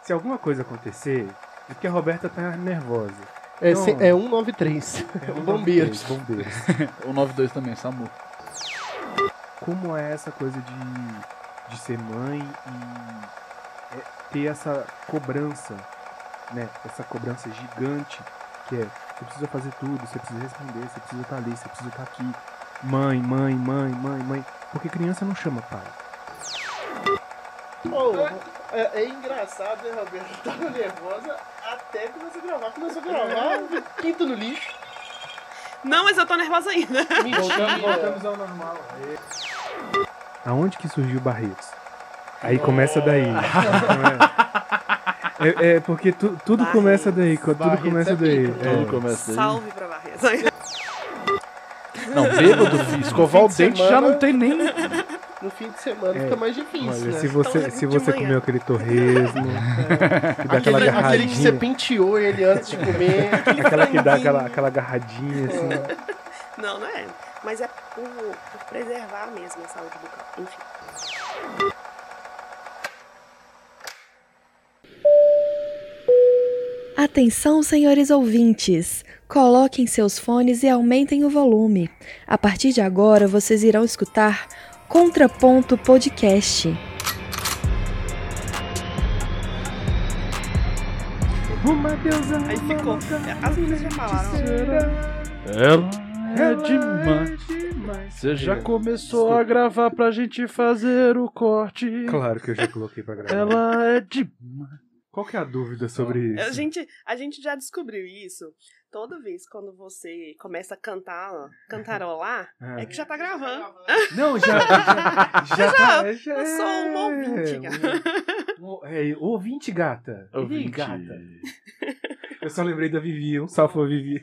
Se alguma coisa acontecer, é porque a Roberta tá nervosa. É, Então, é 193. É um Bombeiros. Bombeiros. O 92 também, SAMU. Como é essa coisa de ser mãe e ter essa cobrança, né? Essa cobrança gigante que é, você precisa fazer tudo, você precisa responder, você precisa estar ali, você precisa estar aqui. Mãe. Porque criança não chama pai. É engraçado, né, Roberto? Tava nervosa até começar a gravar. Começou a gravar, pinto no lixo. Não, mas eu tô nervosa ainda. Mentira. Voltamos ao normal. Aonde que surgiu Barretos? Aí começa daí. É porque tudo Barretos. começa daí. Tudo Barretos começa é daí. pica. Tudo começa daí. Salve pra Barretos. Não, bêbado, filho. Escovar o fim de dente semana- já não tem nem... No fim de semana fica mais difícil, Olha, né? se você, Então, se de você manhã. comeu aquele torresmo, que dá aquela Aquele que você agarradinha, penteou ele antes de comer. aquela que dá aquela agarradinha assim. Não é. Mas é por preservar mesmo a saúde bucal. Enfim. Atenção, senhores ouvintes! Coloquem seus fones e aumentem o volume. A partir de agora, vocês irão escutar Contraponto Podcast. Uma deusa, Aí ficou. As meninas já falaram. Ela é demais. Você já começou a gravar pra gente fazer o corte. Claro que eu já coloquei pra gravar. Ela é demais. Qual que é a dúvida sobre isso? A gente já descobriu isso. Toda vez quando você começa a cantarolar, é que já tá gravando. Não, já tá. Eu sou uma ouvinte, cara. Ouvinte, gata. Ih, Ouvinte. gata. Eu só lembrei da Vivi. Um salve pra Vivi.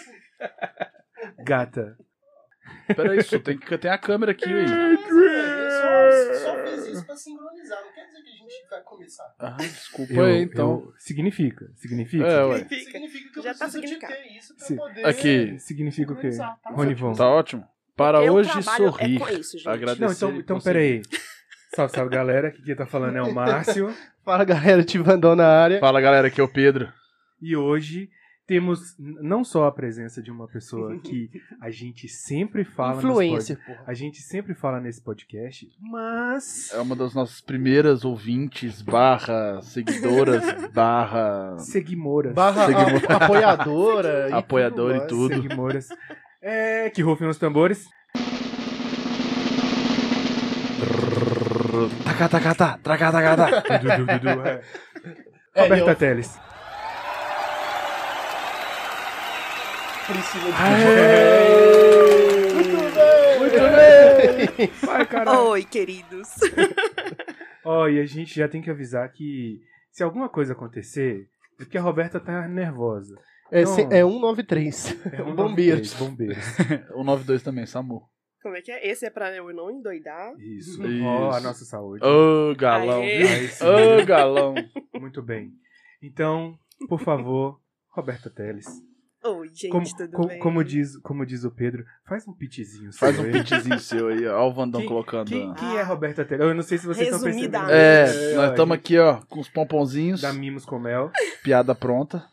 Gata. Peraí, só tem a câmera aqui aí. Só fiz isso pra sincronizar. Não quer dizer que a gente vai começar. Ah, desculpa aí, então. Significa. É, ué. Significa que eu Já tá preciso de significado. ter isso pra Sim. poder... Aqui. Significa o quê? Sincronizar, tá Ronivon. Tá ótimo? Para Porque o hoje trabalho sorrir. é com isso, gente. Agradecer. Não, então peraí. Salve, galera. Aqui quem tá falando é o Márcio. Fala, galera, te mandou na área. Fala, galera, aqui é o Pedro. E hoje temos não só a presença de uma pessoa que a gente sempre fala Influencer, porra. a gente sempre fala nesse podcast, mas É uma das nossas primeiras ouvintes, seguidoras, Seguimoras. Apoiadora. e Apoiadora e tudo mais. tudo. Seguimoras. Que rufem os tambores. Tacatacatá. Roberta eu- Teles. Priscila de Muito bem! Vai, caralho. Oi, queridos. Ó, e a gente já tem que avisar que se alguma coisa acontecer, é porque a Roberta tá nervosa. É, Não. é 193. Bombeiros. Bombeiros. O 92 também, SAMU. Como é que é? Esse é pra eu não endoidar. Isso. Isso. Ó, a nossa saúde. Ô, galão. Aê. Aí sim. Ô, galão. Muito bem. Então, por favor, Roberta Teles. Oi, gente, tudo bem? Como diz o Pedro, faz um pitzinho. Faz seu um aí. pitzinho seu aí, ó. Ó o Vandão colocando. Quem é Roberta Teles? Eu não sei se vocês estão percebendo. Resumidamente. Nós estamos aqui, ó, com os pomponzinhos. Da Mimos com Mel. Piada pronta.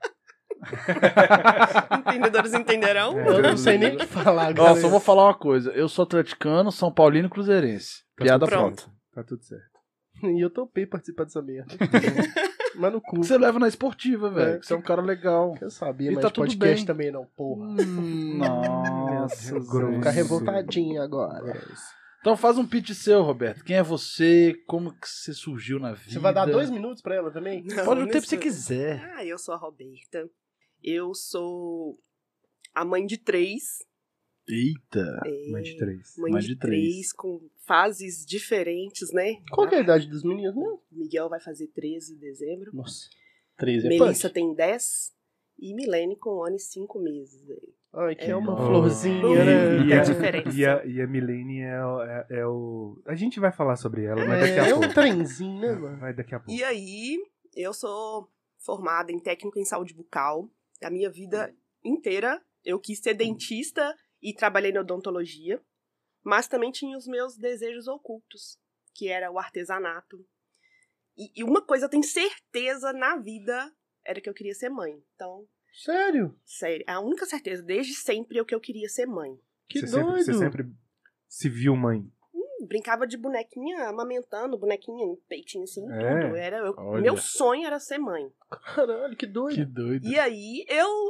Entendedores entenderão. É. Eu não sei nem o que falar, Ó, galera. só vou falar uma coisa. Eu sou atleticano, São Paulino e cruzeirense. Piada Pronto. pronta. Tá tudo certo. E eu topei participar dessa merda. Mas no cu. Você leva na esportiva, velho. É. Você é um cara legal. Eu sabia, E mas tá tudo podcast bem. também não, porra. Nossa. Deus, Vou ficar Isso. revoltadinho agora. Então faz um pitch seu, Roberto. Quem é você? Como que você surgiu na vida? Você vai dar 2 minutos pra ela também? Pode o tempo que você quiser. Eu sou a Roberta. Eu sou a mãe de 3. Eita. Mãe de 3. Mãe de 3, com fases diferentes, né? Qual que é a idade dos meninos mesmo? Miguel vai fazer 13 em dezembro. Nossa. 13 é Melissa punk. tem 10. E Milene com 1 ano e 5 meses. Velho. Ai, que é uma Oh. florzinha, né? E a diferença. E a Milene é o... A gente vai falar sobre ela, mas daqui a É pouco. um trenzinho, né, mano? Vai daqui a pouco. E aí, eu sou formada em técnico em saúde bucal. A minha vida inteira, eu quis ser dentista e trabalhei na odontologia. Mas também tinha os meus desejos ocultos, que era o artesanato. E uma coisa eu tenho certeza na vida era que eu queria ser mãe. Então, Sério? sério, a única certeza desde sempre é que eu queria ser mãe. Que Você doido. sempre se viu mãe. Brincava de bonequinha, amamentando, bonequinha no peitinho assim, É? tudo. Olha. Meu sonho era ser mãe. Caralho, que doido. Que doido. E aí,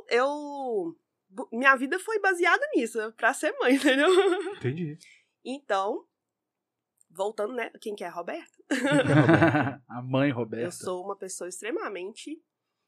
minha vida foi baseada nisso, pra ser mãe, entendeu? Entendi. Então, voltando, né? Quem que é? Roberto? A mãe Roberta. Eu sou uma pessoa extremamente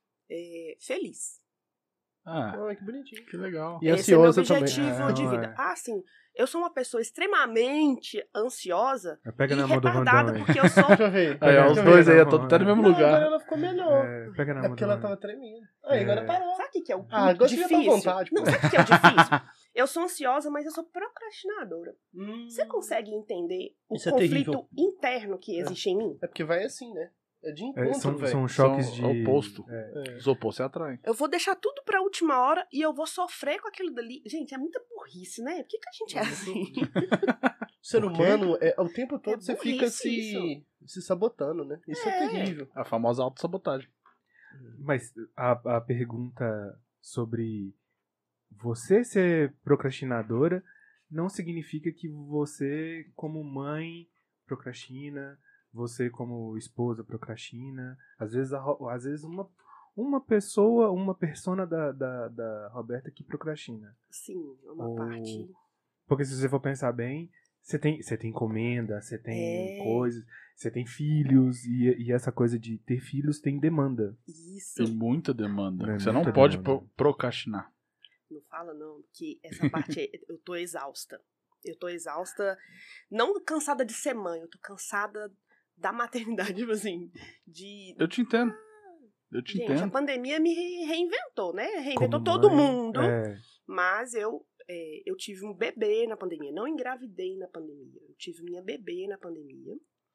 feliz. Ah, Que bonitinho. que legal. E Esse é meu ansiosa também. objetivo de É, vida. ué. Ah, sim. Eu sou uma pessoa extremamente ansiosa Pega e na mão do retardada, Rondão aí. porque eu sou... Deixa eu ver. Aí, ó, os Deixa eu dois ver. aí, não, estão até no mesmo Não, agora lugar. ela ficou melhor. Pega na É mão porque do ela Rondão. tava tremendo. Aí, agora parou. Sabe o que é o Ah, agora você já tá à difícil? vontade, Não, pô. sabe o que é o difícil? Eu sou ansiosa, mas eu sou procrastinadora. Você consegue entender o Isso é conflito terrível. interno que existe em mim? É porque vai assim, né? É de encontro, São velho. choques São de... oposto. É. Os opostos se atraem. Eu vou deixar tudo pra última hora e eu vou sofrer com aquilo dali. Gente, é muita burrice, né? Por que a gente é assim? O ser Por quê? humano, o tempo todo você fica burrice se sabotando, né? Isso é terrível. A famosa autossabotagem. Mas a pergunta sobre você ser procrastinadora não significa que você, como mãe, procrastina, você, como esposa, procrastina. Às vezes uma pessoa, uma persona da Roberta que procrastina. Sim, uma Ou- parte. Porque se você for pensar bem, você tem encomenda, você tem coisas, você tem filhos, e essa coisa de ter filhos tem demanda. Isso. Tem muita demanda. É, Você muita não pode demanda. procrastinar. Não fala não, que essa parte eu tô exausta. Eu tô exausta, não cansada de ser mãe, eu tô cansada da maternidade, tipo assim, de... Eu te entendo. Eu te Gente, a entendo. pandemia me reinventou, né? Reinventou Como todo mãe, mundo. É, Mas eu tive um bebê na pandemia. Não engravidei na pandemia. Eu tive minha bebê na pandemia.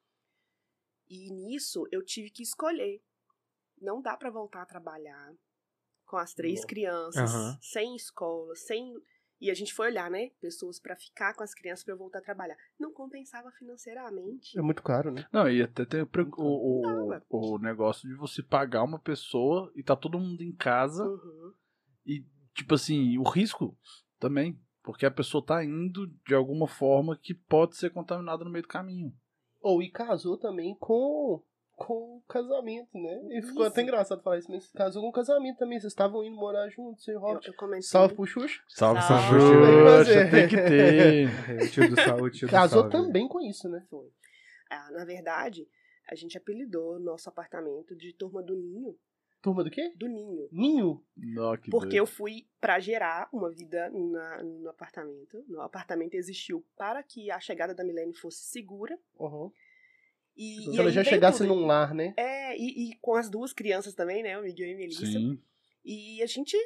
E nisso eu tive que escolher. Não dá pra voltar a trabalhar com as 3 crianças, Aham. sem escola, sem... E a gente foi olhar, né? Pessoas pra ficar com as crianças pra eu voltar a trabalhar. Não compensava financeiramente. É muito caro, né? Não, e até tem Não, o negócio de você pagar uma pessoa e tá todo mundo em casa Uhum. e, tipo assim, o risco também. Porque a pessoa tá indo de alguma forma que pode ser contaminada no meio do caminho. E casou também com o casamento, né? E ficou Isso. até engraçado falar isso, mas casou com o casamento também. Vocês estavam indo morar juntos, você e o Robert. Eu comentei. Salve pro Xuxa. Salve, Salve. Xuxa, tem que ter. o tio do sal, o tio do Casou salve. também com isso, né? Foi. Na verdade, a gente apelidou nosso apartamento de Turma do Ninho. Turma do quê? Do Ninho. Ninho. Não, que Porque doido. eu fui pra gerar uma vida no apartamento. O apartamento existiu para que a chegada da Milene fosse segura. Uhum. E Se ela aí já veio chegasse tudo. num lar, né? E com as 2 crianças também, né? O Miguel e a Melissa. Sim. E a gente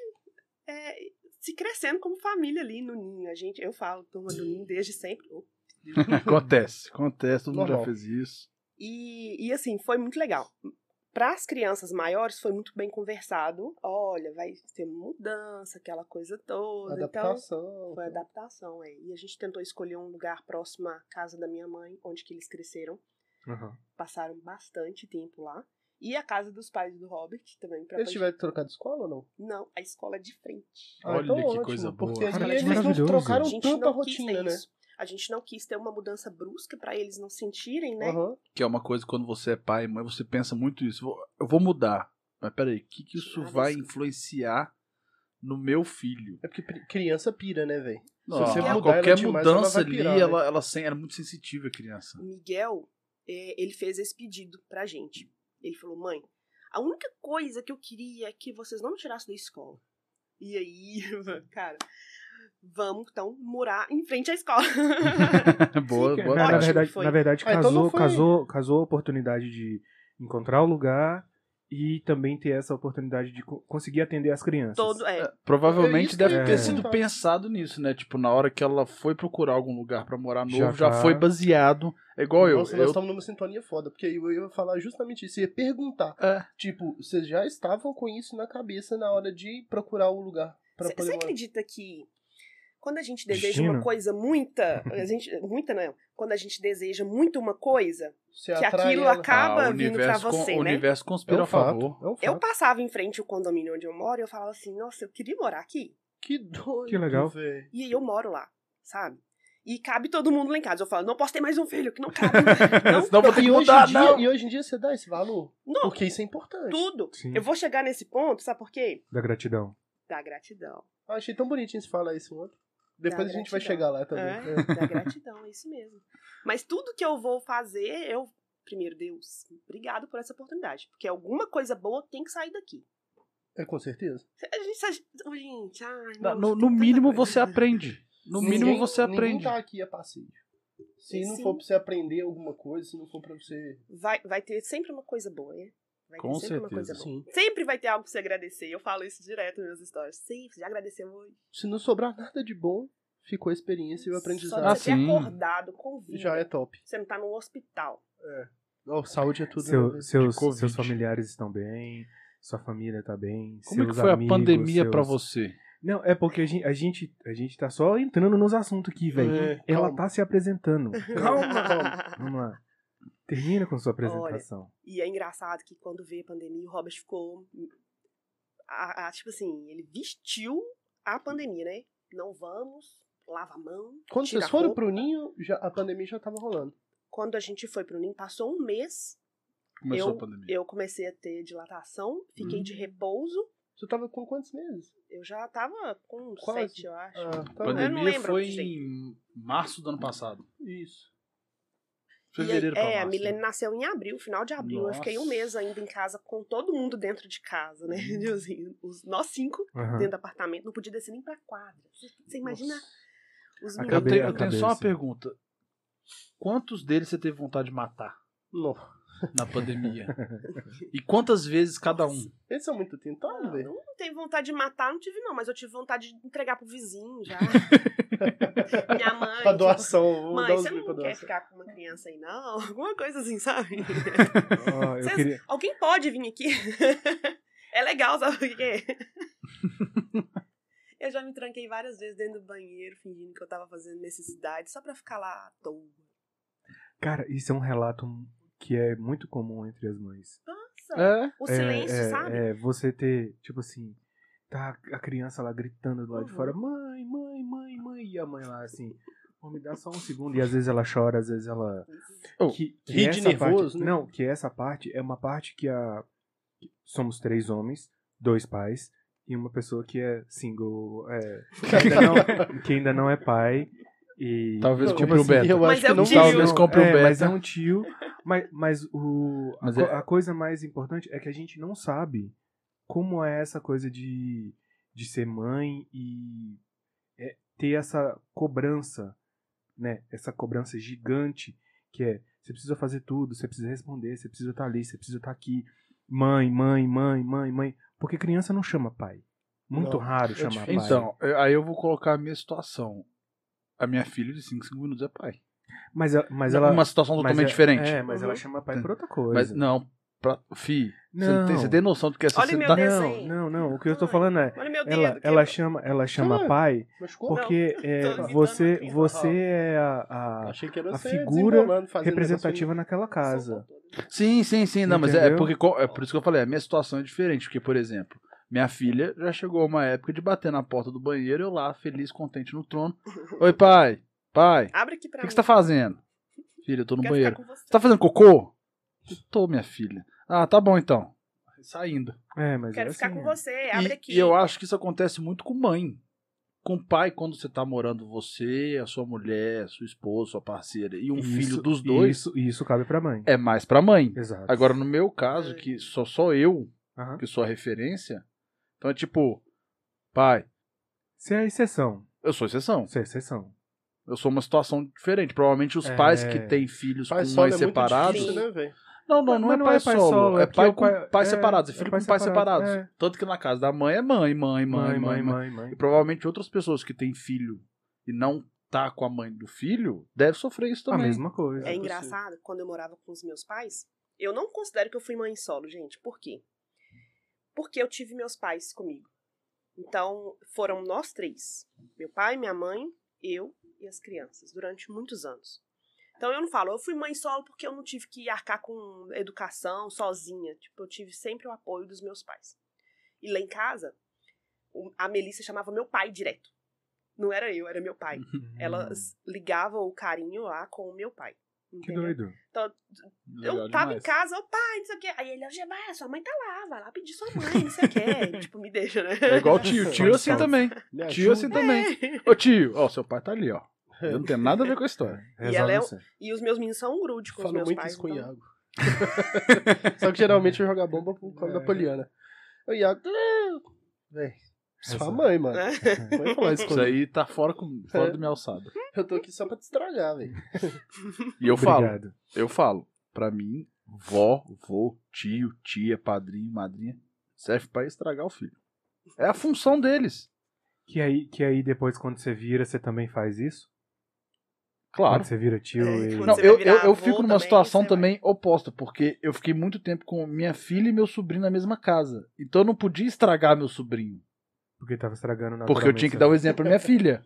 se crescendo como família ali no Ninho. Eu falo Turma do Ninho desde sempre. Acontece, todo mundo já Normal. fez isso. E assim, foi muito legal. Para as crianças maiores foi muito bem conversado. Olha, vai ter uma mudança, aquela coisa toda. Adaptação. Então, foi adaptação, E a gente tentou escolher um lugar próximo à casa da minha mãe, onde que eles cresceram. Aham. Passaram bastante tempo lá. E a casa dos pais do Robert também. Eles tiveram que trocar de escola ou não? Não, a escola é de frente. Olha então que ótimo, coisa boa. Porque Cara, ali que eles não maravilhoso. trocaram A gente tanto a não quis rotina, ter né? isso. A gente não quis ter uma mudança brusca para eles não sentirem, né? Aham. Que é uma coisa quando você é pai e mãe, você pensa muito isso. Eu vou mudar. Mas peraí, o que isso Nada vai disso. influenciar no meu filho? É porque criança pira, né, velho? Não, você mudar qualquer ela demais, ela mudança vai ali, pirar, né? ela é muito sensitiva, a criança. O Miguel, ele fez esse pedido pra gente. Ele falou, mãe, a única coisa que eu queria é que vocês não me tirassem da escola. E aí, cara, vamos então morar em frente à escola. boa, Sim, boa. Na ótimo, verdade, foi. na verdade Ah, então não casou a oportunidade de encontrar o lugar e também ter essa oportunidade de conseguir atender as crianças. Provavelmente Isso deve que eu ter ia sido perguntar. pensado nisso, né? Tipo, na hora que ela foi procurar algum lugar pra morar novo, Já já tá. foi baseado. É igual Nossa, nós eu. estamos numa sintonia foda, porque eu ia falar justamente isso, eu ia perguntar. É. Tipo, vocês já estavam com isso na cabeça na hora de procurar o lugar pra Você poder morar? acredita que quando a gente deseja Destino? uma coisa quando a gente deseja muito uma coisa, Você que atrai aquilo ela. acaba vindo pra você, o né? universo conspira É um a favor. fato, é um fato. Eu passava em frente ao condomínio onde eu moro e eu falava assim, nossa, eu queria morar aqui. Que doido, Que legal. velho. E aí eu moro lá, sabe? E cabe todo mundo lá em casa. Eu falo, não posso ter mais um filho, que não cabe. Não, Senão vou ter que E hoje, mudar, em dia, não. e hoje em dia você dá esse valor? não, Porque isso é importante. tudo. Sim. Eu vou chegar nesse ponto, sabe por quê? Da gratidão. Da gratidão. Eu achei tão bonitinho você falar isso ontem. Depois Da a gente vai gratidão. chegar lá também. Da gratidão, é isso mesmo. Mas tudo que eu vou fazer, primeiro, Deus, obrigado por essa oportunidade. Porque alguma coisa boa tem que sair daqui. É, com certeza. Gente, ai, No, nossa, no tem tanta mínimo coisa. você aprende. No mínimo Ninguém- você Ninguém aprende. tá aqui a passeio. Se não Sim. for pra você aprender alguma coisa, se não for pra você... Vai ter sempre uma coisa boa, né? Vai Com ter sempre uma certeza. coisa boa. Sim. Sempre vai ter algo pra você agradecer. Eu falo isso direto nas minhas histórias. Sempre, já agradeceu hoje. Se não sobrar nada de bom, ficou a experiência e o Só aprendizado. de você ter sim. acordado com vida. Já é top. Você não tá no hospital. Oh, saúde é tudo. né? Seus Covid. familiares estão bem, sua família tá bem. Como é seus que foi amigos, a pandemia pra seus- você? Não, é porque a gente tá só entrando nos assuntos aqui, velho. É, Ela calma. tá se apresentando. Calma. Vamos lá. Termina com sua apresentação. E é engraçado que quando veio a pandemia, o Robert ficou... tipo assim, ele vestiu a pandemia, né? Não vamos, lava a mão, Quando tira vocês a foram roupa. pro Ninho, a pandemia já tava rolando. Quando a gente foi pro Ninho, passou um mês. Começou a pandemia. Eu comecei a ter dilatação, fiquei de repouso. Você tava com quantos meses? Eu já tava com Quase. 7, eu acho. Ah, A tá. Eu não pandemia lembro foi direito. em março do ano passado. Isso. Fevereiro pra março. A Milene nasceu em abril, final de abril. Eu fiquei um Nossa. mês ainda em casa com todo mundo dentro de casa, né? Assim, nós 5 Aham. dentro do apartamento, não podia descer nem pra quadra. Você imagina os Acabei- meninos. Eu tenho só uma cabeça. pergunta. Quantos deles você teve vontade de matar Não. na pandemia? E quantas vezes cada um? Eles são muito tentados, Não, velho. não teve vontade de matar, não tive não, mas eu tive vontade de entregar pro vizinho já. Minha mãe. Pra tipo, doação. Vou mãe, dar uns você pra não quer doação. ficar com uma criança aí, não? Alguma coisa assim, sabe? Ó, eu Vocês- queria... Alguém pode vir aqui? É legal, sabe por quê? Eu já me tranquei várias vezes dentro do banheiro, fingindo que eu tava fazendo necessidade, só pra ficar lá à toa. Cara, isso é um relato que é muito comum entre as mães. Nossa, É? o silêncio, sabe? É, você ter, tipo assim, tá a criança lá gritando do lado de Uhum. fora, mãe, mãe, mãe, mãe, e a mãe lá assim, "Pô, me dá só um segundo", e às vezes ela chora, às vezes ela... Oh, que ri de essa nervoso, parte, né? Não, que essa parte é uma parte que somos 3 homens, 2 pais, e uma pessoa que é single, que ainda não é pai, e... Talvez tipo compre o assim, beta. Eu Mas acho que é não o tio. Talvez compre o beta. mas é um tio. Mas Mas a coisa mais importante é que a gente não sabe como é essa coisa de ser mãe e ter essa cobrança, né? Essa cobrança gigante que é, você precisa fazer tudo, você precisa responder, você precisa estar ali, você precisa estar aqui. Mãe, mãe, mãe, mãe, mãe. Porque criança não chama pai. Muito Não, raro é chamar pai. difícil. Então, aí eu vou colocar a minha situação. A minha filha de 5 minutos é pai. Mas ela... Uma situação mas totalmente diferente. mas ela chama pai por outra coisa. Mas não, fi, Não. você tem noção do que é Olha você meu dá- desenho. Não. O que eu tô falando é, Olha meu dedo. ela quebrou. chama Ah, pai Machucou? porque tô imitando você aqui. é a Achei que era a você figura desenrolando, fazendo representativa naquela casa. Sim. Não, mas é Entendeu? porque é por isso que eu falei, a minha situação é diferente. Porque, por exemplo, minha filha já chegou a uma época de bater na porta do banheiro, eu lá, feliz, contente no trono. Oi, pai, Abre aqui o pra que mim. você tá fazendo? Filha, eu tô no Quero banheiro. ficar com você. Você tá fazendo cocô? Tô, minha filha. Ah, tá bom então. Saindo. Mas Quero é ficar assim, com você. Abre aqui. E eu acho que isso acontece muito com mãe. Com pai, quando você tá morando você, a sua mulher, sua esposa, sua parceira e um filho dos dois, Isso cabe pra mãe. é mais pra mãe. Exato. Agora, no meu caso, que só eu, Aham. que sou a referência, então é tipo, pai, Você é a exceção. eu sou exceção. Você é a exceção. Eu sou uma situação diferente. Provavelmente os pais que têm filhos Pai com solo mães é muito separados. difícil, né, velho? Não Mas é pai solo. É porque pai o com pai- pais é, separados. É é filho pai com pais separado, separados. é. Tanto que na casa da mãe é mãe. Mãe. E provavelmente outras pessoas que têm filho e não tá com a mãe do filho devem sofrer isso A também. mesma coisa. É engraçado, quando eu morava com os meus pais, eu não considero que eu fui mãe solo, gente. Por quê? Porque eu tive meus pais comigo. Então, foram nós 3. Meu pai, minha mãe, eu e as crianças, durante muitos anos. Então, eu não falo, eu fui mãe solo porque eu não tive que arcar com educação sozinha. Tipo, eu tive sempre o apoio dos meus pais. E lá em casa, a Melissa chamava meu pai direto. Não era eu, era meu pai. Ela ligava o carinho lá com o meu pai. Que Entendeu? doido. Então, Legal eu tava demais. em casa, o pai, não sei o quê. Aí ele, vai, sua mãe tá lá, vai lá pedir sua mãe, não sei o quê. Tipo, me deixa, né? É igual tio. Tio assim também. Me Tio assim ajuda. também. Ô tio, ó, seu pai tá ali, ó. Eu não tenho nada a ver com a história. E ela é, Resolve isso. e os meus meninos são um grude com os Falo meus muito pais. isso com o então- Iago. Só que geralmente eu jogo a bomba por causa da Poliana. O Iago, véi, sua mãe, mano. Vai falar isso Isso comigo. aí tá fora do minha alçada. Eu tô aqui só pra te estragar, velho. E eu Obrigado. falo, pra mim, vó, vô, tio, tia, padrinho, madrinha, serve pra estragar o filho. É a função deles. Que aí depois, quando você vira, você também faz isso? Claro. Quando você vira tio e... quando Não, você vai virar eu avô fico numa também, situação você vai. também oposta, porque eu fiquei muito tempo com minha filha e meu sobrinho na mesma casa. Então eu não podia estragar meu sobrinho. Porque tava estragando Porque eu tinha que dar o exemplo pra minha filha.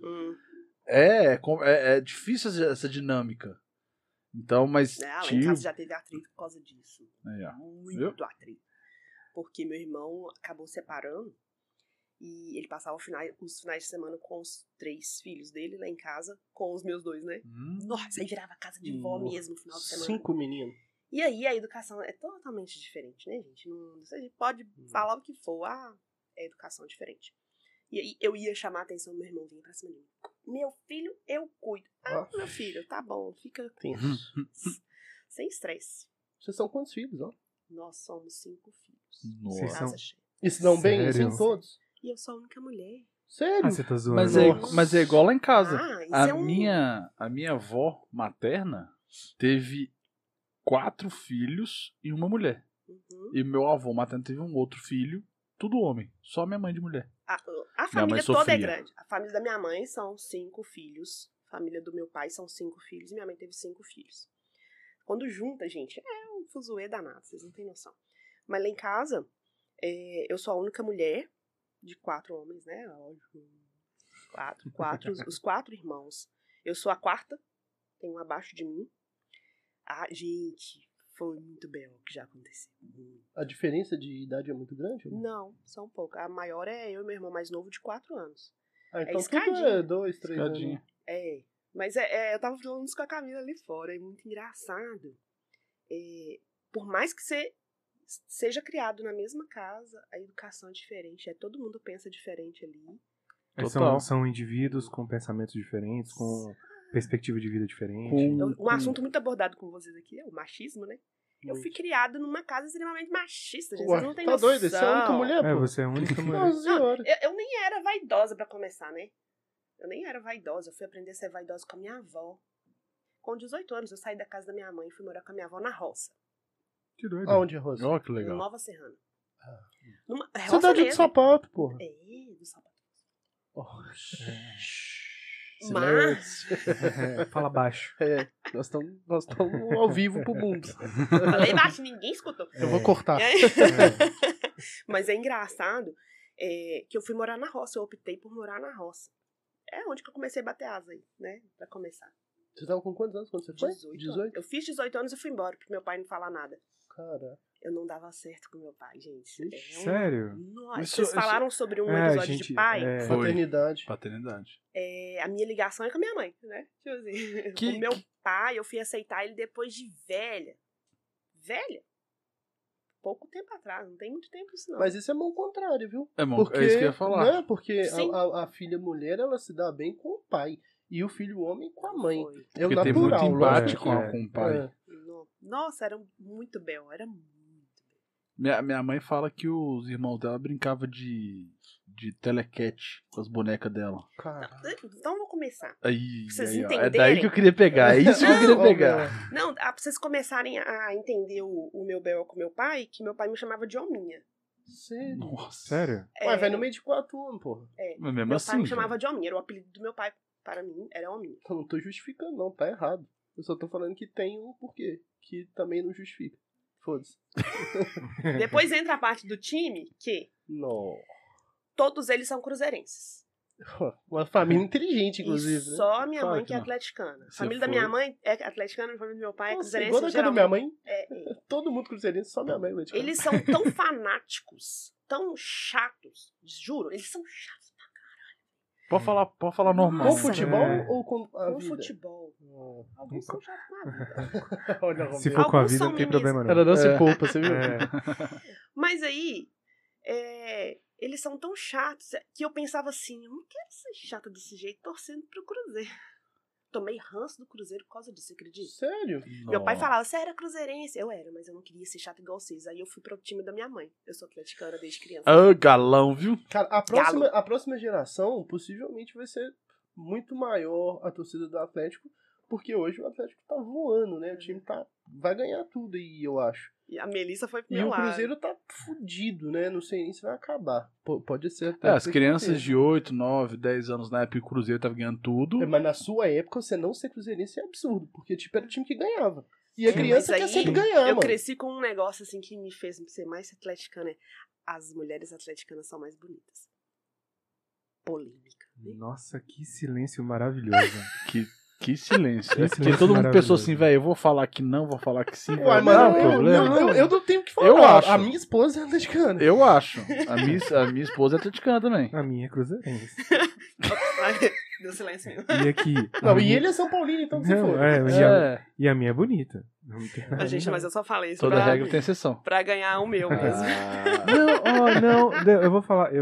É difícil essa dinâmica. Então, mas Lá em tio... casa já teve atrito por causa disso. É, ó. Muito atrito. Porque meu irmão acabou separando e ele passava os finais de semana com os 3 filhos dele lá em casa, com os meus 2, né? Nossa, aí virava casa de vó mesmo no final de semana. 5 meninos. E aí a educação é totalmente diferente, né, gente? A gente pode falar o que for, é educação diferente. E aí eu ia chamar a atenção do meu irmão, vinha pra cima de mim. Meu filho, eu cuido. Meu filho, tá bom, fica Tenso. sem estresse. Vocês são quantos filhos, ó? Nós somos 5 filhos. Nossa. Vocês Casa cheia. E se dão bem, Sério? assim, todos? E eu sou a única mulher. Sério? Ah, você tá zoando. Mas é igual lá em casa. Isso A é um... minha avó materna teve 4 filhos e uma mulher. Uhum. E meu avô materno teve um outro filho, tudo homem. Só minha mãe de mulher. A família mãe toda é sofria. grande. A família da minha mãe são 5 filhos. A família do meu pai são 5 filhos. E minha mãe teve 5 filhos. Quando junta, gente, é um fuzuê danado. Vocês não têm noção. Mas lá em casa, eu sou a única mulher de 4 homens, né? Óbvio. 4, os 4 irmãos. Eu sou a 4ª. Tem um abaixo de mim. Gente, foi muito belo o que já aconteceu. A diferença de idade é muito grande? ou não? Não, só um pouco. A maior é eu e meu irmão mais novo de 4 anos. Ah, então tudo escadinha. é 2, 3 anos. Escadinha. Mas eu tava falando isso com a Camila ali fora. É muito engraçado. Por mais que você seja criado na mesma casa, a educação é diferente. Todo mundo pensa diferente ali. Total. São indivíduos com pensamentos diferentes, com perspectiva de vida diferente. Um assunto muito abordado com vocês aqui é o machismo, né? Eu fui criada numa casa extremamente machista, gente. Ué, Vocês não têm tá noção. doido? Você é a única mulher, pô. Você é a única mulher. Nossa senhora. Eu nem era vaidosa pra começar, né? Eu nem era vaidosa. Eu fui aprender a ser vaidosa com a minha avó. Com 18 anos, eu saí da casa da minha mãe e fui morar com a minha avó na roça. Que doido. Aonde é Rosa? Ó, que Em legal. Nova Serrana. Roça Cidade de mesmo. sapato, porra. Do sapato. Silêncio. Fala baixo. Nós estamos ao vivo pro mundo. Falei baixo, ninguém escutou. Eu vou cortar. Mas é engraçado que eu fui morar na roça. Eu optei por morar na roça. É onde que eu comecei a bater asa aí, né? Pra começar. Você tava com quantos anos quando você foi? 18. Eu fiz 18 anos e fui embora, pro meu pai não falar nada. Cara. Eu não dava certo com meu pai, gente. Sério? Nossa, Isso- vocês falaram sobre um É, episódio gente, de pai. Foi. Paternidade. Paternidade. A minha ligação é com a minha mãe, né? Tipo assim, Que- o meu pai, eu fui aceitar ele depois de velha. Velha? Pouco tempo atrás, não tem muito tempo isso não. Mas isso é o contrário, viu? É, bom, Porque, é isso que eu ia falar. Né? Porque Sim. a filha mulher, ela se dá bem com o pai. E o filho homem com a mãe. Foi. É o Porque tem muito natural, embate lógico. com o pai. É. Nossa, era muito belo, era muito belo. Minha mãe fala que os irmãos dela brincavam de telequete com as bonecas dela. Cara. Então vou começar. Aí, Pra vocês aí, ó, é entenderem. daí que eu queria pegar. É isso que eu queria Ó, pegar. Não, pra vocês começarem a entender o meu belo com meu pai, que meu pai me chamava de hominha. Sério? Nossa. Sério? Ué, vai no meio de 4 anos, porra. Mas mesmo Meu assim. pai me cara. chamava de hominha, era o apelido do meu pai, para mim, era hominha. Eu não tô justificando, não. Tá errado. Eu só tô falando que tem um porquê. Que também não justifica. Foda-se. Depois entra a parte do time, que Não. todos eles são cruzeirenses. Uma família inteligente, E inclusive. Né? só a minha Claro mãe que que é não. atleticana. A Você família da foi? minha mãe é atleticana, a família do meu pai é Nossa, cruzeirense. igual na casa da minha geralmente. mãe, todo mundo cruzeirense, só minha mãe. Eles são tão fanáticos, tão chatos, juro, eles são chatos Pode falar normal. Com Nossa, futebol é. ou com a com vida? futebol. Oh. Alguns são chatos com a vida. Olha, Se Romeu. for com a Alguns vida, são não tem meninos. problema não. Ela não se É. poupa, você viu? É. Mas aí, eles são tão chatos que eu pensava assim, eu não quero ser chata desse jeito torcendo pro Cruzeiro. Tomei ranço do Cruzeiro por causa disso, você acredita? Sério? Meu pai falava, você era cruzeirense? Eu era, mas eu não queria ser chata igual vocês. Aí eu fui pro time da minha mãe. Eu sou atleticana desde criança. Ah, galão, viu? Cara, a próxima geração possivelmente vai ser muito maior a torcida do Atlético, porque hoje o Atlético tá voando, né? O time vai ganhar tudo aí, eu acho. E a Melissa foi pro E meu o lado. Cruzeiro tá fudido, né? Não sei nem se vai acabar. Pode ser até. As crianças de 8, 9, 10 anos na época, o Cruzeiro tava ganhando tudo. Mas na sua época, você não ser cruzeirense é absurdo, porque tipo, era o time que ganhava. E a É, criança mas quer aí sempre ganhar, Eu mano. cresci com um negócio assim que me fez ser mais atleticana. As mulheres atleticanas são mais bonitas. Polêmica. Né? Nossa, que silêncio maravilhoso. Que silêncio. Que É porque silêncio todo mundo pensou maravilhoso. assim, velho, eu vou falar que não, vou falar que sim. Uai, não, mano, problema. eu não tenho o que falar. Eu acho. A minha esposa é atleticana. Eu acho. A minha esposa é atleticana também. A minha é cruzeirense. Deu silêncio. E aqui... Não, a e minha- ele é São Paulino, então você Não, for. e a minha é bonita. Não tem nada. Gente, mas eu só falei isso Toda pra, regra tem exceção. pra ganhar o meu mesmo. Não, eu vou falar.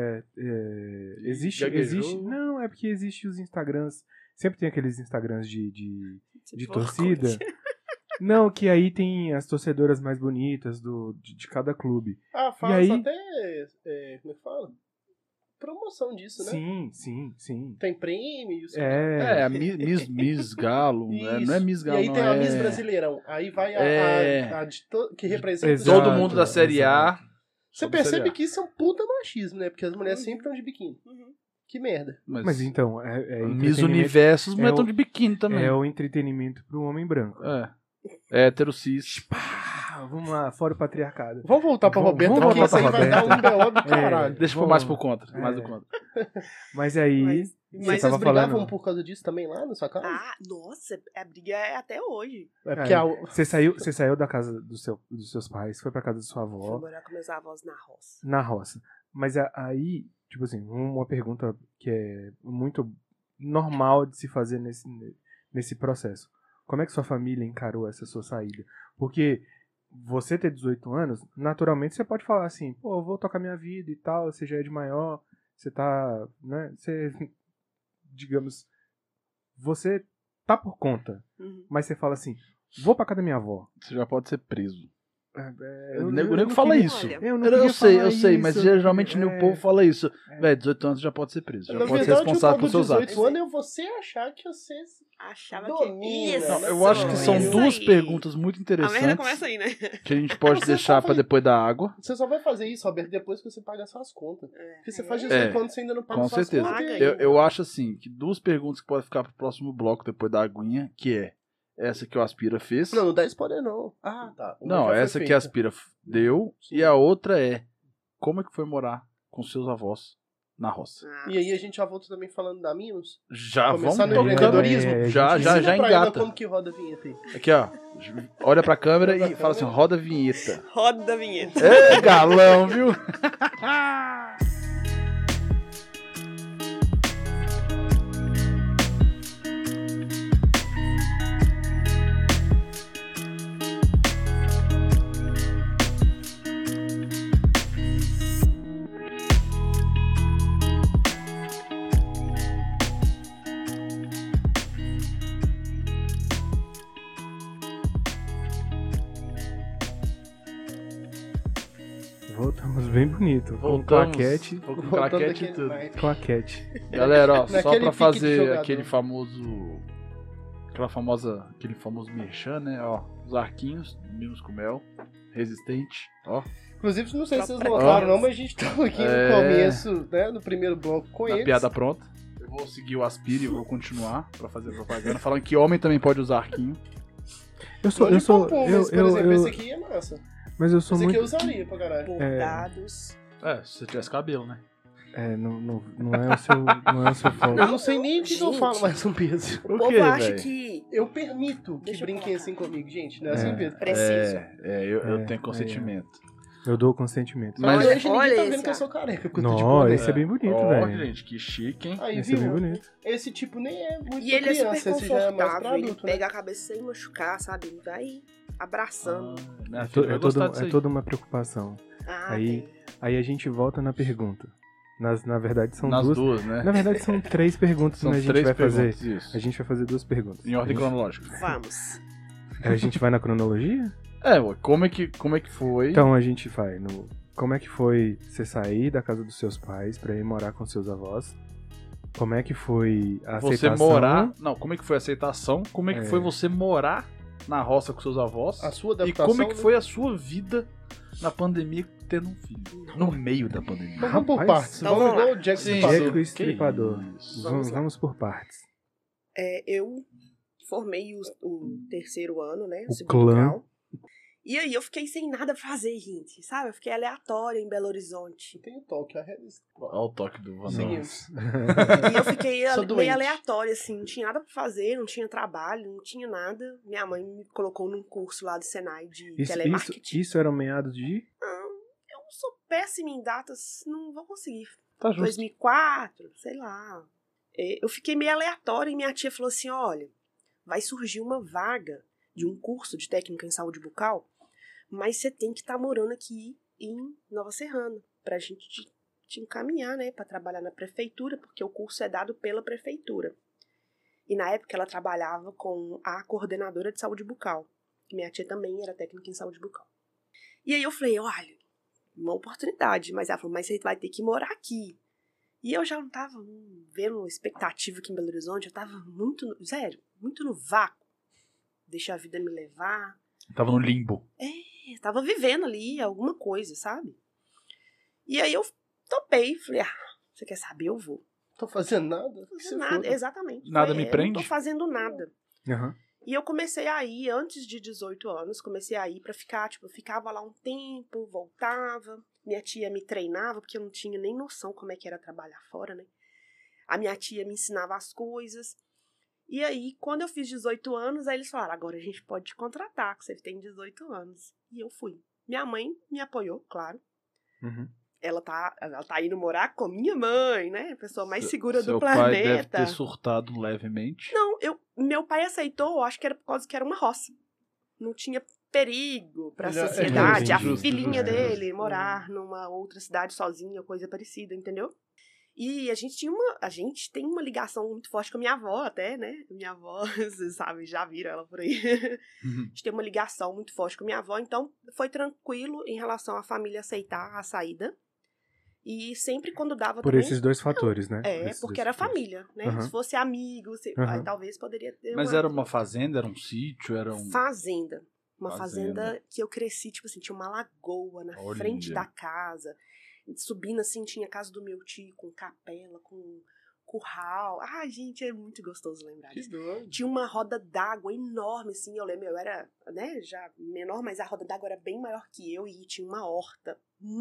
Existe. Gaguejou. Não, é porque existe os Instagrams. Sempre tem aqueles Instagrams de Tipo, torcida. Não, que aí tem as torcedoras mais bonitas de cada clube. Ah, faz aí- até. Como é que fala? Promoção disso, né? Sim. Tem prêmios. É, a Miss Galo, né? Não é Miss Galo, E aí não tem a é... Miss Brasileirão. Aí vai É. a que representa Exato. Todo mundo da Série A. Você Todo da Série percebe A. que isso é um puta machismo, né? Porque as mulheres sempre estão de biquíni. Uhum. Que merda. Mas então, é Miss entretenimento- Universo, os mulheres é o- estão de biquíni também. É o entretenimento pro homem branco. Hétero, cis. Vamos lá, fora o patriarcado. Vamos voltar pra Vamos Roberta, voltar porque isso aí pra vai dar um Roberta. BO do caralho. Deixa por Vamos. mais por conta. Mais do É. conta. Mas aí, Mas você Mas tava vocês brigavam falando... por causa disso também lá na sua casa? Ah, nossa, a briga é até hoje. É porque Você saiu da casa dos seus pais, foi pra casa da sua Fui avó, morar com meus avós na roça. na roça. Mas aí, tipo assim, uma pergunta que é muito normal de se fazer nesse processo. Como é que sua família encarou essa sua saída? Porque você ter 18 anos, naturalmente você pode falar assim, pô, eu vou tocar minha vida e tal, você já é de maior, você tá, né, você, digamos, você tá por conta, Uhum. mas você fala assim, vou pra casa da minha avó. Você já pode ser preso. Eu O nego não fala queria- isso. Olha, Eu, não Eu queria sei, falar eu sei, mas isso, geralmente o povo fala isso. É. Velho, 18 anos já pode ser preso. Já Na pode ser verdade, responsável o por seus tal do atos. 18 anos é você achar que você... Achava Domina, que isso. né? Eu acho que são isso duas aí. perguntas muito A merda interessantes começa aí, né? que a gente pode Você deixar só pra vai- depois da água. Você só vai fazer isso, Roberto, depois que você paga suas contas. Porque você faz 18 É, anos, você ainda não paga Com suas certeza. contas. Paga Eu acho assim, que duas perguntas que podem ficar pro próximo bloco depois da aguinha, que é essa que o Aspira fez. Não dá spoiler não. Ah, tá. Uma Não, já foi essa que feita. a Aspira deu. Sim. E a outra é, como é que foi morar com seus avós na roça? E aí a gente já volta também falando da Minos. Já Começar vamos no tocando. empreendedorismo. Já Ensina pra ela engata. como que roda a vinheta aí. Aqui, ó. Olha pra câmera e fala assim, roda a vinheta. Roda a vinheta. É galão, viu? Voltamos bem bonito. Com Voltamos. claquete. Com Voltando claquete e daquele tudo. naipe. Claquete. Galera, ó, só Naquele pra pique de fazer jogador. aquele famoso merchan, né? Ó, os arquinhos, Minos com mel, resistente, ó. Inclusive, não sei se vocês Própria notaram casa. não, mas a gente tava aqui É. no começo, né, no primeiro bloco com Na eles. piada pronta. Eu vou seguir o Aspire e vou continuar pra fazer propaganda, falando que homem também pode usar arquinho. Eu sou. Pode pôr, mas, por exemplo, esse aqui é massa. Mas eu sou Esse aqui muito. eu usaria pra caralho. Bordados. É, se você tivesse cabelo, né? Não é o seu foco. Eu não sei nem o que eu Gente. falo mais São Pedro. O Por povo quê, acha velho? que Eu permito que Deixa eu brinquem colocar. assim comigo, gente. Não é São Pedro. preciso. Eu tenho consentimento. Eu dou consentimento. Mas Mas- hoje ninguém olha tá esse, vendo que eu ó. sou careca, porque eu tô de Não, boné. esse é bem bonito, Ó, velho. gente, que chique, hein? Aí, Esse é viu? bem bonito. Esse tipo nem é muito E pra ele é criança, super esse já é mais pra confortável, ele adulto, né? pega a cabeça sem machucar, sabe? Ele vai abraçando. Minha É, filha vai gostar disso é aí. toda uma preocupação. Aí, Aí a gente volta na pergunta. Na verdade são Nas duas. duas, né? Na verdade são 3 perguntas, São mas a gente 3 vai perguntas, fazer. isso. A gente vai fazer 2 perguntas. Em ordem a gente, cronológica. vamos. a gente vai na cronologia? Ué, como é que foi? Então a gente vai no. Como é que foi você sair da casa dos seus pais pra ir morar com seus avós? Como é que foi a você aceitação? morar... Não, como é que foi a aceitação? Como é que É. foi você morar na roça com seus avós? A sua E adaptação... como é que né? foi a sua vida na pandemia tendo um filho? No meio da pandemia. Então vamos por Rapaz, partes. então Vamos vamos lá. igual o Jack Sim, Stripador. Jack o Que Estripador. isso. Vamos por partes. Eu formei o terceiro ano, né? O segundo clã. grau. E aí eu fiquei sem nada pra fazer, gente. Sabe? Eu fiquei aleatória em Belo Horizonte. Tem o toque, a revista. Olha o toque do Van Seguimos. E eu fiquei Sou doente. meio aleatória, assim. Não tinha nada pra fazer, não tinha trabalho, não tinha nada. Minha mãe me colocou num curso lá do Senai de telemarketing. Isso era meados de. Eu sou péssima em datas, não vou conseguir. Tá justo. 2004, sei lá. Eu fiquei meio aleatória e minha tia falou assim, olha, vai surgir uma vaga de um curso de técnica em saúde bucal, mas você tem que estar morando aqui em Nova Serrana, pra gente te encaminhar, né, pra trabalhar na prefeitura, porque o curso é dado pela prefeitura. E na época ela trabalhava com a coordenadora de saúde bucal, que minha tia também era técnica em saúde bucal. E aí eu falei, olha, uma oportunidade, mas ela falou, mas você vai ter que morar aqui. E eu já não tava vendo expectativa aqui em Belo Horizonte, eu tava muito no vácuo. Deixa a vida me levar. Tava no limbo. Eu tava vivendo ali alguma coisa, sabe? E aí eu topei, falei, você quer saber? Eu vou. Tô fazendo nada? Não tô Se fazendo nada, foda. exatamente. Nada me Não prende? tô fazendo nada. Aham. E eu comecei a ir, antes de 18 anos, comecei a ir pra ficar, eu ficava lá um tempo, voltava. Minha tia me treinava, porque eu não tinha nem noção como é que era trabalhar fora, né? A minha tia me ensinava as coisas. E aí, quando eu fiz 18 anos, aí eles falaram, agora a gente pode te contratar, que você tem 18 anos. E eu fui. Minha mãe me apoiou, claro. Uhum. Ela tá indo morar com minha mãe, né? A pessoa mais segura Seu do pai deve planeta. ter surtado levemente. Não, meu pai aceitou, acho que era por causa que era uma roça. Não tinha perigo pra Melhor- sociedade. é, A justo, filhinha justo. dele morar numa outra cidade sozinha, coisa parecida, entendeu? E a gente tem uma ligação muito forte com a minha avó até, né? Minha avó, vocês sabem, já viram ela por aí. A gente tem uma ligação muito forte com a minha avó, então foi tranquilo em relação à família aceitar a saída. E sempre quando dava Por também... esses dois fatores, né? Por É, esses porque dois era fatores. família, né? Aham. Se fosse amigo, Aham. aí talvez poderia ter Mas era uma fazenda, era um sítio, era um... fazenda. Uma Fazenda. fazenda que eu cresci, tipo assim, tinha uma lagoa na Olha. frente da casa. Subindo assim, tinha a casa do meu tio, com capela, com curral. Ai, gente, é muito gostoso lembrar Que disso. doido. Tinha uma roda d'água enorme, assim, eu lembro, eu era, né, já menor, mas a roda d'água era bem maior que eu e tinha uma horta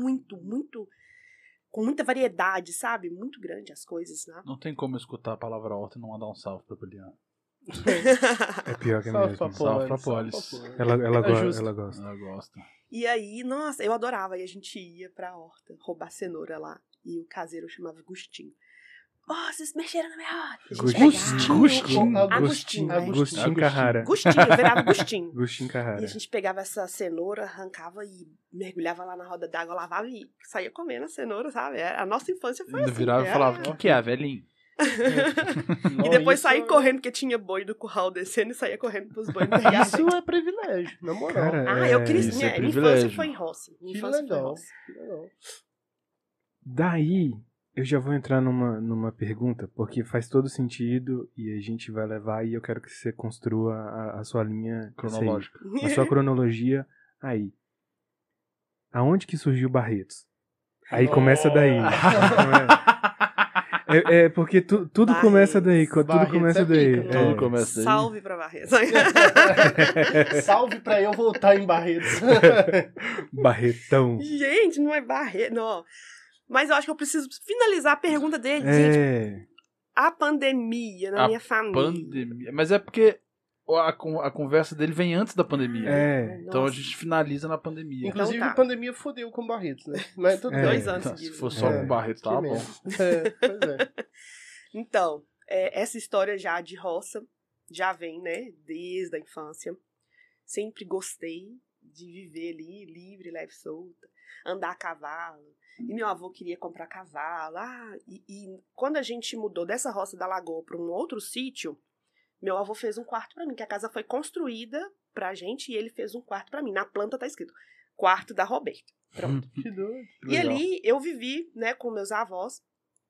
com muita variedade, sabe? Muito grande as coisas, né? Não tem como eu escutar a palavra horta e não mandar um salve pra Poliana. É pior que é Salve mesmo. pra Salve pra Polis. Polis. Salve pra Polis. Ela É gosta. justo. Ela gosta. Ela gosta. E aí, nossa, eu adorava. E a gente ia pra horta roubar cenoura lá. E o caseiro chamava Agostinho. Oh, vocês mexeram na minha horta. A gente Agostinho. pegava- Agostinho. Agostinho. Agostinho Carrara. Agostinho, virava Agostinho. Agostinho E Carrara. a gente pegava essa cenoura, arrancava e mergulhava lá na roda d'água, lavava e saía comendo a cenoura, sabe? A nossa infância foi Ainda assim. virava e era- falava, o que é, velhinho? E depois saía correndo, porque tinha boi do curral descendo e saía correndo pros bois pegar. Isso é privilégio, na moral. Cara, Eu cresci. Isso é Minha infância privilégio. foi em roça. Minha Que infância foi em legal. roça. Que legal. Daí, eu já vou entrar numa pergunta, porque faz todo sentido e a gente vai levar e eu quero que você construa a sua linha Cronológica. a sua cronologia aí. Aonde que surgiu Barretos? Aí começa daí. É porque tudo Barretos. começa daí. Tudo Barretos começa é daí. pica, né? Tudo começa daí. Salve pra Barretos. Salve pra eu voltar em Barretos. Barretão. Gente, não é Barretos. Não. Mas eu acho que eu preciso finalizar a pergunta dele. Gente, a pandemia na minha família. Pandemia. Mas é porque a conversa dele vem antes da pandemia. Então a gente finaliza na pandemia. Inclusive, Então tá. a pandemia fodeu com o Barretos, né? Mas tudo bem. 2 anos Então, se seguidos. for só com o Barreto, tá bom. Pois é. Então, essa história já de roça já vem, né? Desde a infância. Sempre gostei de viver ali, livre, leve, solta. Andar a cavalo. E meu avô queria comprar cavalo. E quando a gente mudou dessa roça da Lagoa para um outro sítio, meu avô fez um quarto para mim, que a casa foi construída pra gente e ele fez um quarto para mim. Na planta tá escrito, quarto da Roberta. Pronto. Que doido. E ali eu vivi, né, com meus avós.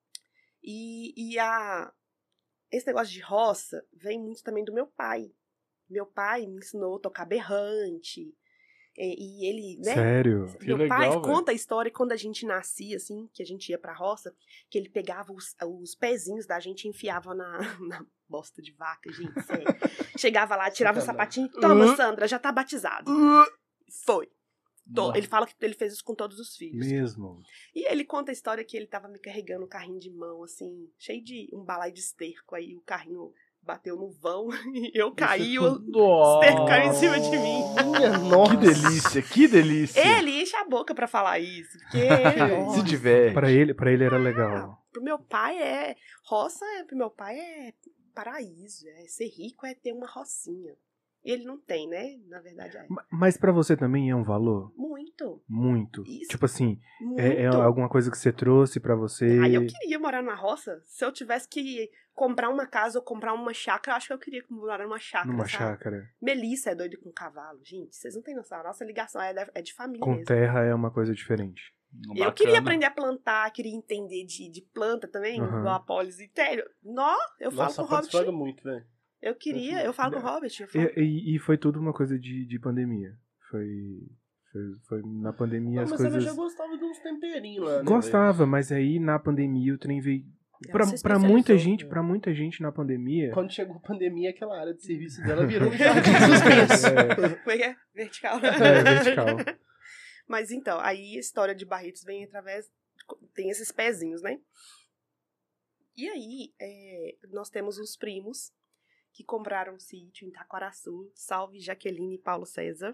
Esse negócio de roça vem muito também do meu pai. Meu pai me ensinou a tocar berrante. E ele, né? Sério? Meu Que pai legal, conta a história quando a gente nascia, assim, que a gente ia pra roça, que ele pegava os pezinhos da gente e enfiava na bosta de vaca, gente. Sério. Chegava lá, tirava o sapatinho. Toma, Sandra, já tá batizado. Foi. Ele fala que ele fez isso com todos os filhos. Mesmo. E ele conta a história que ele tava me carregando um carrinho de mão, assim, cheio de um balai de esterco. Aí o carrinho bateu no vão e eu caí, o esterco caiu em cima de mim. Que delícia, que delícia. Ele enche a boca pra falar isso, porque Se tiver. Pra ele era legal. pro meu pai roça, pro meu pai é paraíso, ser rico é ter uma rocinha. E ele não tem, né? Na verdade é. Mas pra você também é um valor? Muito. Muito. Isso. Tipo assim, Muito. é alguma coisa que você trouxe pra você? Aí eu queria morar numa roça. Se eu tivesse que comprar uma casa ou comprar uma chácara, eu acho que eu queria morar numa chácara. Numa sabe? chácara. Melissa é doida com cavalo. Gente, vocês não têm noção. A nossa ligação é de família Com mesmo. terra é uma coisa diferente. Eu queria aprender a plantar, queria entender de planta também, Uhum. do Apóllis e Tério. Eu falo Nossa, com o Robert. paga muito, velho. Eu falo com o Robert. E foi tudo uma coisa de pandemia. Foi na pandemia as Mas coisas... ela já gostava de uns temperinhos lá, né? Gostava, mas aí na pandemia o trem veio... Pra se muita especializou. gente na pandemia... Quando chegou a pandemia, aquela área de serviço dela virou um jardim suspenso. Como é que é? Vertical. vertical. Mas então, aí a história de Barretos vem através... Tem esses pezinhos, né? E aí, nós temos uns primos que compraram um sítio em Taquaraçu. Salve Jaqueline e Paulo César.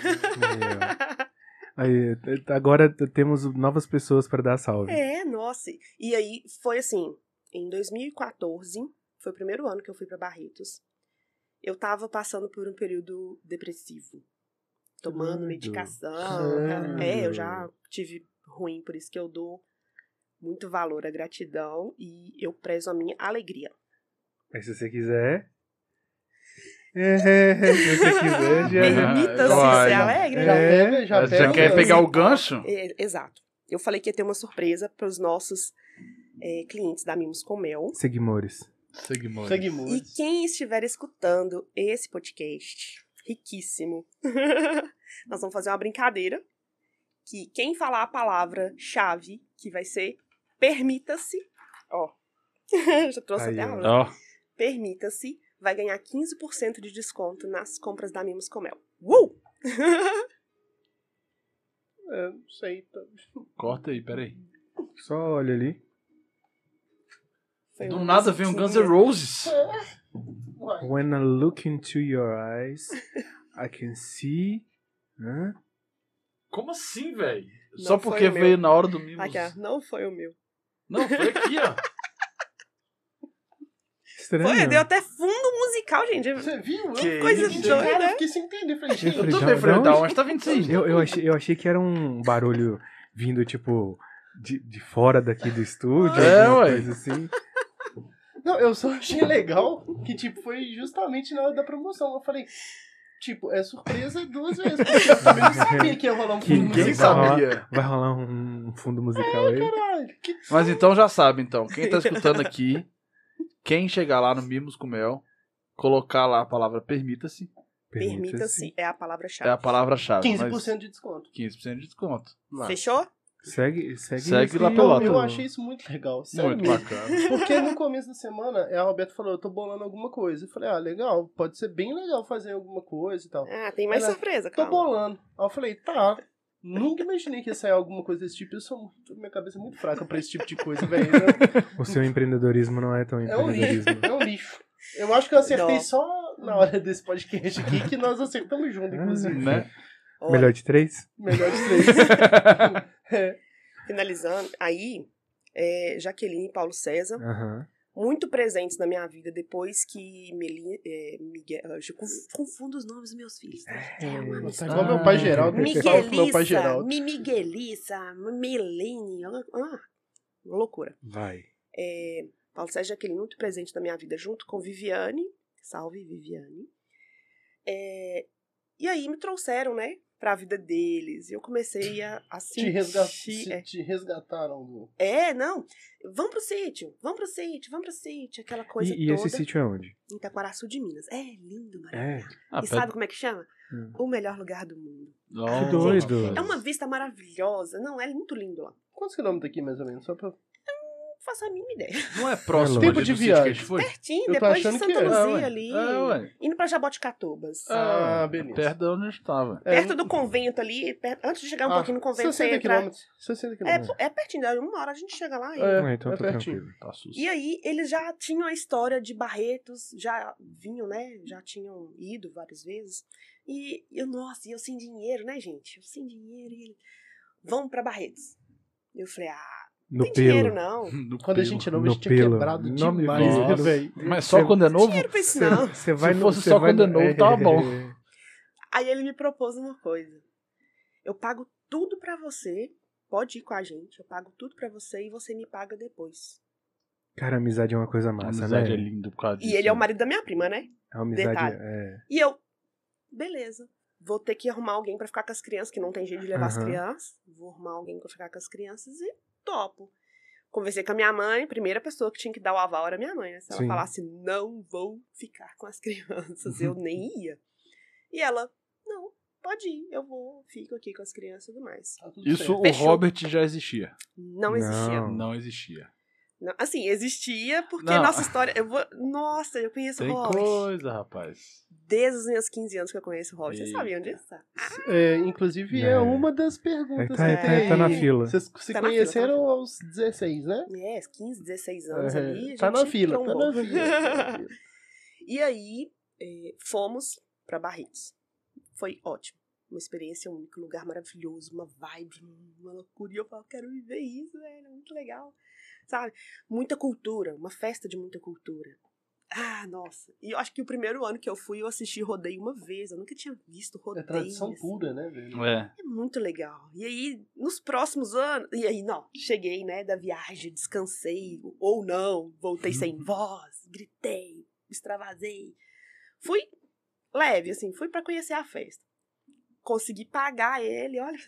Aí, agora temos novas pessoas para dar salve. Nossa. E aí, foi assim, em 2014, foi o primeiro ano que eu fui pra Barretos. Eu tava passando por um período depressivo. Tomando Doido. medicação. Eu já tive ruim, por isso que eu dou muito valor à gratidão e eu prezo a minha alegria. Mas se você quiser... se você quiser, Permita-se Vai. ser alegre. Já quer pegar o gancho? Exato. Eu falei que ia ter uma surpresa para os nossos clientes da Mimos com Mel. Seguimores. Seguimos. E quem estiver escutando esse podcast, riquíssimo, nós vamos fazer uma brincadeira que quem falar a palavra-chave, que vai ser permita-se, já trouxe Aí, até a aula. Ó. Permita-se, vai ganhar 15% de desconto nas compras da Mimos com Mel. Não sei. Corta aí, peraí. Só olha ali. Do nada vem um Guns N' Roses. When I look into your eyes, I can see... Hã? Como assim, velho? Não Só foi porque o meu. veio na hora do Mimos. Aqui, não foi o meu. Não, foi aqui, ó. Estranho. Foi, deu até fundo musical, gente. Você viu? Que coisa isso? doida, Cara, eu né? fiquei sem entender. Falei, Eu gente, falei, Eu também da falei, da onde? onde tá vindo isso aí? Eu achei que era um barulho vindo, tipo, de fora daqui do estúdio. É, alguma ué. coisa assim. não, eu só achei legal que, tipo, foi justamente na hora da promoção. Eu falei, tipo, é surpresa 2 vezes. Porque eu também não sabia que ia rolar um fundo Quem musical. sabia? Vai rolar um fundo musical aí. Caralho, que Mas então já sabe, então. Quem tá escutando aqui, quem chegar lá no Mimos com Mel, colocar lá a palavra permita-se, Permita-se é a é palavra-chave. a palavra-chave. 15% de desconto. 15% de desconto. Fechou? Segue Segue lá esse- pelota. Eu achei isso muito legal. Sério Muito mesmo. bacana. Porque no começo da semana, a Roberta falou, eu tô bolando alguma coisa. Eu falei, legal, pode ser bem legal fazer alguma coisa e tal. Tem mais Ela, surpresa, Tô calma. bolando. Aí eu falei, tá. Nunca imaginei que ia sair alguma coisa desse tipo. Minha cabeça é muito fraca pra esse tipo de coisa, velho. O seu empreendedorismo não é tão É um lixo. empreendedorismo. É um lixo. Eu acho que eu acertei Não. só na hora desse podcast aqui, que nós acertamos junto, inclusive. Né? Olha, Melhor de 3? Melhor de 3. É. finalizando, aí, Jaqueline e Paulo César, Aham. muito presentes na minha vida depois que Miguel... Eu confundo os nomes dos meus filhos. Tá igual meu pai Geraldo. Eu falo com meu pai Geraldo. Miguelissa, Milene, uma loucura. Vai. Paulo César e Jaqueline muito presente na minha vida, junto com Viviane, salve Viviane. E aí me trouxeram, né, pra vida deles. E eu comecei a sentir... Te resgataram. Não, vamos pro sítio, aquela coisa E toda. esse sítio é onde? Em Itaquaraçu de Minas. É lindo, maravilhoso. É. E sabe como é que chama? Hum. O melhor lugar do mundo. Que doido. É uma vista maravilhosa. Não, é muito lindo lá. Quantos quilômetros daqui, mais ou menos? Só pra... Não faço a mínima ideia. Não é próximo Tempo ali de do sítio que a viagem. gente foi? Pertinho, Eu tô depois de achando Santa que é. Luzia ali. Ué. Indo pra Jaboticatubas. Ah, beleza. Perto de onde a gente tava. Perto do convento ali, antes de chegar um pouquinho no convento, você 60 entra. quilômetros. 60 quilômetros. É pertinho, daí uma hora a gente chega lá. Então é tô pertinho. tranquilo. Tá susto. E aí, eles já tinham a história de Barretos, já vinham, né? Já tinham ido várias vezes. E eu sem dinheiro, né, gente? Eu sem dinheiro. E ele, vamos pra Barretos. Eu falei, No tem pelo. dinheiro não. No Quando a pelo. gente não, a No gente tinha pelo. quebrado Não me demais, né, Nossa. velho? Mas só quando é novo? Dinheiro pra isso não. Você vai Se no, fosse você só vai quando é no- novo, tava bom. Aí ele me propôs uma coisa. Eu pago tudo pra você, pode ir com a gente, eu pago tudo pra você e você me paga depois. Cara, amizade é uma coisa A massa, amizade né? é linda por causa disso. E ele é o marido da minha prima, né? A amizade Detalhe. é... E eu, beleza. Vou ter que arrumar alguém pra ficar com as crianças, que não tem jeito de levar as Aham. crianças. Vou arrumar alguém pra ficar com as crianças e topo. Conversei com a minha mãe, primeira pessoa que tinha que dar o aval era minha mãe, né? Se ela Sim. falasse, não vou ficar com as crianças, eu nem ia. E ela, não, pode ir, eu fico aqui com as crianças e tudo mais. Tá tudo Isso certo. o Fechou. Robert já existia. Não existia. Não. Não existia. Não, assim, existia porque Não. nossa história... Nossa, eu conheço Tem o Robert. coisa, rapaz. Desde os meus 15 anos que eu conheço o Robert. Vocês Eita. sabiam disso? Inclusive, É. é uma das perguntas. Tá- que tá- tem tá na aí. fila. Vocês se Tá na conheceram fila, tá na aos 16, né? 15, 16 anos É, ali. a tá gente na fila, tá trombou. na fila, tá na fila. E aí, fomos pra Barretos. Foi ótimo. Uma experiência única, um lugar maravilhoso, uma vibe, uma loucura. E eu falo, quero viver isso, velho, é muito legal. Sabe? Muita cultura, uma festa de muita cultura. Ah, nossa. E eu acho que o primeiro ano que eu fui, eu assisti rodeio uma vez. Eu nunca tinha visto É rodeio. tradição assim. pura, né, velho? É. É muito legal. E aí, nos próximos anos... E aí, não, cheguei, né, da viagem, descansei. Ou não, voltei sem voz, gritei, extravasei. Fui leve, assim, fui pra conhecer a festa. Consegui pagar ele, olha...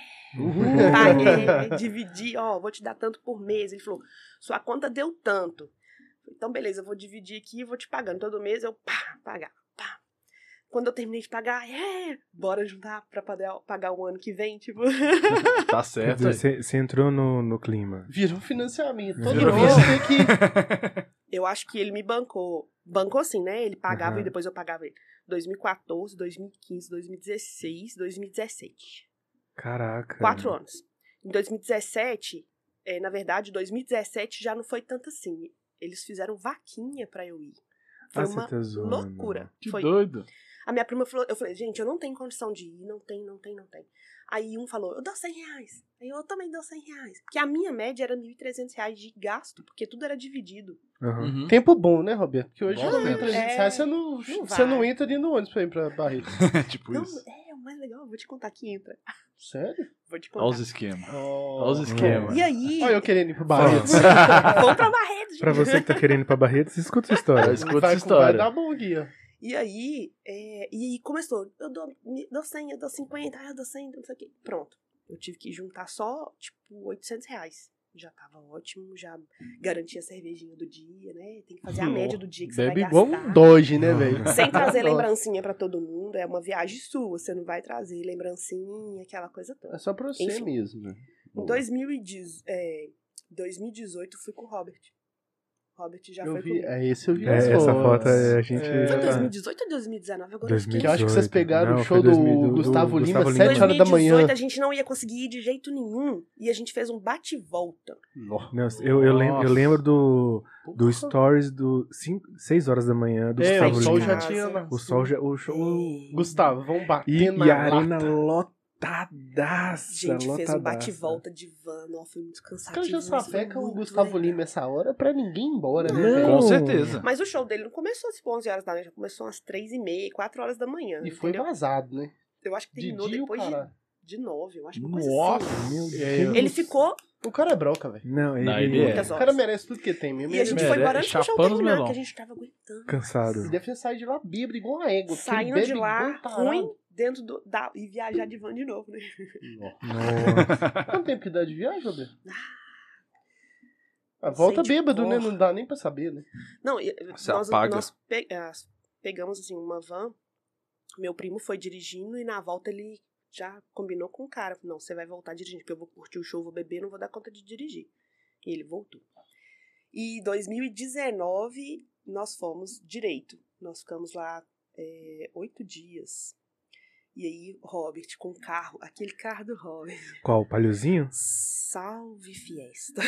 Paguei, dividi, vou te dar tanto por mês. Ele falou, sua conta deu tanto. Então, beleza, eu vou dividir aqui e vou te pagando. Todo mês eu, pagar, pá. Quando eu terminei de pagar, bora juntar pra pagar o ano que vem, tipo. Tá Quer certo. dizer, você entrou no clima. Virou financiamento. Todo Virou mês tem que... Eu acho que ele me bancou. Bancou assim, né? Ele pagava Aham. e depois eu pagava ele. 2014, 2015, 2016, 2017. Caraca. 4 anos. Em 2017, na verdade, 2017 já não foi tanto assim. Eles fizeram vaquinha pra eu ir. Foi Ah, você uma tá zoando. loucura. Que Foi. doido. A minha prima falou, eu falei, gente, eu não tenho condição de ir, não tem. Aí um falou, eu dou R$100. Aí eu também dou R$100. Porque a minha média era R$1.300 de gasto, porque tudo era dividido. Aham. Uhum. Tempo bom, né, Roberto? Porque hoje Bom com tempo. R$1.300 você não vai. entra ali no ônibus pra ir pra Barretos. Tipo Não, isso. o mais legal, eu vou te contar que entra. Sério? Vou te Olha contar. os esquemas. Oh. Olha os esquemas. E aí, Olha eu querendo ir pro Barretos. vamos pra Barretos. Pra você que tá querendo ir pra Barretos, escuta essa história. Escuta essa Vai história. dar bom aqui, ó. E aí começou, eu dou 100, eu dou 50, eu dou 100, não sei o quê. Pronto. Eu tive que juntar só, tipo, R$800. Já tava ótimo, já garantia a cervejinha do dia, né? Tem que fazer a média do dia que você vai Bebe gastar. igual um Doge, né, velho? Sem trazer Nossa. lembrancinha pra todo mundo. É uma viagem sua, você não vai trazer lembrancinha, aquela coisa toda. É só pra você Enfim. mesmo. Em 2018 fui com o Robert. Robert já Eu foi vi, comigo. esse eu vi É, as essa fotos. foto a gente É. já Foi tá... 2018 ou 2019? Agora eu fiquei... Que eu acho que vocês pegaram Não, o show foi 2000 do do Gustavo Lima, Gustavo 7 horas da manhã. 2018 a gente não ia conseguir ir de jeito nenhum. E a gente fez um bate-volta. Não, eu lembro do Stories do 6 horas da manhã do É, o Gustavo sol Lima. já tinha lá. O sol já... O show... Gustavo, vamos bater E na a arena lata. lotadaça. Gente, fez um lotadaça. bate-volta de van. Não, foi muito Os cansativo. caras já mas foi safecam o muito Gustavo legal. Lima essa hora pra ninguém ir embora, né? Não. velho? Com certeza. Mas o show dele não começou às 11 horas da manhã, já começou às 3h30, 4 horas da manhã. E foi entendeu? vazado, né? Eu acho que De terminou dia o depois cara. de 9, eu acho uma coisa Nossa. assim. Meu É, Deus. Ele ficou O cara é bronca, velho. Não, Não, ele ele é. muitas O horas. cara merece tudo que tem mesmo. E a gente Ele foi merece, embora antes do show chapando os terminar, melão. que a gente tava aguentando. cansado. E deve ter saído de lá bêbado igual a égua. porque ele Saindo bebe de lá, igual tarado. ruim, dentro e viajar de van de novo, né? Nossa. Quanto tempo que dá de viagem, Roberto? Volta Sei de bêbado, né? cor. Não dá nem pra saber, né? Não, Você nós apaga. pegamos assim uma van, meu primo foi dirigindo e na volta ele já combinou com o cara. Não, você vai voltar dirigindo, porque eu vou curtir o show, vou beber, não vou dar conta de dirigir. E ele voltou. E em 2019 nós fomos direito. Nós ficamos lá 8 dias. E aí, Robert, com o carro, aquele carro do Robert. Qual? O palhozinho? Salve Fiesta.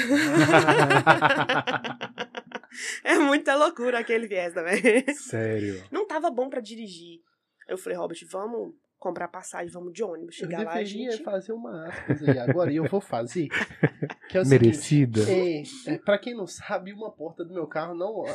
É muita loucura aquele Fiesta, velho. Sério. Não tava bom pra dirigir. Eu falei, Robert, vamos comprar passagem, vamos de ônibus. Eu Chegar lá, a deveria gente... fazer uma aspas aí agora, e eu vou fazer. Que é o Merecida. seguinte, pra quem não sabe, uma porta do meu carro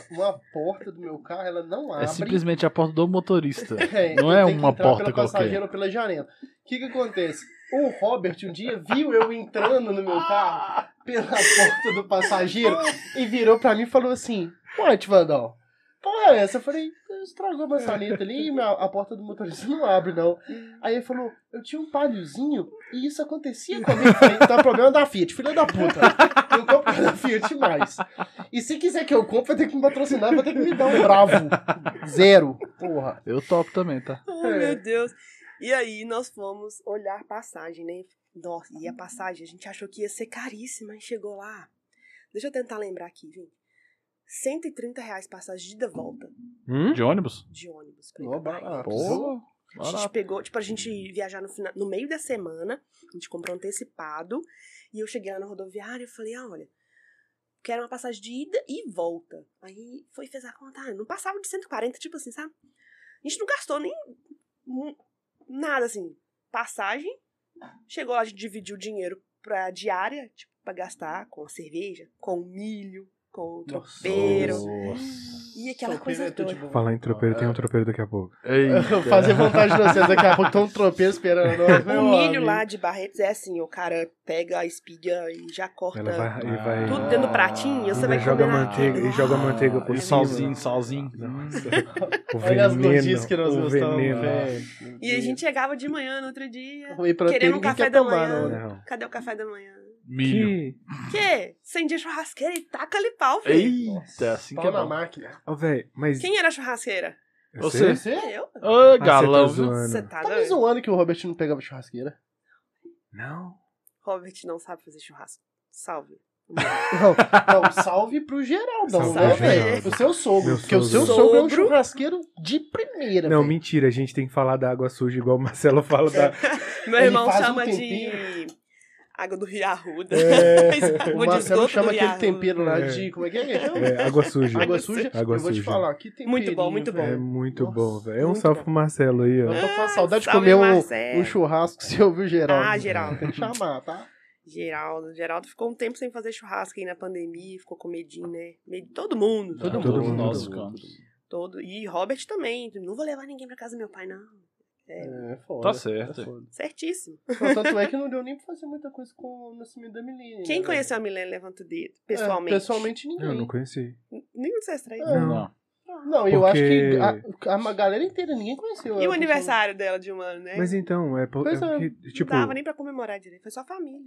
ela não abre. É simplesmente a porta do motorista. É, Não eu é tenho que uma entrar porta pela qualquer. passageira ou pela janela. O que acontece? O Robert um dia viu eu entrando no meu carro pela porta do passageiro e virou pra mim e falou assim: "Ué, Tivandão, porra é essa?" Eu falei: "Estragou a maçaneta ali e a porta do motorista não abre, não." Aí ele falou: "Eu tinha um palhozinho e isso acontecia comigo." Eu falei: "Então é problema da Fiat, filha da puta. Eu compro da Fiat mais. E se quiser que eu compre, vai ter que me patrocinar, vai ter que me dar um bravo. 0. Porra." Eu topo também, tá? Oh, meu Deus. E aí nós fomos olhar passagem, né? Nossa, e a passagem, a gente achou que ia ser caríssima, e chegou lá. Deixa eu tentar lembrar aqui, gente. R$130 passagem de ida e volta De ônibus? de ônibus. Pra ir Ó, pra Bahia. barato. Pô, A gente barato. pegou, tipo, a gente viajar no meio da semana, a gente comprou antecipado, e eu cheguei lá na rodoviária e falei, olha, quero uma passagem de ida e volta. Aí fez a conta, não passava de 140, tipo assim, sabe? A gente não gastou nem nada, assim, passagem, chegou lá, a gente dividiu o dinheiro pra diária, tipo, pra gastar com a cerveja, com o milho, com o tropeiro, e aquela coisa toda. Falar em tropeiro, tem um tropeiro daqui a pouco. Fazer vontade de vocês daqui a pouco. Tem um tropeiro esperando nós, meu O milho amigo. lá de Barretos é assim, o cara pega a espiga e já corta Ela vai tudo dentro do pratinho, você ainda vai joga comer manteiga naquilo. e joga manteiga por E cima. salzinho. Nossa. O Olha as veneno, gordices que nós o gostamos, veneno. velho. E a gente chegava de manhã no outro dia, Whey protein querendo um ninguém café quer da tomar, manhã. não, né? Não. Cadê o café da manhã? Milho. Que... Que? Acendia a churrasqueira e taca ali pau, filho. Eita, assim que Pau é na bom. máquina. Ô, velho, mas... Quem era a churrasqueira? Você? Você? Eu? Ô, Ah, galão. você tá zoando. Você tá Tá me doido? zoando que o Robert não pegava churrasqueira. Não. Robert não sabe fazer churrasco. Salve. Não, salve pro Geraldão, Salve né, pro velho? Geraldo. O seu sogro. Meu Porque o seu sogro. sogro é um Sogro. churrasqueiro de primeira, Não, velho. mentira. A gente tem que falar da água suja, igual o Marcelo fala da... Meu Ele irmão faz um chama tempero. de água do Rio Arruda. O Água de Marcelo esgoto chama do aquele Rio tempero lá É. de... Como é que é? É, água suja. Água suja. Água Eu vou te suja. falar, que temperinho, Muito bom, muito bom. É velho. muito Nossa, bom, velho. É um muito salve bom. pro Marcelo aí, ó. Eu tô com a saudade de salve, comer Marcelo. um churrasco se ouvir o Geraldo. Ah, Geraldo. Tem que chamar, tá? Geraldo ficou um tempo sem fazer churrasco aí na pandemia, ficou com medinho, né? Todo mundo. Todo mundo. Nós Todo ficamos. E Robert também. Não vou levar ninguém pra casa do meu pai, não. É, foda. Tá certo. É foda. Certíssimo. Não, tanto é que não deu nem pra fazer muita coisa com o nascimento da Milene. Quem né, conheceu a Milene, levanta o dedo. velho? Pessoalmente. Pessoalmente ninguém. Eu não conheci. Nenhum de vocês três. Não. Não, eu acho Porque- que a galera inteira, ninguém conheceu. E o ela, aniversário dela de um ano, né? Mas então, Pois é. porque, tipo... Não dava nem pra comemorar direito. Foi só família.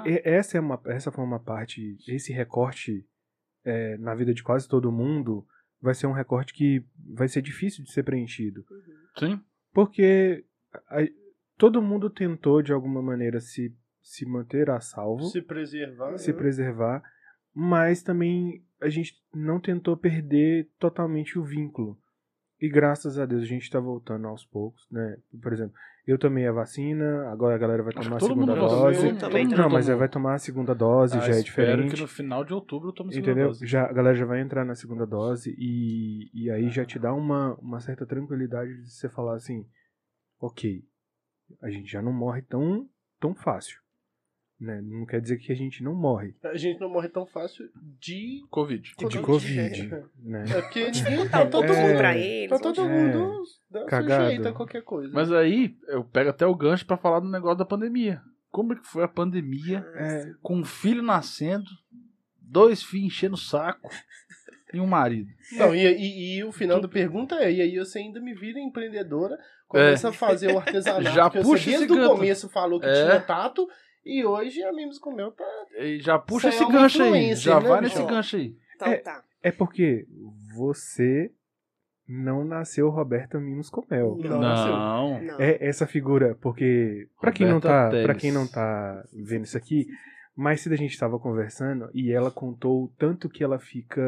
Essa foi uma parte, esse recorte na vida de quase todo mundo vai ser um recorte que vai ser difícil de ser preenchido. Sim. Porque todo mundo tentou, de alguma maneira, se manter a salvo, Se preservar. se preservar, mas também a gente não tentou perder totalmente o vínculo. E graças a Deus a gente tá voltando aos poucos, né? Por exemplo, eu tomei a vacina, agora a galera vai tomar a Todo segunda mundo dose. Eu também. Não, mas vai tomar a segunda dose, já é espero diferente. que no final de outubro eu tome a segunda Entendeu? dose. A galera já vai entrar na segunda dose e aí já te dá uma certa tranquilidade de você falar assim, ok, a gente já não morre tão fácil. Né? Não quer dizer que a gente não morre A gente não morre tão fácil de Covid. de Covid, né? É porque ninguém Tá todo É. mundo pra eles. Tá todo mundo Cagado. sujeito a qualquer coisa. Mas aí, eu pego até o gancho pra falar do negócio da pandemia. Como é que foi a pandemia É, com um filho nascendo, 2 filhos enchendo o saco e um marido? Não, e o final da pergunta é, e aí você ainda me vira empreendedora, começa a fazer o artesanato, Já porque puxa você esse desde o gancho. começo falou que É. tinha tato, e hoje a Mimos Comeu tá... E já puxa Você esse é uma gancho aí. influencer, Já né, vai bicho? nesse gancho aí. Então tá. é porque você não nasceu Roberta Mimos Comel. Não, nasceu. Não. É essa figura, porque pra quem não Roberta tá, Teles. para quem não tá vendo isso aqui, mais cedo a gente tava conversando e ela contou o tanto que ela fica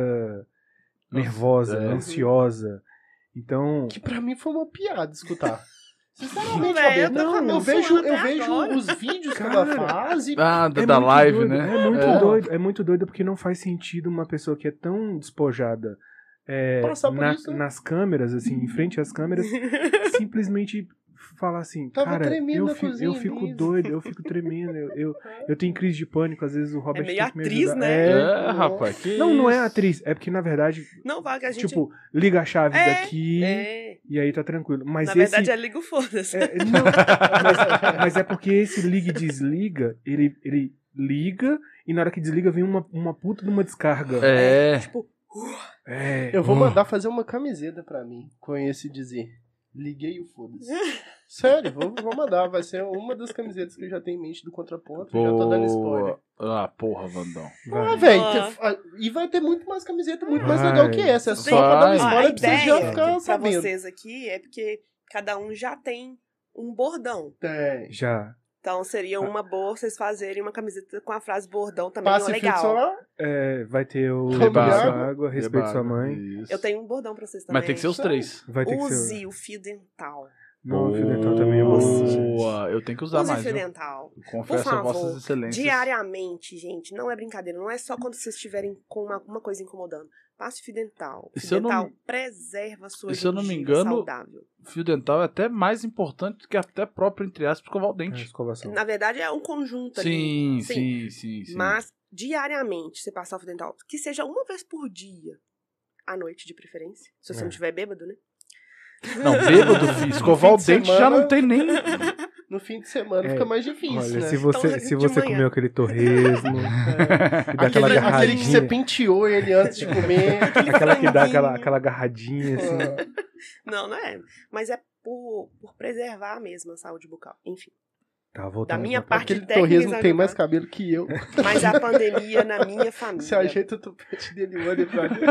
nervosa, É. ansiosa. Então, Que pra mim foi uma piada escutar. Sinceramente, Véi, Roberta, eu tô eu falando até vejo agora. os vídeos que Cara, ela faz e... Ah, é da muito live, doido, né? É muito É. doido, é muito doido porque não faz sentido uma pessoa que é tão despojada Passar por isso, né? nas câmeras, assim, em frente às câmeras, simplesmente falar assim, Tava cara, tremendo na eu cozinha fico mesmo. doido, eu fico tremendo, eu tenho crise de pânico, às vezes o Robert meio tem que me atriz, ajudar. né? É, rapaz. Que Não é isso? atriz, é porque na verdade, Não vai que a gente... tipo, liga a chave daqui É. e aí tá tranquilo. Mas Na esse verdade é liga o foda-se. não, mas é porque esse liga e desliga, ele liga e na hora que desliga vem uma puta de uma descarga. É. Tipo, É. Eu vou mandar fazer uma camiseta pra mim, com esse dizer. Liguei o foda-se. Sério, vou mandar. Vai ser uma das camisetas que eu já tenho em mente do Contraponto. Já tô dando spoiler. Ah, porra, Vandão. Vai. Ah, velho. Ah. E vai ter muito mais camiseta, muito mais Vai. legal que essa. É só Vai. pra dar um Ah, spoiler a pra vocês já ideia ficar pra sabendo. vocês aqui é porque cada um já tem um bordão. Tem. Já. Então seria uma boa vocês fazerem uma camiseta com a frase bordão também, Passe filtro legal. solar. Vai ter o Tome Beba água. sua água, respeite sua mãe. Isso. Eu tenho um bordão pra vocês também. Mas tem que ser os 3. Vai ter que Use ser. o fio dental. Não, o fio dental também é bom. Nossa, Boa. Eu tenho que usar Use o mais. fio viu? dental. Confesso Por a vossas favor, excelências. diariamente, gente, não é brincadeira, não é só quando vocês estiverem com uma coisa incomodando. Passe fio dental. E Fio se eu não dental me- preserva a sua e se eu não me gengiva engano, saudável. Fio dental é até mais importante do que até próprio, entre aspas, escovar o É, dente. escovação. Na verdade, é um conjunto ali. Sim. Mas, diariamente, você passar o fio dental, que seja uma vez por dia, à noite de preferência. Se você não estiver bêbado, né? Não, bêbado, filho. Escovar o Fim de dente já semana- não tem nem... No fim de semana É, fica mais difícil, Olha, né? se você, Então, se de você manhã. comeu aquele torresmo, que dá aquela Aquele que você agarradinha, penteou ele antes de comer. aquela que dá franguinho. aquela agarradinha, assim. Não é. Mas é por preservar mesmo a saúde bucal. Enfim. Tá, voltando Da minha pra- parte Aquele técnica, torresmo sabe, tem mais né? cabelo que eu. Mas a pandemia na minha família. Você ajeita o tupete dele e manda pra mim.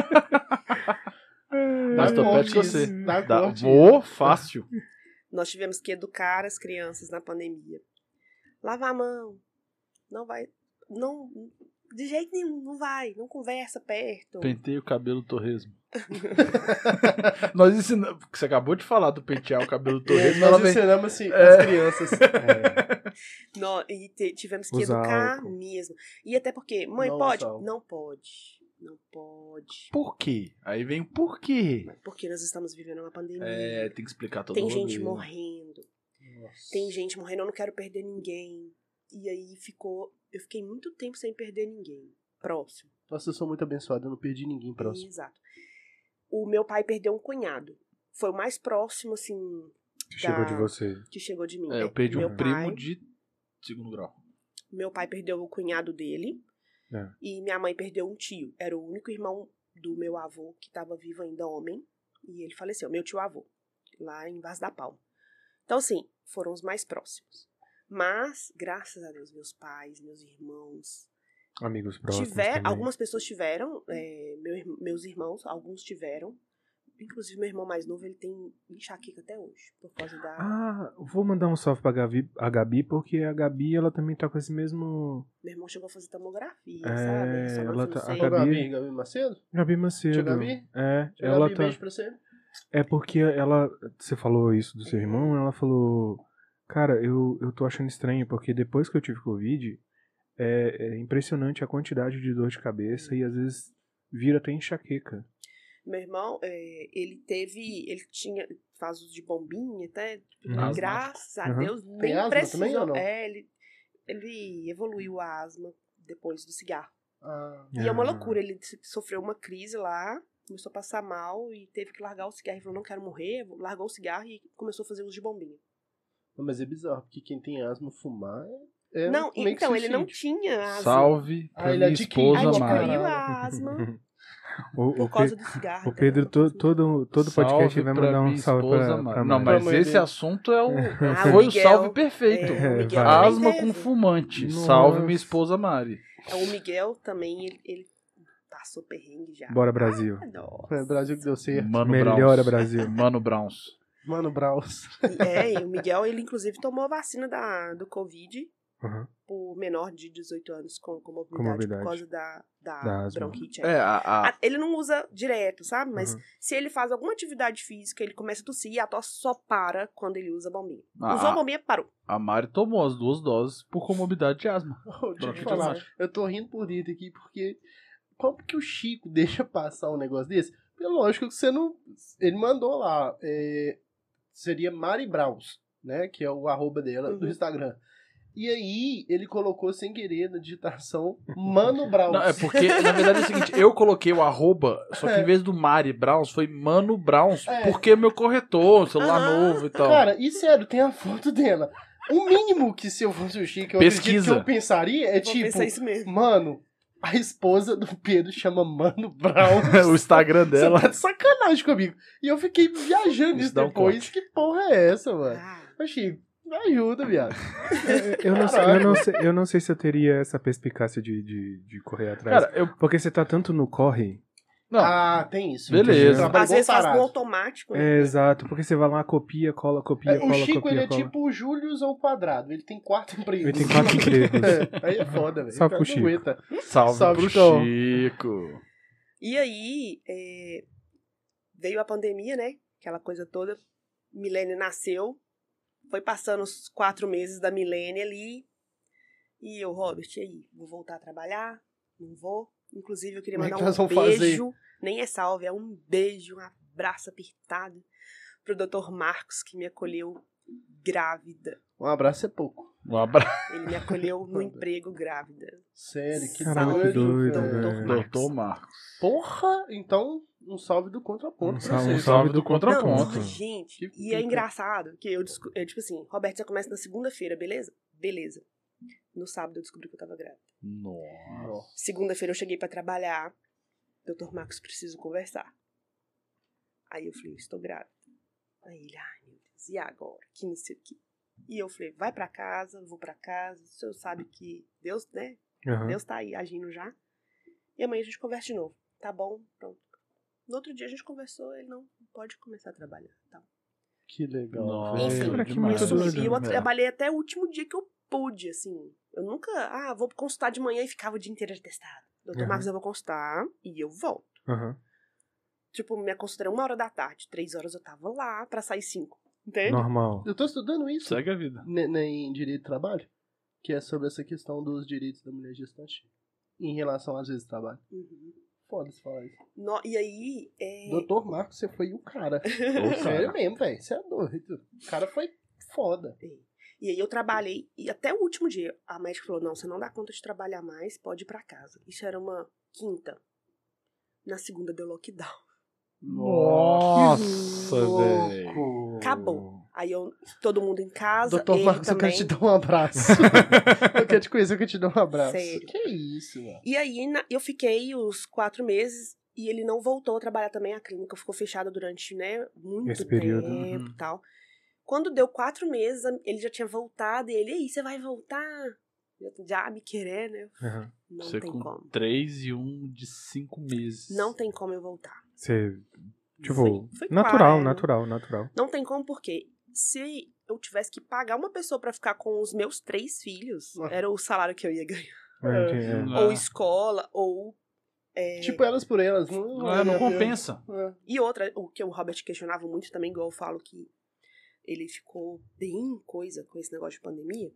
Mas Dá topete corte você. isso, dá Dá... corte. Vou, fácil. Nós tivemos que educar as crianças na pandemia. Lavar a mão. Não vai. Não. De jeito nenhum, não vai. Não conversa perto. Pentei o cabelo torresmo. Nós ensinamos... Você acabou de falar do pentear o cabelo torresmo. ela Nós vem... ensinamos assim, as crianças. Tivemos que Usar educar álcool. mesmo. E até porque, mãe, Não pode? usar álcool. Não pode. Não pode. Por quê? Aí vem o porquê. Porque nós estamos vivendo uma pandemia. É, tem que explicar todo Tem o gente rolê. morrendo. Tem gente morrendo, eu não quero perder ninguém. E aí eu fiquei muito tempo sem perder ninguém. Próximo. Nossa, eu sou muito abençoado, eu não perdi ninguém próximo. Exato. O meu pai perdeu um cunhado. Foi o mais próximo, assim, Chegou de você. que chegou de mim. É, eu perdi meu um primo pai, de segundo grau. Meu pai perdeu o cunhado dele. É. E minha mãe perdeu um tio. Era o único irmão do meu avô que estava vivo ainda, homem. E ele faleceu. Meu tio-avô. Lá em Vaz da Palma. Então, assim, foram os mais próximos. Mas, graças a Deus, meus pais, meus irmãos... Amigos próximos também. Algumas pessoas tiveram, meus irmãos, alguns tiveram. Inclusive, meu irmão mais novo, ele tem enxaqueca até hoje, por causa da... Ah, vou mandar um salve pra a Gabi, porque a Gabi, ela também tá com esse mesmo... Meu irmão chegou a fazer tomografia, É, sabe? Ressonância ela no tá- a seio. Ô, Gabi- Gabi Macedo? Gabi Macedo. Tia Gabi? É, Tia ela Gabi, tá... beijo pra você. É porque ela... Você falou isso do seu irmão, ela falou... Cara, eu tô achando estranho, porque depois que eu tive Covid, é impressionante a quantidade de dor de cabeça e às vezes vira até enxaqueca. Meu irmão, ele tinha vasos de bombinha, até, Uhum. graças a Uhum. Deus, Tem nem asma precisou. também ou não? Ele evoluiu a asma depois do cigarro. Ah, E é uma loucura, ele sofreu uma crise lá, começou a passar mal e teve que largar o cigarro. Ele falou, não quero morrer, largou o cigarro e começou a fazer uso de bombinha. mas é bizarro, porque quem tem asma fumar é Não, meio que então, ele não suicídio. tinha asma. Salve pra ele minha adquiriu. esposa Mari. Adquiriu Mari. a asma O por causa do cigarro. O Pedro, todo podcast Salve vai pra mandar um minha salve esposa pra Mari. Mari. Não, mas Pra mãe esse dele. assunto é Ah, foi o o Miguel, salve perfeito. o Miguel vai. também Asma teve. com fumante. Nossa. Salve minha esposa Mari. O Miguel também, ele passou perrengue já. Bora, Brasil. Ah, nossa. Foi o Brasil que deu certo. Mano Melhora, Browns. Brasil. Mano Browns. Mano Braus. E o Miguel, ele inclusive tomou a vacina do Covid Uhum. por menor de 18 anos com comorbidade Comorbidade. por causa da Da asma. bronquite. Ele não usa direto, sabe? Mas Uhum. se ele faz alguma atividade física, ele começa a tossir e a tosse só para quando ele usa a bombinha. Ah, Usou a bombinha, parou. A Mari tomou as 2 doses por comorbidade de asma. Deixa eu te Bronquite falar, asmática. eu tô rindo por dentro aqui, porque como que o Chico deixa passar um negócio desse? É lógico que você não... Ele mandou lá, seria Mari Braus, né? Que é o arroba dela do Uhum. Instagram. E aí, ele colocou sem querer na digitação Mano Braus. Não, é porque, na verdade, é o seguinte, eu coloquei o arroba, só que em vez do Mari Browns, foi Mano Browns, É. porque é meu corretor, celular novo e tal. Cara, e sério, tem a foto dela. O mínimo que se eu fosse o Chico, eu acredito Pesquisa. que eu pensaria é Vou tipo, pensar isso mesmo. mano, a esposa do Pedro chama Mano Braus. o Instagram Você dela. tá de sacanagem comigo. E eu fiquei viajando Isso isso dá um depois. corte. Que porra é essa, mano? Ah, Ô, Chico, me ajuda, viado. Eu não sei se eu teria essa perspicácia de correr atrás. Cara, eu. Porque você tá tanto no corre. Não, Ah, tem isso. Beleza. Trabalho às vezes faz no parado. automático. né? É, exato. Porque você vai lá, copia, cola, copia, O cola, Chico, copia, ele é cola. tipo o Július ao quadrado. Ele tem 4 empregos. Ele tem 4 empregos. Aí é foda, velho. Salve O cara pro Chico. não aguenta. salve, Salve, pro Chicão. Chico. E aí, veio a pandemia, né? Aquela coisa toda. Milene nasceu. Foi passando os 4 meses da Milene ali. E eu, Robert, e aí? Vou voltar a trabalhar? Não vou? Inclusive, eu queria Como é mandar que nós um vamos beijo. Nem é salve, é um beijo, um abraço apertado pro Dr. Marcos, que me acolheu grávida. Um abraço é pouco. Um abraço. Ele me acolheu no emprego grávida. Sério, que Caramba, que doido, velho. velho. Doutor Marcos. Porra, então um salve do contraponto. Um pra salve, vocês. um salve do Não, contraponto. gente, Que e é pica. engraçado que eu tipo assim, Roberto, você começa na segunda-feira, beleza? Beleza. No sábado eu descobri que eu tava grávida. Nossa. Segunda-feira eu cheguei pra trabalhar. Dr. Marcos, preciso conversar. Aí eu falei, eu estou grávida. Aí ele, ai meu Deus, e agora? Que não sei o quê. E eu falei, vai pra casa, vou pra casa. O senhor sabe que Deus, né? Aham. Deus tá aí agindo já. E amanhã a gente conversa de novo. Tá bom, pronto. No outro dia a gente conversou, ele não pode começar a trabalhar. Tá. Que legal. Nossa, Enfim, cara, que demais. muito doido. E eu É. trabalhei até o último dia que eu pude, assim. Eu nunca, vou consultar de manhã e ficava o dia inteiro atestado. Doutor Uhum. Marcos, eu vou consultar e eu volto. Aham. Tipo, minha consulta era 1h, 3 horas eu tava lá pra sair 5. Entende? Normal. Eu tô estudando isso Segue a vida. em Direito do Trabalho, que é sobre essa questão dos direitos da mulher gestante em relação às vezes trabalho. Uhum. Foda-se falar isso. E aí, Doutor Marcos, você foi o cara. Sério mesmo, velho. Você é doido. O cara foi foda. E aí eu trabalhei, e até o último dia, a médica falou, não, você não dá conta de trabalhar mais, pode ir pra casa. Isso era uma quinta. Na segunda deu lockdown. Nossa, velho. Acabou. Aí todo mundo em casa, Doutor ele Marcos, eu também. quero te dar um abraço. Eu quero te conhecer, eu quero te dar um abraço. Sério. Que isso, mano. E aí eu fiquei os 4 meses e ele não voltou a trabalhar também. A clínica ficou fechada durante, né, muito Esse período. tempo e tal. Quando deu 4 meses, ele já tinha voltado. E ele, e aí, você vai voltar? Já me querer, né? Aham. Não Você tem com como. 3 e 1 de 5 meses. Não tem como eu voltar. Você Tipo, Foi natural, claro. natural. Não tem como, porque se eu tivesse que pagar uma pessoa pra ficar com os meus 3 filhos, era o salário que eu ia ganhar. Ou escola, ou... Tipo, elas por elas. Não compensa. E outra, o que o Robert questionava muito também, igual eu falo que ele ficou bem coisa com esse negócio de pandemia.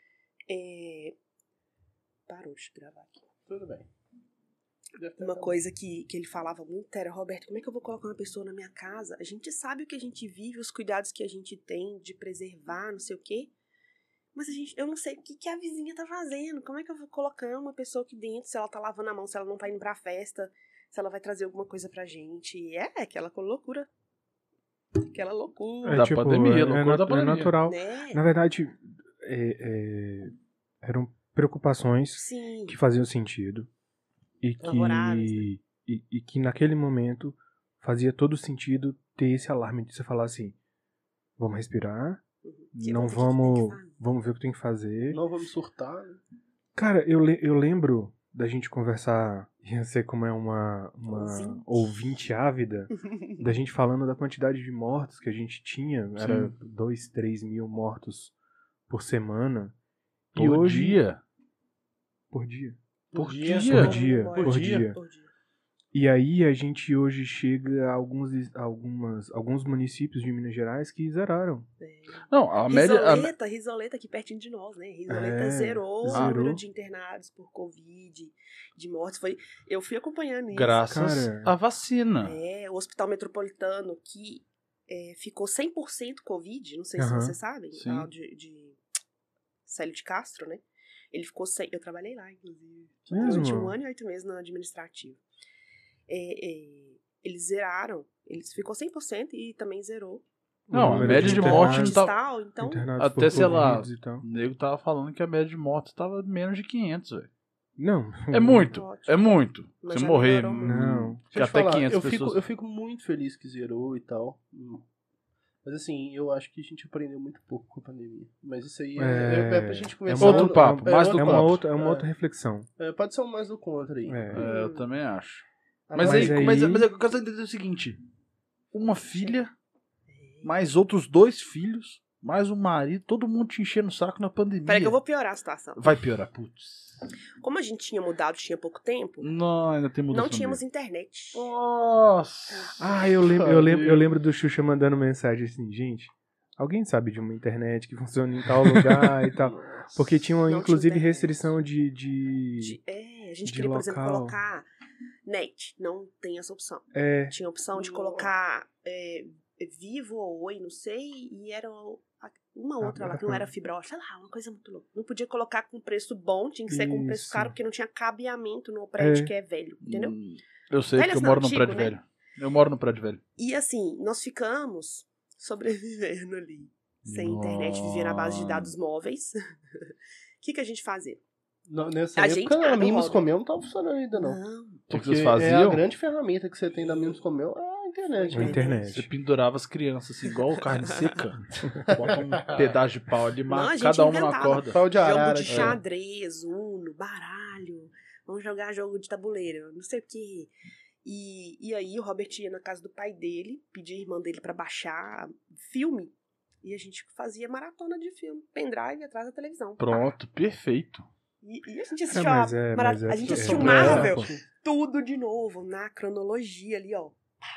Parou de gravar aqui. Tudo bem. Uma coisa que ele falava muito era, Roberto, como é que eu vou colocar uma pessoa na minha casa? A gente sabe o que a gente vive, os cuidados que a gente tem de preservar, não sei o quê. Mas eu não sei o que a vizinha tá fazendo. Como é que eu vou colocar uma pessoa aqui dentro, se ela tá lavando a mão, se ela não tá indo pra festa, se ela vai trazer alguma coisa pra gente? Aquela loucura. Aquela loucura. Da pandemia, loucura da pandemia. É natural. Né? Na verdade, eram preocupações Sim. que faziam sentido. E que naquele momento fazia todo sentido ter esse alarme de você falar assim, vamos respirar, não vamos ver o que tem que fazer. Não vamos surtar. Cara, eu lembro da gente conversar, ia ser como é uma ouvinte ávida, da gente falando da quantidade de mortos que a gente tinha, era 2, 3 mil mortos por semana. Por dia? Por dia. Por dia. E aí a gente hoje chega a alguns municípios de Minas Gerais que zeraram. Não, a média... Risoleta aqui pertinho de nós, né? Risoleta zerou o número de internados por Covid, de mortes. Eu fui acompanhando isso. Graças à vacina. O Hospital Metropolitano, que ficou 100% Covid, não sei se vocês sabem, de Célio de Castro, né? Ele ficou eu trabalhei lá, inclusive. Durante 1 ano e 8 meses no administrativo. Eles zeraram. Eles ficou 100% e também zerou. Não, a média de morte não tava... Então... Até, sei lá, o nego tava falando que a média de morte tava menos de 500, velho. Não. É muito. É muito. Mas você morrer... Não. Que até 500 pessoas... Eu fico muito feliz que zerou e tal. Mas assim, eu acho que a gente aprendeu muito pouco com a pandemia. Mas isso aí é pra gente conversar. Outro papo, mais do contra. É uma outra reflexão. Pode ser um mais do contra aí. Eu também acho. Mas eu quero entender o seguinte. Uma filha, mais outros 2 filhos, mais um marido, todo mundo te enchendo o saco na pandemia. Peraí que eu vou piorar a situação. Vai piorar, putz. Como a gente tinha mudado, tinha pouco tempo, Não, ainda tem mudança. não tínhamos internet. Nossa. Eu lembro do Xuxa mandando mensagem assim, gente, alguém sabe de uma internet que funciona em tal lugar e tal? Porque tinha, inclusive, restrição a gente queria, por exemplo, colocar net. Não tem essa opção. Tinha a opção de colocar Vivo ou Oi, não sei, e era uma outra lá que não era fibra ótica, sei lá, uma coisa muito louca. Não podia colocar com preço bom, tinha que ser com preço caro, porque não tinha cabeamento no prédio que é velho, entendeu? Eu sei, porque eu moro no prédio velho. Eu moro no prédio velho. E assim, nós ficamos sobrevivendo ali, sem internet, vivendo à base de dados móveis. O que a gente fazia? Nessa época, a Mimos Comeu não tava funcionando ainda, não. Porque vocês faziam? A grande ferramenta que você tem da Mimos Comeu é a internet. A internet. Você pendurava as crianças assim, igual carne seca. Bota um pedaço de pau ali, cada uma numa corda. Pau de arara. Jogo de xadrez, Uno, baralho. Vamos jogar jogo de tabuleiro, não sei o quê. E aí o Robert ia na casa do pai dele, pedia a irmã dele pra baixar filme. E a gente fazia maratona de filme. Pendrive atrás da televisão. Pronto, perfeito. E a gente assistiu a gente assistiu Marvel, tudo de novo, na cronologia ali, ó.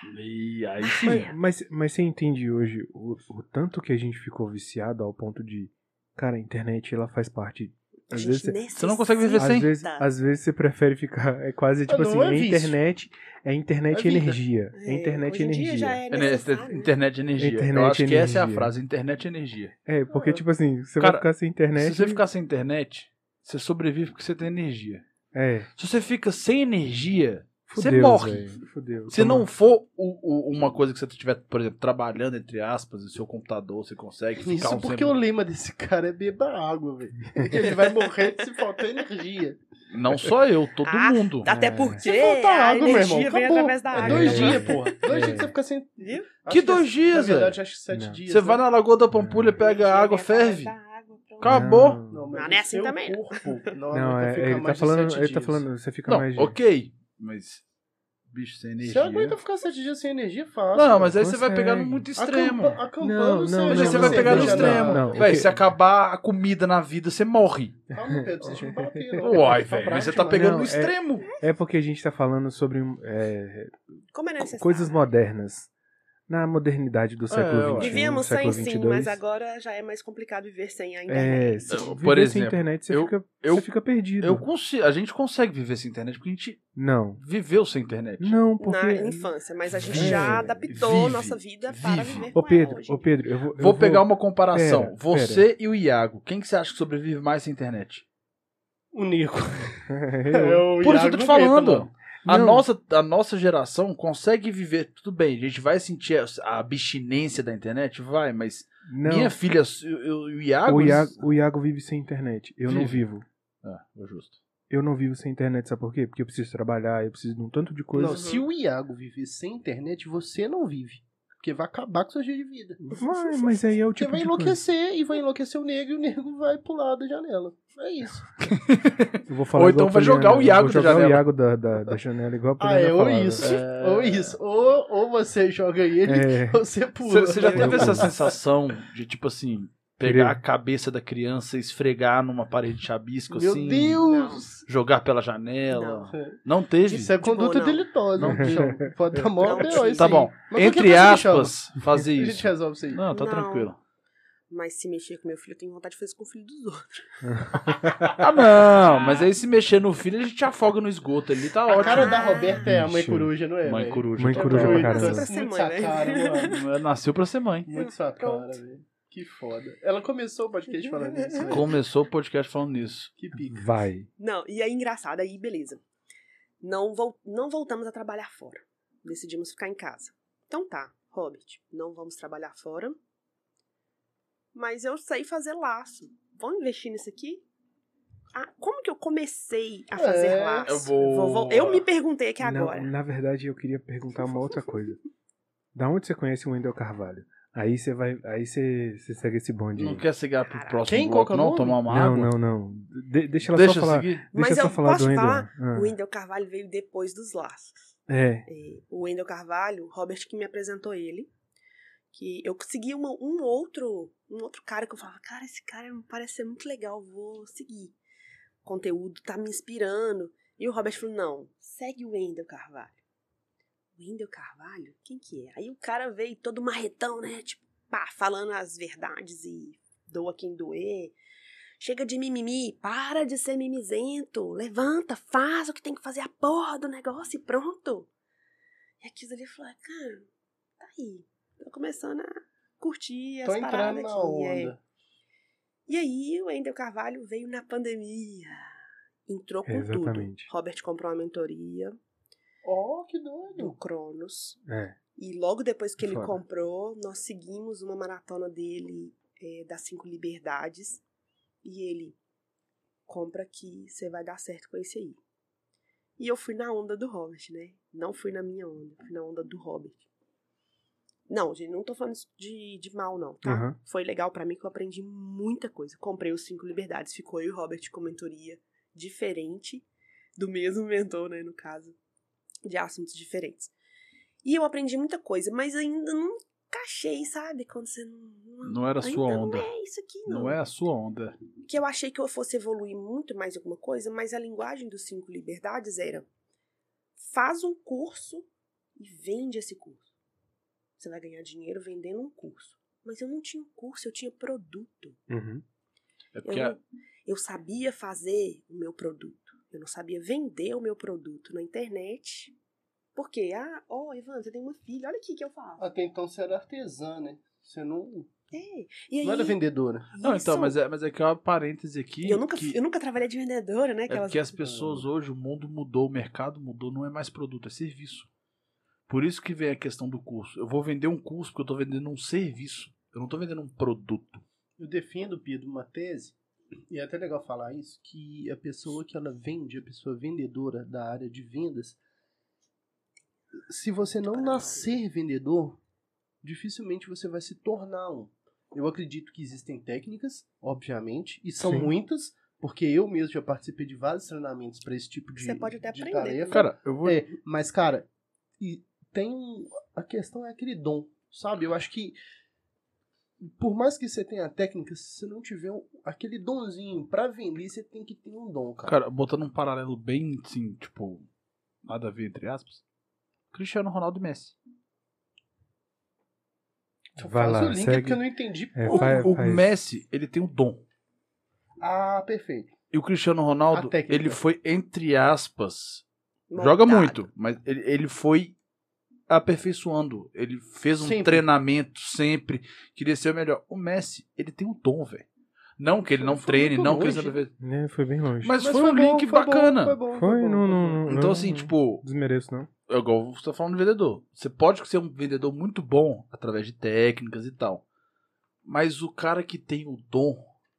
E aí sim. Mas você entende hoje o tanto que a gente ficou viciado ao ponto de, cara, a internet ela faz parte. Às vezes você não consegue viver sem. Às vezes você prefere ficar, é quase tipo assim, internet e energia. É internet e energia. Já é internet e energia. Eu acho que essa é a frase, internet e energia. Porque tipo assim, você vai ficar sem internet. Se você ficar sem internet, você sobrevive porque você tem energia. Se você fica sem energia, você morre. Se não for uma coisa que você estiver, por exemplo, trabalhando, entre aspas, no seu computador, você consegue ficar Isso porque o lema desse cara é beba água, velho. Ele vai morrer se faltar energia. Não só eu, todo mundo. Até porque se faltar água, meu irmão, vem através da água. 2 dias, porra. 2 dias que você fica sem... Viu? Que 2 dias, velho? Na verdade, acho que 7 dias. Você vai na Lagoa da Pampulha, pega a água, ferve. Acabou. Não é assim também. Não, ele tá falando, você fica mais... Ok, mas Bicho, sem energia. Você aguenta ficar 7 dias sem energia, fácil. Não, mas aí você vai pegar no muito extremo. Acampando, mas aí você vai pegar no extremo. Véi, se acabar a comida na vida, você morre. Calma, Pedro, você não bater. Uai, velho, mas você tá pegando no extremo. É porque a gente tá falando sobre como é necessário? Coisas modernas. Na modernidade do século XXI. Vivíamos sem, sim, mas agora já é mais complicado viver sem a internet. Por exemplo, sem internet você fica perdido. A gente consegue viver sem internet porque a gente viveu sem internet. Não, porque... Na infância, mas a gente já adaptou nossa vida para viver com ela hoje. Ô Pedro, eu vou pegar uma comparação. Você e o Iago, quem que você acha que sobrevive mais sem internet? O Nico. Por isso eu tô te falando. A nossa geração consegue viver, tudo bem, a gente vai sentir a abstinência da internet? Vai, mas minha filha, o Iago... O Iago vive sem internet, eu não vivo. É justo. Eu não vivo sem internet, sabe por quê? Porque eu preciso trabalhar, eu preciso de um tanto de coisa. Não, se o Iago viver sem internet, você não vive. Porque vai acabar com seu dia de vida. Vai, mas aí é o tipo de coisa. Você vai enlouquecer e vai enlouquecer o nego e o nego vai pular da janela. É isso. Eu vou falar ou então vai jogar o Iago da janela. O Iago da janela igual a Poliana ou isso. Ou isso. Ou você joga ele, ou você pula. Você já teve essa sensação de, tipo assim, pegar a cabeça da criança e esfregar numa parede de chabisco, assim? Meu Deus! Jogar pela janela? Não teve? Isso é conduta delitosa. Não teve. Pode dar mó B.O. Tá bom. Entre aspas, fazer isso. A gente resolve isso aí. Não, tá tranquilo. Mas se mexer com meu filho, eu tenho vontade de fazer isso com o filho dos outros. Não, mas aí se mexer no filho, a gente afoga no esgoto ali, tá ótimo. A cara da Roberta é a mãe coruja, não é? Mãe coruja. Mãe coruja pra caramba. Nasceu pra ser mãe, velho. Nasceu pra ser mãe. Muito sua cara, velho. Que foda. Ela começou o podcast falando isso. Velho. Começou o podcast falando nisso. Que pica. Vai. Não, e aí engraçado, aí beleza. Não voltamos a trabalhar fora. Decidimos ficar em casa. Então tá, Robert, não vamos trabalhar fora. Mas eu sei fazer laço. Vamos investir nisso aqui? Como que eu comecei a fazer laço? Eu me perguntei aqui agora. Na verdade, eu queria perguntar uma outra coisa. Da onde você conhece o Wendel Carvalho? Aí você segue esse bonde. Não quer seguir pro próximo Quem? bloco, não? Tomar uma água? Não. Deixa ela só falar. Seguir. Mas eu falar posso do falar? O Wendel Carvalho veio depois dos laços. O Wendel Carvalho, Robert que me apresentou ele. Que eu segui um outro cara que eu falava, cara, esse cara parece ser muito legal, vou seguir. O conteúdo tá me inspirando. E o Robert falou, não, segue o Wendel Carvalho. Wendel Carvalho? Quem que é? Aí o cara veio todo marretão, né? Tipo, falando as verdades e doa quem doer. Chega de mimimi, para de ser mimizento. Levanta, faz o que tem que fazer, a porra do negócio e pronto. E aquilo ali, eu falei, cara, tá aí. Tô começando a curtir as paradas aqui. Na onda. E aí o Wendel Carvalho veio na pandemia. Entrou com tudo. Robert comprou uma mentoria. Que doido. Do Cronos. E logo depois que ele comprou, nós seguimos uma maratona dele das 5 liberdades. E ele, compra aqui, você vai dar certo com esse aí. E eu fui na onda do Robert, né? Não fui na minha onda, fui na onda do Robert. Não, gente, não tô falando de mal, não, tá? Uhum. Foi legal pra mim que eu aprendi muita coisa. Comprei os 5 liberdades, ficou eu e o Robert com mentoria diferente do mesmo mentor, né, no caso, de assuntos diferentes. E eu aprendi muita coisa, mas ainda não encaixei, sabe? Quando você não era a sua onda. Não é isso aqui, não. Não é a sua onda. Que eu achei que eu fosse evoluir muito mais alguma coisa, mas a linguagem dos 5 liberdades era: faz um curso e vende esse curso. Você vai ganhar dinheiro vendendo um curso. Mas eu não tinha um curso, eu tinha produto. Uhum. Eu sabia fazer o meu produto. Eu não sabia vender o meu produto na internet. Por quê? Ivan, você tem uma filha, olha aqui que eu faço. Até então você era artesã, né? Você não... E aí, não era vendedora. Não, então, mas é que é uma parêntese aqui. Eu nunca trabalhei de vendedora, né? Porque as pessoas hoje, o mundo mudou, o mercado mudou, não é mais produto, é serviço. Por isso que vem a questão do curso. Eu vou vender um curso porque eu estou vendendo um serviço. Eu não estou vendendo um produto. Eu defendo, Pedro, uma tese, e é até legal falar isso, que a pessoa que ela vende, a pessoa vendedora da área de vendas, se você não nascer vendedor, dificilmente você vai se tornar um. Eu acredito que existem técnicas, obviamente, e são muitas, porque eu mesmo já participei de vários treinamentos para esse tipo de você pode até aprender. Tarefa. Cara, eu vou... mas, cara, A questão é aquele dom, sabe? Eu acho que por mais que você tenha técnica, se você não tiver aquele donzinho pra vender, você tem que ter um dom, cara. Cara, botando um paralelo bem, assim, tipo, nada a ver, entre aspas, Cristiano Ronaldo e Messi. Vai lá, o link segue. porque eu não entendi. O Messi, ele tem um dom. Ah, perfeito. E o Cristiano Ronaldo, ele foi, entre aspas, Montado. joga muito, mas ele foi aperfeiçoando. Ele fez um treinamento sempre, queria ser o melhor. O Messi, ele tem um dom, velho. Não que ele não treine, não que ele sempre fez. Foi bem longe. Mas foi um link bacana. Foi, não. Então, assim, tipo. Desmereço, não. Igual você tá falando de vendedor. Você pode ser um vendedor muito bom através de técnicas e tal. Mas o cara que tem o dom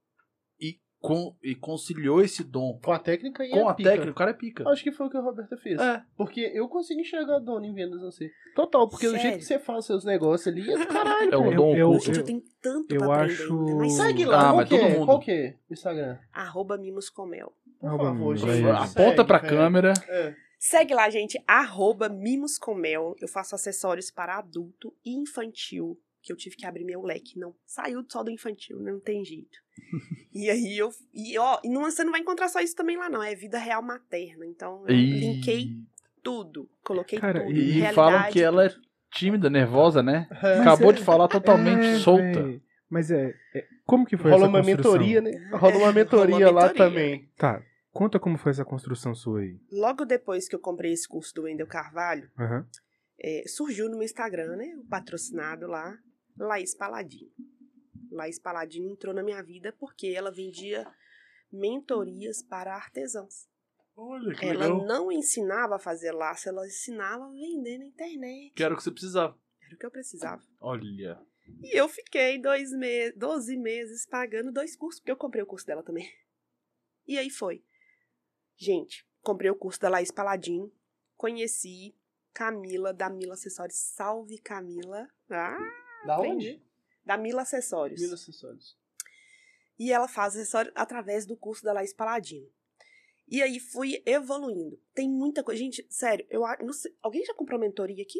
e conciliou esse dom com a técnica e com a técnica, o cara é pica. Acho que foi o que a Roberta fez. Porque eu consegui enxergar dono em vendas assim. Total, porque Sério? o jeito que você faz seus negócios ali é do caralho. É o dom. Gente, eu tenho tanto pra aprender. Mas segue lá, mas todo mundo. Qual que é o Instagram? @mimoscomel. Por favor, gente. Aponta pra câmera. Segue lá, gente, @mimoscomel. Eu faço acessórios para adulto e infantil, que eu tive que abrir meu leque. Não saiu só do infantil, não tem jeito. E aí você não vai encontrar só isso também lá, não. É vida real materna. Então eu linkei tudo. Coloquei tudo. E falam que ela é tímida, nervosa, né? Acabou de falar totalmente solta. Mas como que foi Rolou essa uma construção? mentoria, né? Rolou uma mentoria lá também. Tá. Conta como foi essa construção sua aí. Logo depois que eu comprei esse curso do Wendel Carvalho, surgiu no meu Instagram, né? O patrocinado lá, Laís Paladino. Laís Paladino entrou na minha vida porque ela vendia mentorias para artesãos. Olha, que ela legal. não ensinava a fazer laço, ela ensinava a vender na internet. Que era o que você precisava. Era o que eu precisava. Olha. E eu fiquei 12 meses pagando 2 cursos, porque eu comprei o curso dela também. E aí foi. Gente, comprei o curso da Laís Paladino, conheci Camila, da Mila Acessórios. Salve, Camila. Da onde? Da Mila Acessórios. Mila Acessórios. E ela faz acessório através do curso da Laís Paladino. E aí fui evoluindo. Tem muita coisa. Gente, sério, eu não sei. Alguém já comprou mentoria aqui?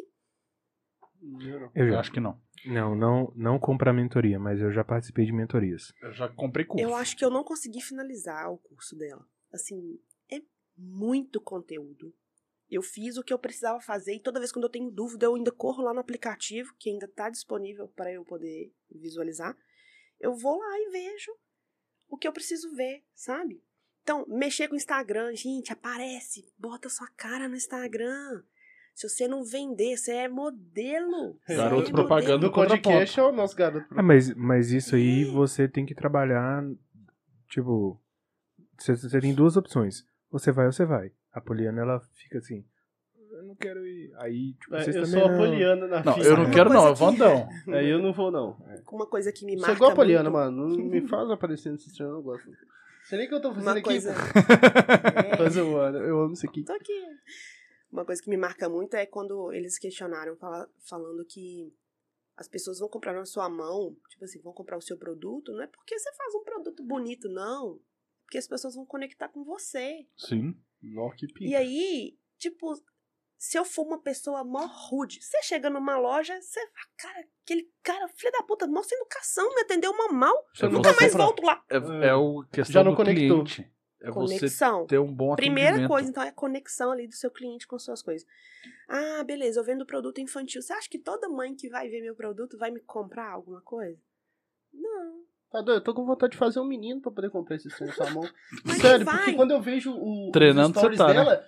Eu acho que não. Não comprar mentoria, mas eu já participei de mentorias. Eu já comprei curso. Eu acho que eu não consegui finalizar o curso dela. Assim, é muito conteúdo. Eu fiz o que eu precisava fazer e toda vez quando eu tenho dúvida, eu ainda corro lá no aplicativo, que ainda está disponível para eu poder visualizar. Eu vou lá e vejo o que eu preciso ver, sabe? Então, mexer com o Instagram, gente, aparece, bota sua cara no Instagram. Se você não vender, você é modelo. Garoto propaganda do podcast é o nosso garoto. Mas isso aí você tem que trabalhar, tipo, você tem 2 opções. Você vai ou você vai. A Poliana, ela fica assim, eu não quero ir. Aí, tipo, vocês eu também sou a Poliana na Não, fila. eu não quero não, eu vou andão. Eu não vou não. Uma coisa que me marca Você é igual a Poliana, muito... mano. Não me faz aparecer nesse treino, eu não gosto. Sei nem o que eu tô fazendo Uma aqui. coisa... Tô zoando, eu amo isso aqui. Tô aqui. Uma coisa que me marca muito é quando eles questionaram, falando que as pessoas vão comprar na sua mão, tipo assim, vão comprar o seu produto, não é porque você faz um produto bonito, não. Porque as pessoas vão conectar com você. Sim. E aí, tipo, se eu for uma pessoa mó rude, você chega numa loja, você fala, cara, aquele cara, filho da puta, mal sem educação, me atendeu uma mal, eu nunca mais volto lá. É o questão Já não do conectou. cliente. É Conexão. você ter um bom atendimento. Primeira coisa, então, é a conexão ali do seu cliente com suas coisas. Ah, beleza, eu vendo produto infantil. Você acha que toda mãe que vai ver meu produto vai me comprar alguma coisa? Não. Tá doido? Eu tô com vontade de fazer um menino pra poder comprar esse trem na sua mão. Mas Sério, vai. porque quando eu vejo os Treinando, stories você tá, dela,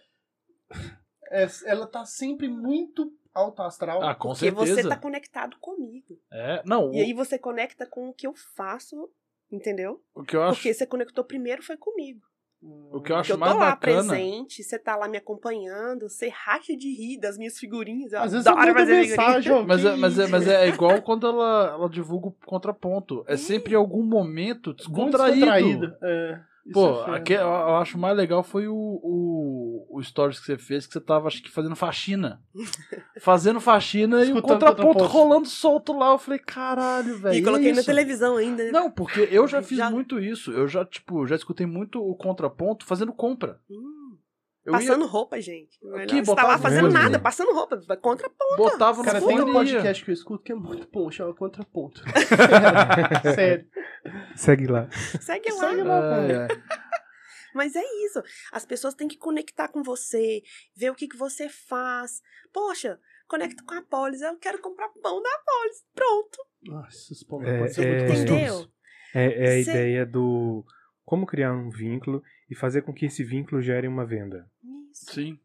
ela tá sempre muito alta astral. Ah, com Porque certeza. você tá conectado comigo. Não. E aí você conecta com o que eu faço, entendeu? O que eu acho, Porque você conectou primeiro foi comigo. o que eu acho Porque eu mais tô lá bacana. presente, você tá lá me acompanhando, você racha de rir das minhas figurinhas. Eu Às vezes eu adoro mando fazer mensagem, figurinha. Mas é igual quando ela divulga o contraponto. É sempre em algum momento descontraído. Pô, eu acho mais legal foi o stories que você fez, que você tava, acho que, fazendo faxina. Fazendo faxina e o contraponto rolando solto lá. Eu falei, caralho, velho. E coloquei na televisão ainda. Né? Não, porque eu já fiz muito isso. Eu já escutei muito o contraponto fazendo compra. Passando roupa, gente. Que você tá lá fazendo nada, passando roupa. Contraponto. Botava no Cara, tem um podcast que eu escuto que é muito bom, chama Contraponto. Sério. Segue lá. Segue lá, cara. Mas é isso. As pessoas têm que conectar com você, ver o que você faz. Poxa, conecta com a Polis. Eu quero comprar pão da Polis. Pronto. Nossa, esse pão pode ser muito gostoso. Entendeu? É a ideia do como criar um vínculo e fazer com que esse vínculo gere uma venda. Isso. Sim.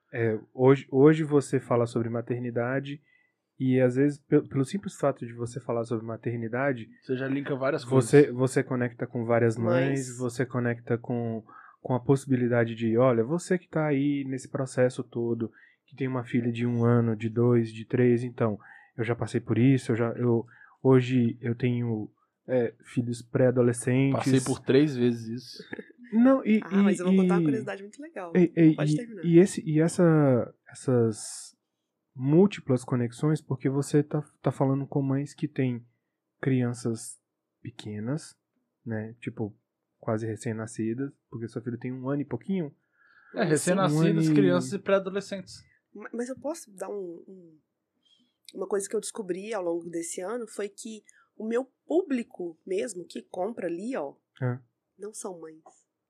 Hoje você fala sobre maternidade e às vezes pelo simples fato de você falar sobre maternidade, você já linka várias coisas. Você conecta com várias mães, você conecta com a possibilidade de, olha, você que está aí nesse processo todo, que tem uma filha de 1 ano, de 2, de 3, então, eu já passei por isso, hoje eu tenho filhos pré-adolescentes. Passei por 3 vezes isso. Não, mas eu vou contar uma curiosidade muito legal. Pode terminar. E essas múltiplas conexões, porque você tá falando com mães que têm crianças pequenas, né? Tipo, quase recém-nascidas, porque sua filha tem 1 ano e pouquinho. Recém-nascidas, crianças e pré-adolescentes. Mas eu posso dar uma coisa que eu descobri ao longo desse ano, foi que o meu público mesmo, que compra ali, ó, não são mães.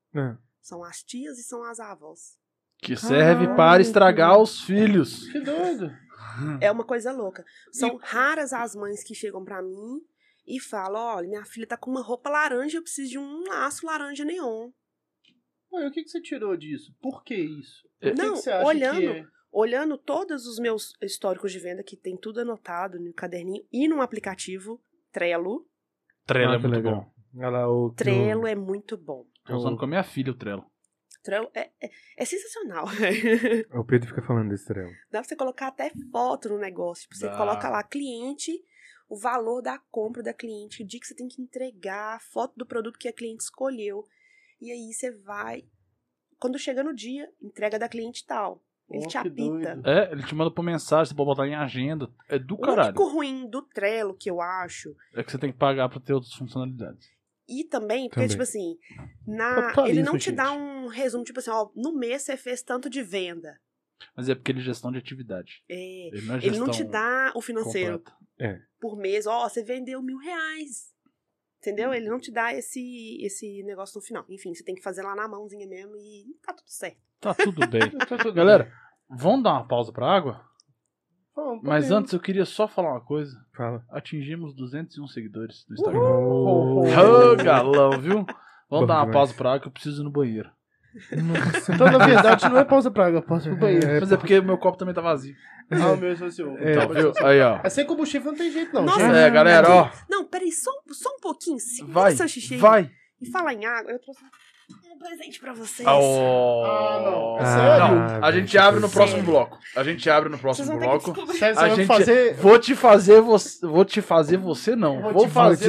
São as tias e são as avós. Que serve para estragar os filhos. Que doido. É uma coisa louca. São raras as mães que chegam pra mim e falam, olha, minha filha tá com uma roupa laranja, eu preciso de um laço laranja neon. Ué, o que você tirou disso? Por que isso? Não, que você acha olhando todos os meus históricos de venda, que tem tudo anotado no caderninho e no aplicativo Trello. Trello é muito bom. Trello é muito bom. Tô usando com a minha filha o Trello. Trello é sensacional. O Pedro fica falando desse Trello. Dá pra você colocar até foto no negócio. Tipo, você coloca lá cliente, o valor da compra da cliente, o dia que você tem que entregar, a foto do produto que a cliente escolheu. E aí você vai... Quando chega no dia, entrega da cliente tal. Ele te apita. Ele te manda por mensagem, você pode botar em agenda. É do caralho. O único ruim do Trello, que eu acho... é que você tem que pagar pra ter outras funcionalidades. E também, porque, tipo assim, ele não te dá um resumo, tipo assim, ó, no mês você fez tanto de venda. Mas é porque ele é gestão de atividade. Ele não te dá o financeiro por mês, ó, você vendeu R$1.000. Entendeu? Ele não te dá esse negócio no final. Enfim, você tem que fazer lá na mãozinha mesmo e tá tudo certo. Tá tudo bem. Galera, vamos dar uma pausa pra água? Mas antes eu queria só falar uma coisa. Fala. Atingimos 201 seguidores no Instagram. Galão, viu? Vamos dar uma pausa pra água que eu preciso ir no banheiro. Nossa. Então, na verdade, não é pausa pra água, é pausa pro banheiro. Mas é porque o meu copo também tá vazio. O meu esvaziou. Então, viu? Aí, ó. É sem combustível, não tem jeito, não. Nossa, galera, ó. Não, peraí, só um pouquinho. Vai, seu xixi. vai. E fala em água, eu trouxe um presente pra vocês. Não. É sério? Não, a gente abre no próximo bloco. A gente abre no próximo bloco. Vou te fazer você não. Vou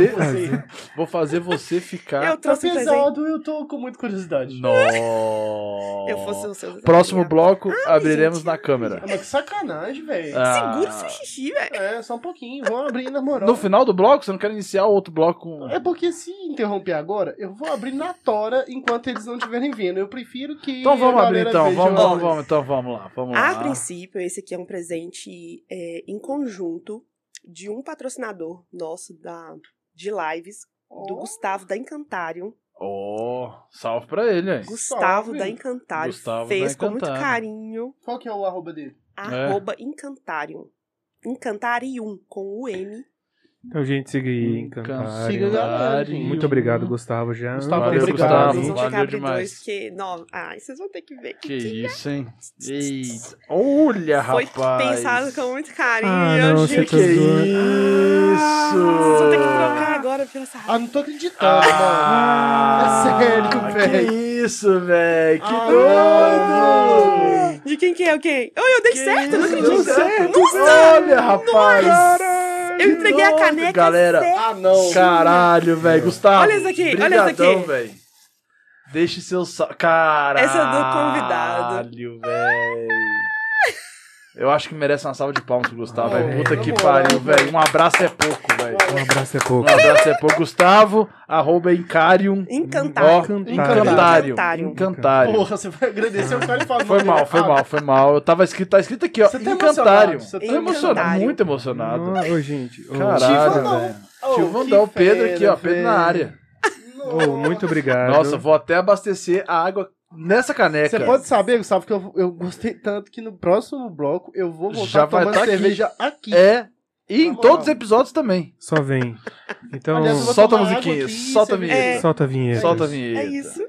fazer você ficar. Eu trouxe pesado, eu tô com muita curiosidade. Nossa. Eu fosse o seu. Próximo bloco abriremos na câmera. Mas que sacanagem, velho. Segura seu xixi, velho. Só um pouquinho. Vamos abrir na moral. No final do bloco, você não quer iniciar o outro bloco com... É porque se interromper agora, eu vou abrir na tora enquanto eles não estiverem vendo. Eu prefiro que... Então vamos abrir, então. Vamos lá. A princípio, esse aqui é um presente em conjunto de um patrocinador nosso de lives, do Gustavo da Encantarium. Salve pra ele, aí. Gustavo da Encantarium. Fez com muito carinho. Qual que é o arroba dele? @Encantarium. Encantarium, com o M. Então, gente, siga aí, Encantarium. Siga a galera, gente. Muito obrigado, Gustavo. Valeu, Gustavo. Vocês vão ter que Valeu abrir demais. porque... vocês vão ter que ver. Que isso, hein? Eita. Olha, foi rapaz. Foi pensado com muito carinho, não, gente. Que isso? Vocês vão ter que trocar agora pela essa... não tô acreditando, mano. É sério, velho. Que isso, velho. Que doido. De quem que é o quê? Eu dei certo, não acredito. Deu certo. Nossa. Olha, rapaz. Eu entreguei a caneca. Galera, não. Caralho, velho. Gustavo. Olha isso aqui, brigadão, velho. Deixe seu... Caralho. Essa é do convidado. Caralho, velho. Eu acho que merece uma salva de palmas pro Gustavo, velho. Puta que pariu, velho. Um abraço é pouco, velho. Um abraço é pouco. Um abraço é pouco. Gustavo, @Encarium. Encantário. Porra, você vai agradecer o cara e falar. Foi mal. Tá escrito aqui, ó. Você tá Encantário. emocionado, Tô emocionado, muito emocionado. Ô, gente. Caralho, velho. Tio Vandão, Pedro aqui, ó. Pedro na área. Muito obrigado. Nossa, vou até abastecer a água nessa caneca. Você pode saber, Gustavo, que eu gostei tanto que no próximo bloco eu vou voltar Já vai tomando cerveja aqui. E em todos os episódios também. Só vem. Então, Aliás, eu vou solta a tomar musiquinha, água aqui, solta a você vinheta. vê. solta a vinheta. Solta a vinheta. É isso.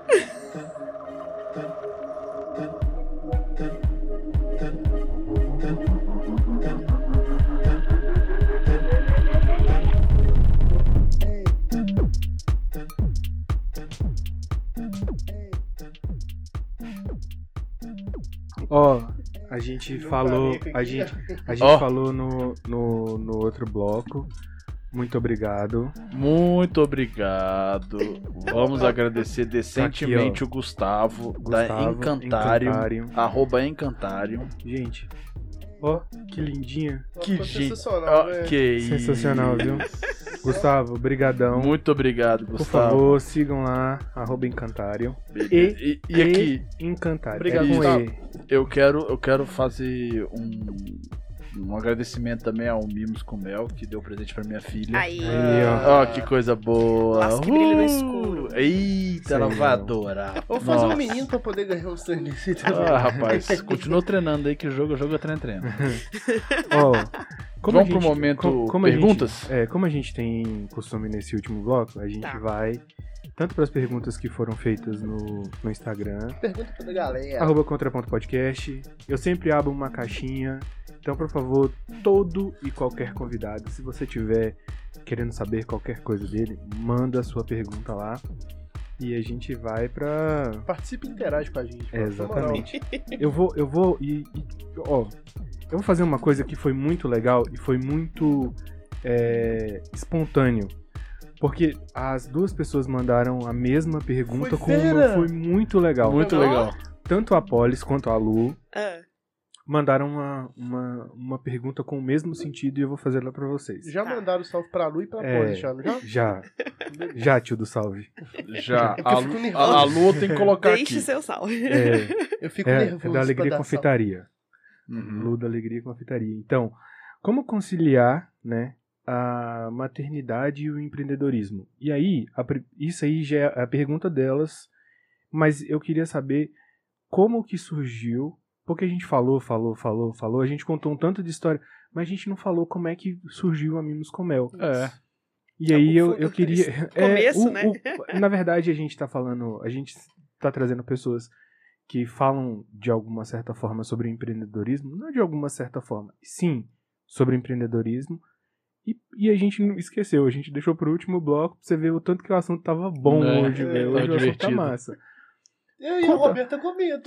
Ó, a gente falou, a gente falou no outro bloco. Muito obrigado. Muito obrigado. Vamos agradecer decentemente aqui, o Gustavo da Encantário. @Encantário. Gente, ó, que lindinha. Que sensacional, velho. que Sensacional, viu? Gustavo, brigadão. Muito obrigado, Por Gustavo. favor, sigam lá, @Encantário. E aqui, Encantário. Obrigado, com Gustavo. E. eu quero fazer um agradecimento também ao Mimos com Mel, que deu presente pra minha filha. Aí. Ó, que coisa boa. Lasca que brilha no escuro. Eita, ela vai adorar. Vou fazer Nossa. um menino pra poder ganhar um sangue desse também. Rapaz, continua treinando aí, que o jogo é treino. Ó, Vamos pro momento perguntas? Como a gente tem costume nesse último bloco, a gente vai tanto para as perguntas que foram feitas no Instagram, Pergunta pra galera. @contraponto_podcast. Eu sempre abro uma caixinha. Então, por favor, todo e qualquer convidado, se você tiver querendo saber qualquer coisa dele, manda a sua pergunta lá e a gente vai pra... Participa e interage com a gente. Exatamente. Eu vou fazer uma coisa que foi muito legal e foi muito espontâneo. Porque as duas pessoas mandaram a mesma pergunta foi muito legal. Muito legal. Tanto a Polis quanto a Lu mandaram uma pergunta com o mesmo sentido e eu vou fazer lá pra vocês. Já mandaram salve pra Lu e pra Polis, já, não já? Já, tio do salve. Já. É porque eu fico nervoso. A Lu tem que colocar Deixe aqui. seu salve. Eu fico nervoso. É da Alegria Confeitaria. Lu da Alegria Confeitaria. Então, como conciliar, né, a maternidade e o empreendedorismo? E aí, isso aí já é a pergunta delas, mas eu queria saber como que surgiu, porque a gente falou, a gente contou um tanto de história, mas a gente não falou como é que surgiu a Mimos com Mel. E aí eu queria... Começo, né? Na verdade, a gente tá trazendo pessoas que falam de alguma certa forma sobre empreendedorismo, não de alguma certa forma, sim, sobre empreendedorismo, e a gente não esqueceu, a gente deixou pro último bloco pra você ver o tanto que o assunto tava bom hoje, velho. Hoje o assunto tá massa. E aí, o Roberto comenta.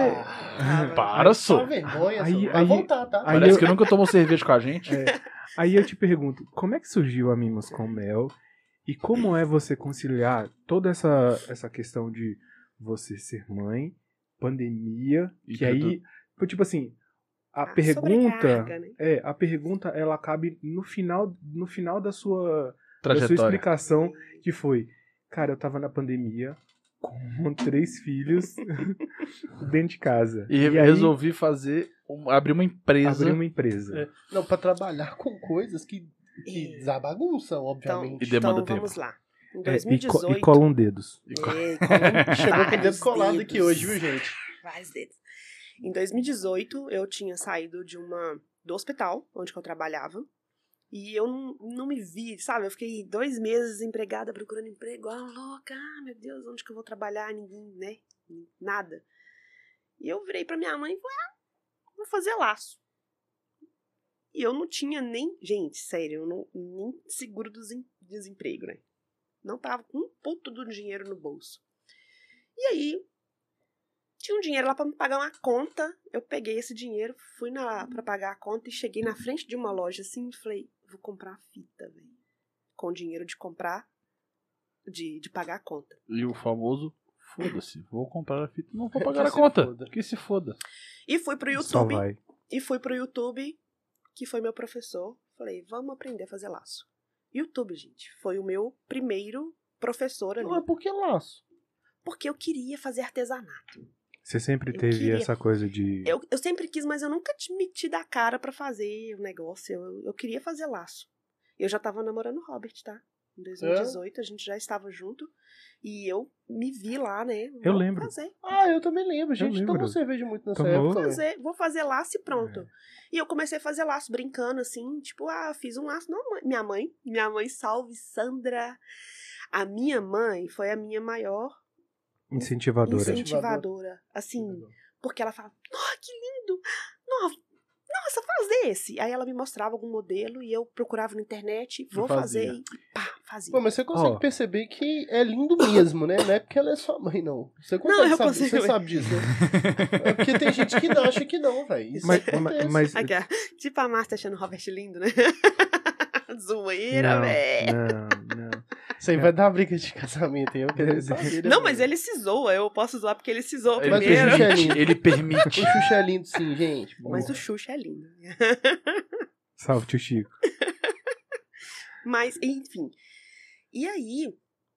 Para, só. Vergonha, vai voltar, tá? Parece que nunca tomou cerveja com a gente. Aí eu te pergunto, como é que surgiu a Mimos com Mel? E como é você conciliar toda essa questão de você ser mãe, pandemia, e que aí, tipo assim, a pergunta, né? a pergunta ela cabe no final da sua trajetória, explicação, que foi, cara, eu tava na pandemia com 3 filhos dentro de casa. E resolvi abrir uma empresa. Não, pra trabalhar com coisas que bagunçam, obviamente. E demanda então, tempo. Vamos lá. Em 2018... E colam dedos. Chegou com o dedo colado aqui hoje, viu, gente? Vários dedos. Em 2018, eu tinha saído do hospital, onde eu trabalhava, e eu não me vi, sabe? Eu fiquei 2 meses desempregada, procurando emprego, louca, meu Deus, onde que eu vou trabalhar? Ninguém, né? Nada. E eu virei pra minha mãe e falei, vou fazer laço. E eu não tinha gente, sério, nem seguro do desemprego, né? Não tava com um puto do dinheiro no bolso. E aí, tinha um dinheiro lá pra me pagar uma conta. Eu peguei esse dinheiro, fui pra pagar a conta e cheguei na frente de uma loja assim e falei, vou comprar fita, velho. Com o dinheiro de comprar, de pagar a conta. E o famoso, foda-se, vou comprar a fita, não vou pagar a conta. Que se foda. E fui pro YouTube E fui pro YouTube, que foi meu professor. Falei, vamos aprender a fazer laço. YouTube, gente, foi o meu primeiro professor ali. Mas por que laço? Porque eu queria fazer artesanato. Você sempre teve essa coisa de... Eu sempre quis, mas eu nunca meti da cara pra fazer o negócio. Eu queria fazer laço. Eu já tava namorando o Robert, tá? Em 2018, a gente já estava junto. E eu me vi lá, né? Eu lembro. Fazer. Eu também lembro. A gente tomou cerveja muito nessa época. Vou fazer laço e pronto. E eu comecei a fazer laço, brincando assim. Tipo, fiz um laço. Não, minha mãe, salve, Sandra. A minha mãe foi a minha maior incentivadora. Assim, porque ela falava, que lindo! Nossa, faz esse! Aí ela me mostrava algum modelo e eu procurava na internet, vou fazer e pá, fazia. Pô, mas você consegue perceber que é lindo mesmo, né? Não é porque ela é sua mãe, não. Você consegue você sabe disso, né? É porque tem gente que não acha que não, velho. Mas... Aqui, tipo a Márcia achando o Robert lindo, né? Zoeira, velho. Não. Isso aí vai dar briga de casamento, hein? Eu quero saber. Não, mas ele se zoa. Eu posso zoar porque ele se zoa mas primeiro. O Xuxa é lindo. Ele permite. O Xuxa é lindo, sim, gente. Mas o Xuxa é lindo. Salve, tio Chico. Mas, enfim. E aí,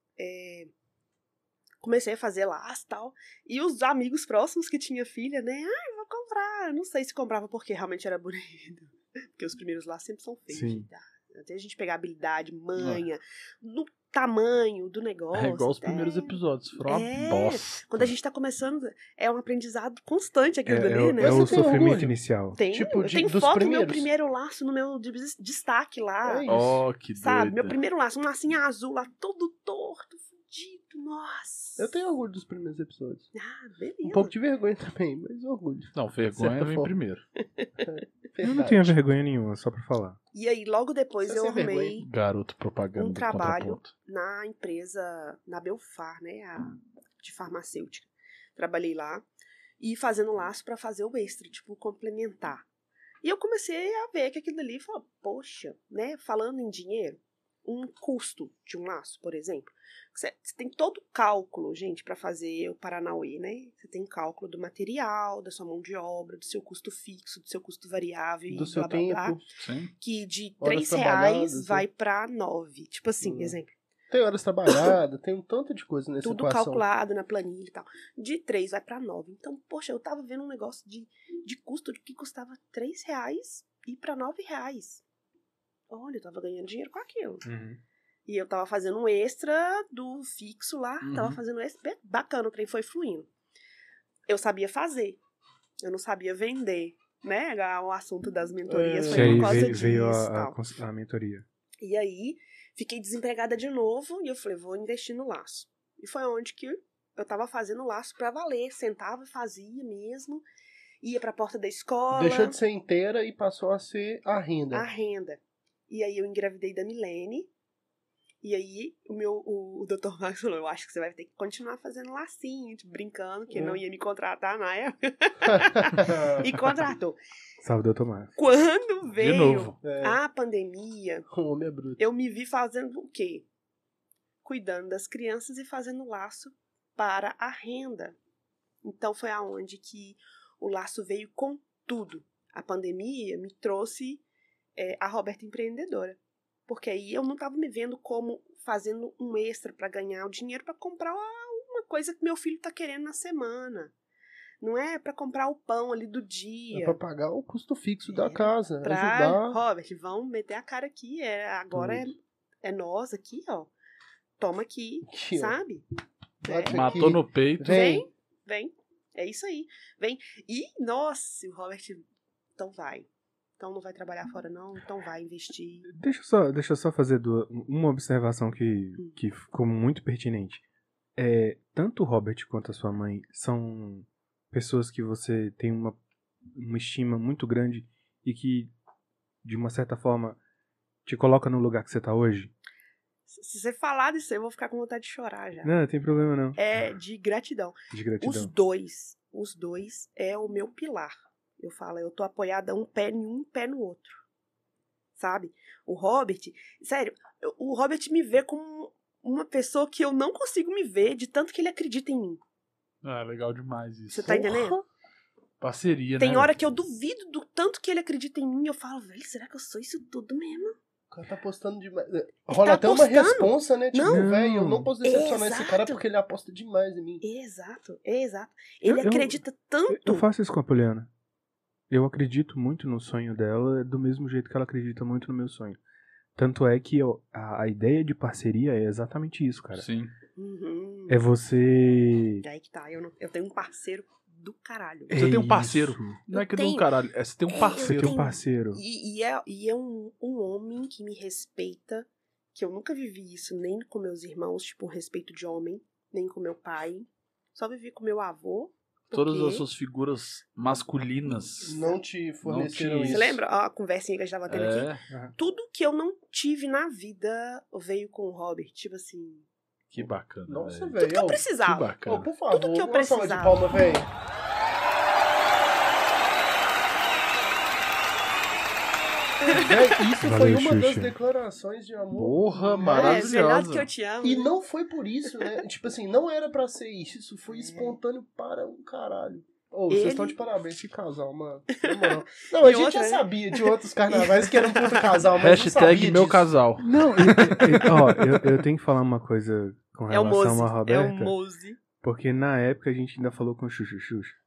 comecei a fazer laço e tal. E os amigos próximos que tinha filha, né? Vou comprar. Não sei se comprava porque realmente era bonito. Porque os primeiros laços sempre são feios. Sim. Até a gente pegar habilidade, manha, no tamanho do negócio. É igual os primeiros episódios. Foram uma bosta. Quando a gente tá começando, é um aprendizado constante aquilo dali, né? É o sofrimento inicial. Eu tenho foto do meu primeiro laço no meu destaque lá. Que doido. Sabe? Meu primeiro laço, um lacinho azul lá, todo torto, fudido. Nossa. Eu tenho orgulho dos primeiros episódios. Beleza. Um pouco de vergonha também, mas orgulho. Não, vergonha vem primeiro. Eu não tinha vergonha nenhuma, só pra falar. E aí, logo depois eu arrumei garoto propaganda um trabalho na empresa, na Belfar, né, de farmacêutica. Trabalhei lá e fazendo laço pra fazer o extra, tipo, complementar. E eu comecei a ver que aquilo ali, falou, poxa, né, falando em dinheiro, um custo de um laço, por exemplo. Você tem todo o cálculo, gente, para fazer o Paranauê, né? Você tem cálculo do material, da sua mão de obra, do seu custo fixo, do seu custo variável do e seu blá, blá, blá, tempo. Sim. Que de R$3 vai para 9. Tipo assim, exemplo. Tem horas trabalhadas, tem um tanto de coisa nessa tudo equação. Calculado na planilha e tal. De 3 vai para 9. Então, poxa, eu tava vendo um negócio de custo de que custava R$3 e para R$9. Olha, eu tava ganhando dinheiro com aquilo. Uhum. E eu tava fazendo um extra do fixo lá. Tava fazendo extra. Bacana, o trem foi fluindo. Eu sabia fazer. Eu não sabia vender. Né? O assunto das mentorias foi por causa disso. Veio a mentoria. E aí, fiquei desempregada de novo. E eu falei, vou investir no laço. E foi onde que eu tava fazendo laço pra valer. Sentava e fazia mesmo. Ia pra porta da escola. Deixou de ser inteira e passou a ser a renda. A renda. E aí eu engravidei da Milene. E aí o Dr. Max falou, eu acho que você vai ter que continuar fazendo lacinho, tipo, brincando, que não ia me contratar na época. E contratou. Salve, Dr. Max. Quando veio É. a pandemia, O homem é bruto. eu me vi fazendo o quê? Cuidando das crianças e fazendo laço para a renda. Então foi aonde que o laço veio com tudo. A pandemia me trouxe a Roberta empreendedora. Porque aí eu não estava me vendo como fazendo um extra para ganhar o dinheiro para comprar uma coisa que meu filho está querendo na semana. Não é para comprar o pão ali do dia. É para pagar o custo fixo da casa. Pra, ajudar. Robert, vamos meter a cara aqui. Agora é nós aqui, ó. Toma aqui, sabe? Matou no peito. Vem. É isso aí. Vem. E, nossa, o Robert, então vai. Então não vai trabalhar fora não, então vai investir. Deixa eu só fazer uma observação que ficou muito pertinente. Tanto o Robert quanto a sua mãe são pessoas que você tem uma estima muito grande e que, de uma certa forma, te coloca no lugar que você tá hoje? Se você falar disso, eu vou ficar com vontade de chorar já. Não tem problema não. É de gratidão. De gratidão. Os dois é o meu pilar. Eu falo, eu tô apoiada um pé em um, pé no outro. Sabe? O Robert, sério, o Robert me vê como uma pessoa que eu não consigo me ver de tanto que ele acredita em mim. Legal demais isso. Você tá entendendo? Parceria, Tem né? hora que eu duvido do tanto que ele acredita em mim. Eu falo, velho, será que eu sou isso tudo mesmo? O cara tá postando demais. Rola tá até uma postando. responsa, né? Tipo, Não. velho, eu não posso decepcionar esse cara Exato. porque ele aposta demais em mim. Exato. Ele Eu- acredita tanto. Eu faço isso com a Poliana. Eu acredito muito no sonho dela, do mesmo jeito que ela acredita muito no meu sonho. Tanto é que a ideia de parceria é exatamente isso, cara. Sim. Uhum. É você... Aí que tá, eu tenho um parceiro do caralho. Você tem um parceiro. isso. Não é que tenho. do caralho, você tem um É, parceiro. Você tem um parceiro. E é um homem que me respeita, que eu nunca vivi isso, nem com meus irmãos, tipo, um respeito de homem, nem com meu pai. Só vivi com meu avô. Todas porque- as suas figuras masculinas. Não te forneceram Não te- isso. Você lembra a conversinha que a gente tava tendo aqui? É, Tudo que eu não tive na vida veio com o Robert. Tipo assim, que bacana. Nossa, velho. velho. tudo que eu ó, Que precisava. bacana. Ô, por favor, Tudo que eu uma salva de precisava. palma, velho. Véi, isso Valeu, foi uma das Xuxa. declarações de amor. Porra, mais- maravilhosa. Melhor do que eu te amo. E não foi por isso, né? Tipo assim, não era pra ser isso. Foi espontâneo para um caralho. Ô, vocês Ele- estão de parabéns, que casal, mano. Na moral. Não, a E gente outra, já né? sabia de outros carnavais que era um puto casal, mas não Hashtag sabia meu disso. casal. Não, ó, eu tenho que falar uma coisa com É o relação Mose. a É o Roberta. Mose. Porque na época a gente ainda falou com o Xuxa.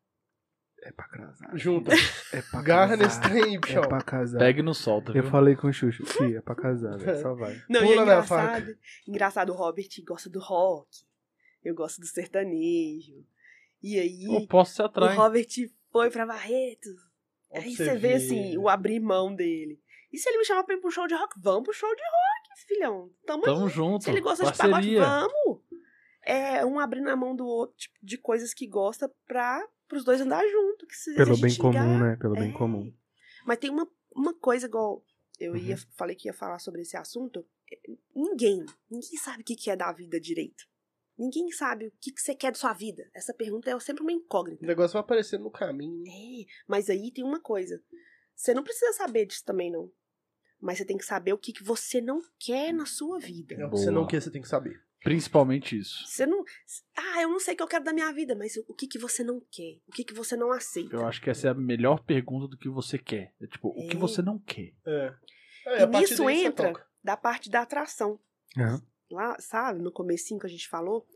É pra casar. Junta. É pra Garra casar. nesse trem, É bichão. pra casar. Pega e não solta, Eu viu? falei com o Xuxa. Sim, é pra casar, velho. Só vai. Não, Pula e é na faca. engraçado, o Robert gosta do rock. Eu gosto do sertanejo. E aí, Eu posso se o atrair. Robert foi pra Barretos. Ó, Aí pra você vê, ver. assim, o abrir mão dele. E se ele me chamar pra ir pro show de rock? Vamos pro show de rock, filhão. Tamo aí. junto. Se ele gosta Parceria. de pagode, vamos. É um abrir na mão do outro, tipo, de coisas que gosta pros dois andar junto. Que se a Pelo gente bem chegar- comum, né? Pelo bem É. comum. Mas tem uma coisa igual. Eu Uhum. falei que ia falar sobre esse assunto. Ninguém sabe o que é da vida direito. Ninguém sabe o que você quer da sua vida. Essa pergunta é sempre uma incógnita. O negócio vai aparecer no caminho. É, mas aí tem uma coisa. Você não precisa saber disso também, não. Mas você tem que saber o que você não quer na sua vida. É o que você não quer, você tem que saber. Principalmente isso. Você não. Eu não sei o que eu quero da minha vida, mas o que você não quer? O que você não aceita? Eu acho que essa é a melhor pergunta do que você quer. É tipo, o que É. você não quer? E a partir nisso daí você entra toca. da parte da atração. Aham. Lá, sabe, no comecinho que a gente falou,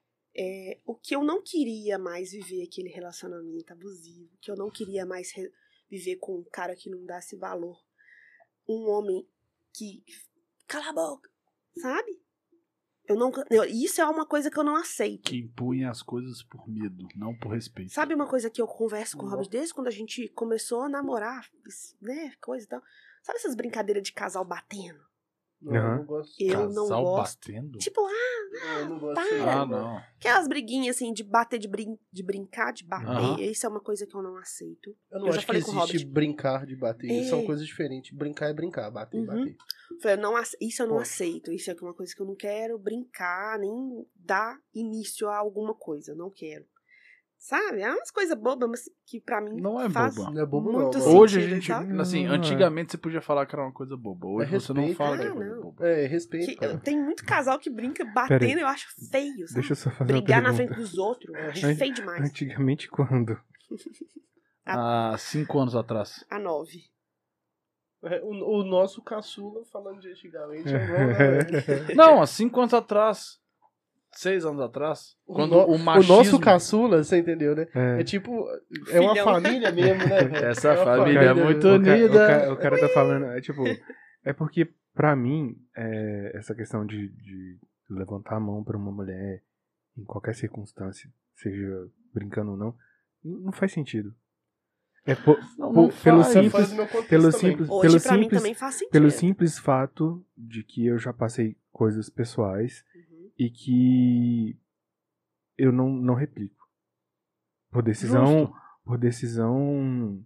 o que eu não queria mais viver aquele relacionamento abusivo, que eu não queria mais viver com um cara que não desse valor, um homem que cala a boca, sabe? Isso é uma coisa que eu não aceito. Que impunha as coisas por medo, não por respeito. Sabe uma coisa que eu converso com o Robert desde quando a gente começou a namorar, né, coisa e tal. Sabe essas brincadeiras de casal batendo? Não, eu Aham. não gosto. Eu não Casal gosto. batendo? Tipo, Eu não gosto para. disso, Ah, não. aquelas briguinhas assim de bater, de brincar, de bater. Aham. Isso é uma coisa que eu não aceito. Eu não Eu já acho que falei com o existe Robert. brincar de bater. É. São coisas diferentes. Brincar é brincar, bater é Uhum. bater. Falei, isso eu não Pô. aceito. Isso é uma coisa que eu não quero brincar, nem dar início a alguma coisa. Não quero. Sabe? É umas coisas bobas, mas que pra mim Não é faz boba. Não é bobo muito não, sentido, Hoje a gente, sabe? assim, Não, é. antigamente você podia falar que era uma coisa boba. Hoje É você não respeito, fala né? que é coisa Não. boba. É, respeito, cara. Tem muito casal que brinca Pera batendo, aí. eu acho feio, sabe? Deixa eu só fazer Brigar uma na pergunta. frente dos outros. É. É feio demais. Antigamente quando? Há 5 anos atrás. A 9. É, o nosso caçula, falando de antigamente, é igual, né? Não, há 5 anos atrás. 6 anos atrás. Quando no- o machismo... nosso caçula, você entendeu, né? É. É tipo, é uma Filhão. família mesmo, né? velho? Essa É uma família é muito unida. O cara tá falando, tipo, é porque pra mim, essa questão de levantar a mão pra uma mulher em qualquer circunstância, seja brincando ou não, não faz sentido. Não pelo faz. Faz simples, o meu contexto pelo também. simples, Hoje, pelo pra mim, simples, também faz sentido. pelo simples fato de que eu já passei coisas pessoais Uhum. e que eu não replico. Por decisão, Justo. por decisão,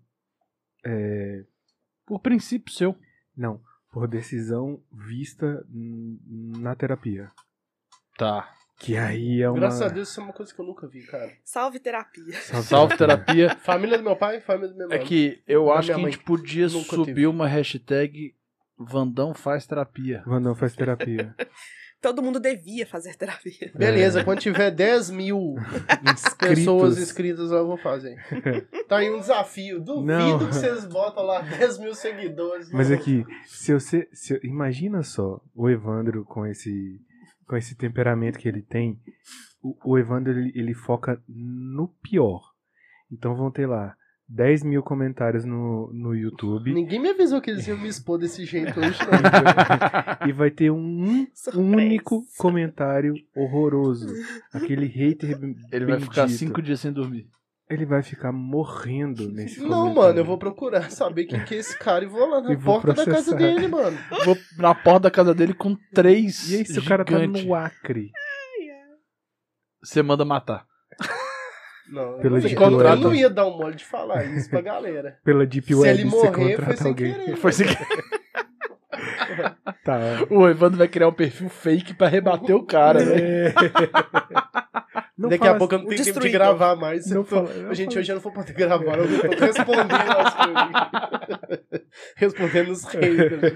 Por princípio seu. não, por decisão vista na terapia. Tá. Que aí é uma... Graças a Deus, isso é uma coisa que eu nunca vi, cara. Salve terapia. Salve terapia. Família do meu pai, família do meu É mãe. que eu Da acho que minha a gente mãe. podia Nunca subir teve. uma hashtag Vandão faz terapia. Vandão faz terapia. Todo mundo devia fazer terapia. Beleza, quando tiver 10 mil pessoas inscritas, eu vou fazer. Tá aí um desafio. Duvido que vocês botam lá 10 mil seguidores. Mas aqui, imagina só o Evandro com esse temperamento que ele tem. O Evandro, ele foca no pior. Então vão ter lá 10 mil comentários no YouTube. Ninguém me avisou que eles iam me expor desse jeito hoje, não. E vai ter um único comentário horroroso. Aquele hater Ele vai ficar 5 dias sem dormir. Ele vai ficar morrendo nesse comentário. Não, mano, eu vou procurar saber quem que é esse cara e vou lá na porta da casa dele, mano. Vou na porta da casa dele com 3 E aí, se o cara tá no Acre? Você manda matar. Não, eu não ia dar um mole de falar isso pra galera. Pela Deep Web, se ele morrer, foi sem querer. Foi sem querer. Tá. O Evandro vai criar um perfil fake pra rebater o cara, né? Daqui a pouco eu não tenho tempo de gravar mais. Gente, hoje eu não vou poder gravar, eu tô respondendo as coisas. Respondendo os haters.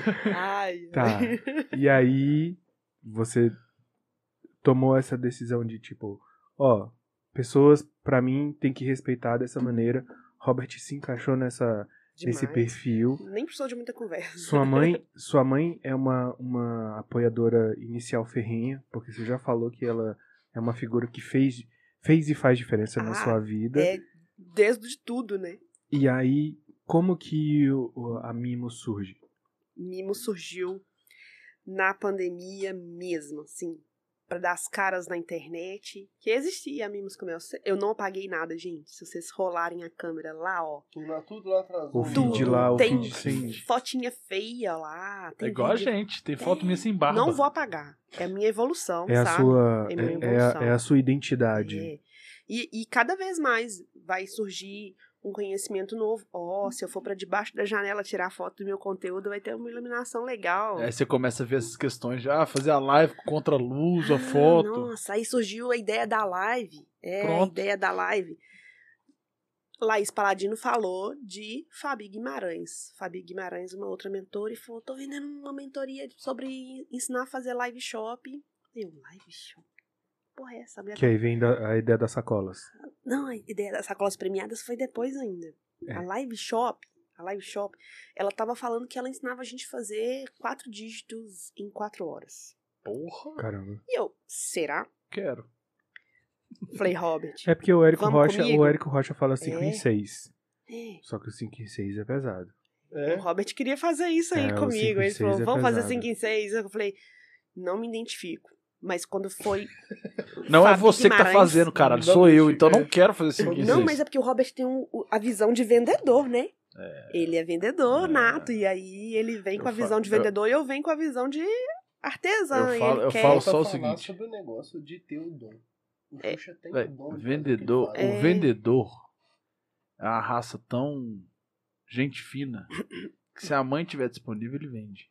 Tá. E aí, você tomou essa decisão de tipo, pessoas, pra mim, tem que respeitar dessa maneira. Robert se encaixou nesse perfil. Nem precisou de muita conversa. Sua mãe é uma apoiadora inicial ferrenha, porque você já falou que ela é uma figura que fez e faz diferença na sua vida. Desde tudo, né? E aí, como que a Mimo surge? Mimo surgiu na pandemia mesmo, assim. Pra dar as caras na internet, que existia Mimos com Mel. Eu não apaguei nada, gente. Se vocês rolarem a câmera lá, tudo lá atrás. O feed lá, o tem feed sem... fotinha feia lá. É igual a gente, tem foto minha sem barba. Não vou apagar. É a minha evolução, sabe? É a sua identidade. E cada vez mais vai surgir um conhecimento novo. Se eu for pra debaixo da janela tirar foto do meu conteúdo, vai ter uma iluminação legal. Aí você começa a ver essas questões já, fazer a live contra a luz, a foto. Nossa, aí surgiu a ideia da live. A ideia da live. Laís Paladino falou de Fabi Guimarães. Fabi Guimarães, uma outra mentora, e falou, tô vendendo uma mentoria sobre ensinar a fazer live shop. Live shop? Porra, é essa? Que aí vem a ideia das sacolas. Não, a ideia das sacolas premiadas foi depois ainda. A live shop, ela tava falando que ela ensinava a gente a fazer 4 dígitos em 4 horas. Porra! Caramba. E eu, será? Quero. Falei, Robert. É porque o Érico Rocha fala 5 em 6. Só que o 5 em 6 é pesado. O Robert queria fazer isso aí comigo. Ele falou, vamos fazer 5 em 6. Eu falei, não me identifico. Mas quando foi... Não Fabi é você Guimarães, que tá fazendo, caralho. Sou eu, então não quero fazer 5 em 6. Não, mas é porque o Robert tem a visão de vendedor, né? Ele é vendedor nato. E aí ele vem com a visão de vendedor e eu venho com a visão de artesã. Eu falo só o seguinte. Sobre o negócio de ter o dom. O Xuxa tem o dom. O vendedor é uma raça tão gente fina que se a mãe tiver disponível, ele vende.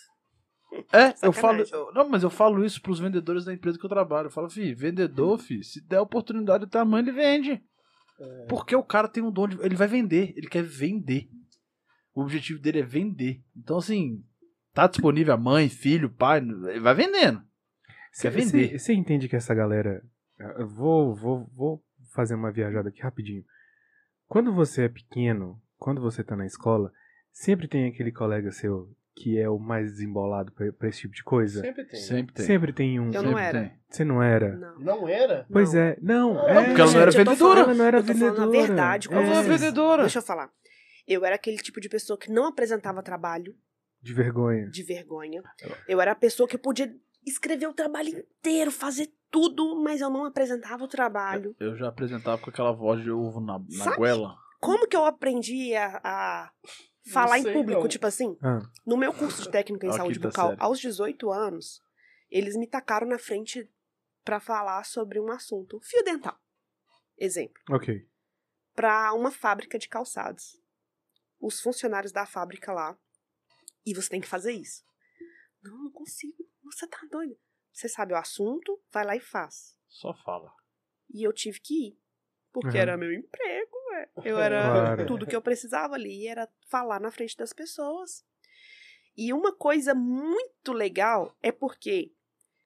Eu falo isso pros vendedores da empresa que eu trabalho. Eu falo, vendedor, se der oportunidade do tamanho, ele vende. Porque o cara tem um dom ele vai vender, ele quer vender. O objetivo dele é vender. Então, assim, tá disponível a mãe, filho, pai, ele vai vendendo. Quer vender. Você entende que essa galera... Eu vou fazer uma viajada aqui rapidinho. Quando você é pequeno, quando você tá na escola, sempre tem aquele colega seu que é o mais desembolado pra esse tipo de coisa? Sempre tem. Eu não era. Você não era? Não era? Pois não. Não. Porque ela não era vendedora. Ela não era vendedora. Falando a verdade. Ela não era vendedora. Deixa eu falar. Eu era aquele tipo de pessoa que não apresentava trabalho. De vergonha. Eu era a pessoa que podia escrever o trabalho inteiro, fazer tudo, mas eu não apresentava o trabalho. Eu já apresentava com aquela voz de ovo na goela. Como que eu aprendi a falar em público, tipo assim? No meu curso de técnica em saúde bucal, aos 18 anos, eles me tacaram na frente pra falar sobre um assunto. Fio dental. Exemplo. Ok. Pra uma fábrica de calçados. Os funcionários da fábrica lá. E você tem que fazer isso. Não consigo. Você tá doido. Você sabe o assunto, vai lá e faz. Só fala. E eu tive que ir. Porque era meu emprego, eu era tudo que eu precisava ali, era falar na frente das pessoas. E uma coisa muito legal é porque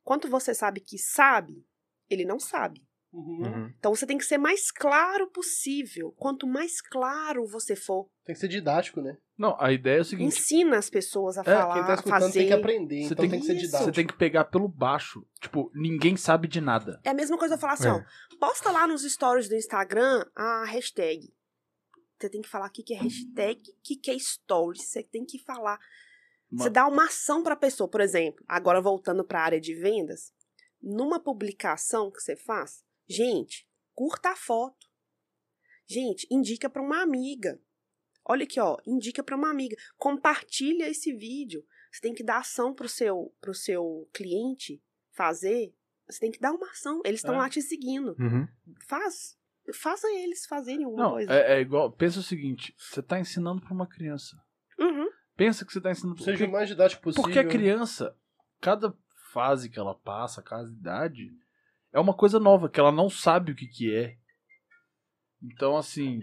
Quanto você sabe que sabe, ele não sabe. Então você tem que ser mais claro possível. Quanto mais claro você for. Tem que ser didático, né? Não, a ideia é o seguinte. Ensina as pessoas a falar, quem tá escutando fazer. tem que aprender, então tem que ser didático. Você tem que pegar pelo baixo. Tipo, ninguém sabe de nada. É a mesma coisa eu falar assim, ó. Posta lá nos stories do Instagram a hashtag. Você tem que falar o que é hashtag, o que é stories. Você tem que falar. Você dá uma ação pra pessoa. Por exemplo, agora voltando pra área de vendas. Numa publicação que você faz, gente, curta a foto. Gente, indica pra uma amiga. Olha aqui, ó, indica pra uma amiga. Compartilha esse vídeo. Você tem que dar ação pro seu cliente fazer. Você tem que dar uma ação. Eles estão lá te seguindo. Faça eles fazerem alguma coisa. É igual, pensa o seguinte, você tá ensinando pra uma criança. Pensa que você tá ensinando pra seja o mais didático possível. Porque a criança, cada fase que ela passa, cada idade, é uma coisa nova, que ela não sabe o que é. Então, assim...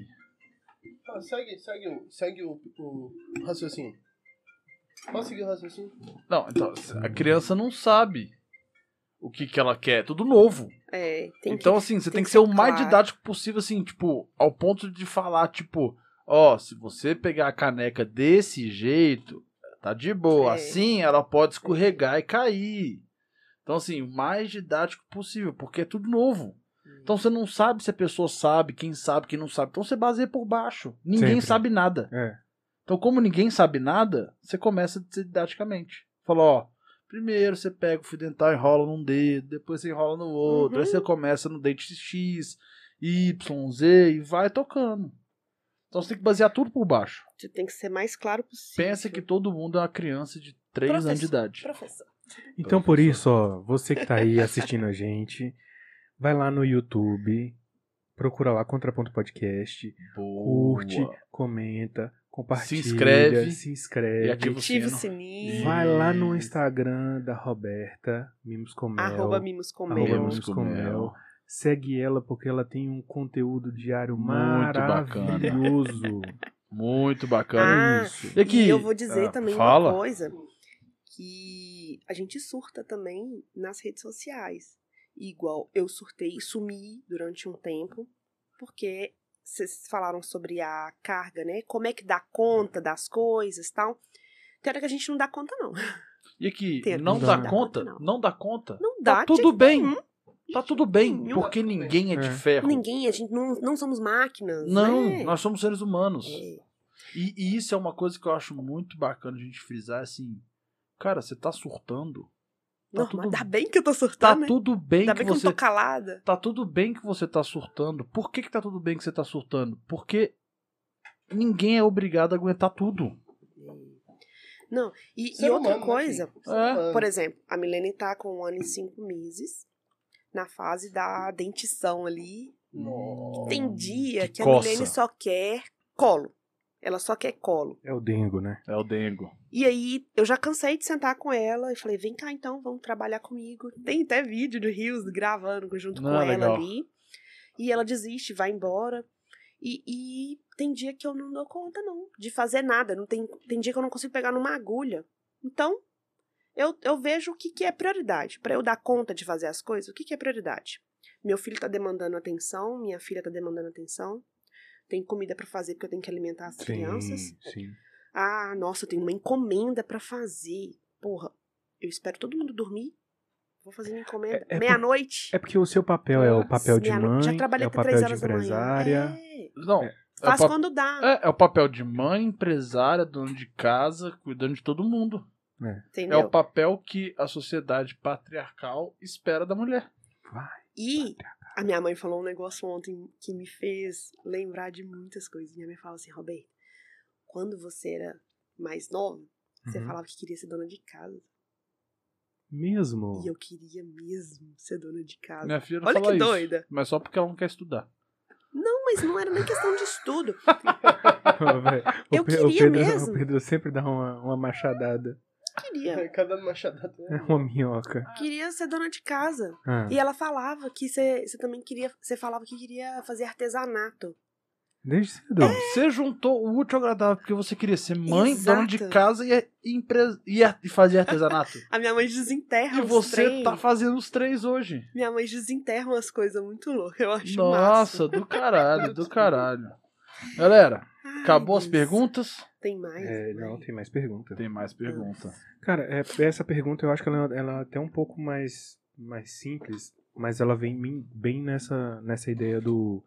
Segue o raciocínio. Posso seguir o raciocínio? Não, então, a criança não sabe o que ela quer, é tudo novo. Então, assim, você tem que ser o mais didático possível, assim, tipo, ao ponto de falar, tipo, ó, se você pegar a caneca desse jeito, tá de boa. Assim, ela pode escorregar e cair. Então, assim, o mais didático possível, porque é tudo novo. Então você não sabe se a pessoa sabe, quem não sabe. Então você baseia por baixo. Ninguém sabe nada. Então, como ninguém sabe nada, você começa a dizer didaticamente. Fala, ó, primeiro você pega o fio dental e enrola num dedo, depois você enrola no outro, aí você começa no dente X, Y, Z e vai tocando. Então você tem que basear tudo por baixo. Você tem que ser mais claro possível. Pensa que todo mundo é uma criança de 3 anos de idade. Então, por isso, ó, você que tá aí assistindo a gente, vai lá no YouTube, procura lá Contraponto Podcast, curte, comenta, compartilha, se inscreve e ativa o sininho. Vai lá no Instagram da Roberta, Mimos com Mel, @mimoscommel. Segue ela porque ela tem um conteúdo diário maravilhoso. Muito bacana. Isso. E eu vou dizer também uma coisa, que a gente surta também nas redes sociais. Igual eu surtei e sumi durante um tempo, porque vocês falaram sobre a carga, né? Como é que dá conta das coisas e tal. Tem hora que a gente não dá conta, não. E aqui, não dá conta? Não dá conta? Não dá. Tá tudo bem. Tá tudo bem, porque ninguém é de ferro. Ninguém, a gente não somos máquinas. Não, né? Nós somos seres humanos. E isso é uma coisa que eu acho muito bacana a gente frisar, assim, cara, você tá surtando. Tá não, mas ainda bem que eu tô surtando. Tá tudo bem ainda que bem que você... eu não tô calada. Tá tudo bem que você tá surtando. Por que tá tudo bem que você tá surtando? Porque ninguém é obrigado a aguentar tudo. Não, e outra coisa, por exemplo, a Milene tá com 1 ano e 5 meses, na fase da dentição ali. Tem dia que a Milene só quer colo. Ela só quer colo. É o dengo, né? É o dengo. E aí, eu já cansei de sentar com ela e falei, vem cá então, vamos trabalhar comigo. Tem até vídeo do Rios gravando junto com ela legal. Ali. E ela desiste, vai embora. E tem dia que eu não dou conta, não, de fazer nada. Tem dia que eu não consigo pegar numa agulha. Então, eu vejo o que é prioridade. Pra eu dar conta de fazer as coisas, o que é prioridade? Meu filho tá demandando atenção, minha filha tá demandando atenção. Tem comida pra fazer porque eu tenho que alimentar as crianças. Sim. Ah, nossa, eu tenho uma encomenda pra fazer. Porra, eu espero todo mundo dormir. Vou fazer minha encomenda. Meia-noite. É porque o seu papel é o papel de mãe, já trabalhei é o papel de empresária. Não, faz quando dá. É o papel de mãe, empresária, dona de casa, cuidando de todo mundo. Entendeu? É o papel que a sociedade patriarcal espera da mulher. E a minha mãe falou um negócio ontem que me fez lembrar de muitas coisas. Minha mãe fala assim, Roberto, quando você era mais nova, você falava que queria ser dona de casa. Mesmo? E eu queria mesmo ser dona de casa. Minha filha não Olha fala que isso, doida. mas só porque ela não quer estudar. Não, mas não era nem questão de estudo. Eu queria mesmo. O Pedro sempre dá uma machadada. Queria. Cada machadada. É uma minhoca. Queria ser dona de casa. E ela falava que você também queria... Você falava que queria fazer artesanato. Desde cedo. Você juntou o útil ao agradável, porque você queria ser mãe, Exato. dona de casa e fazer artesanato. A minha mãe desenterra E os você trem. tá fazendo os 3 hoje. Minha mãe desenterra umas coisas muito loucas, eu acho Nossa, massa. do caralho, do caralho. Galera, Ai, acabou as Deus. perguntas? Tem mais? Não, tem mais pergunta. Tem mais pergunta. Cara, essa pergunta eu acho que ela é até um pouco mais simples, mas ela vem bem nessa ideia do...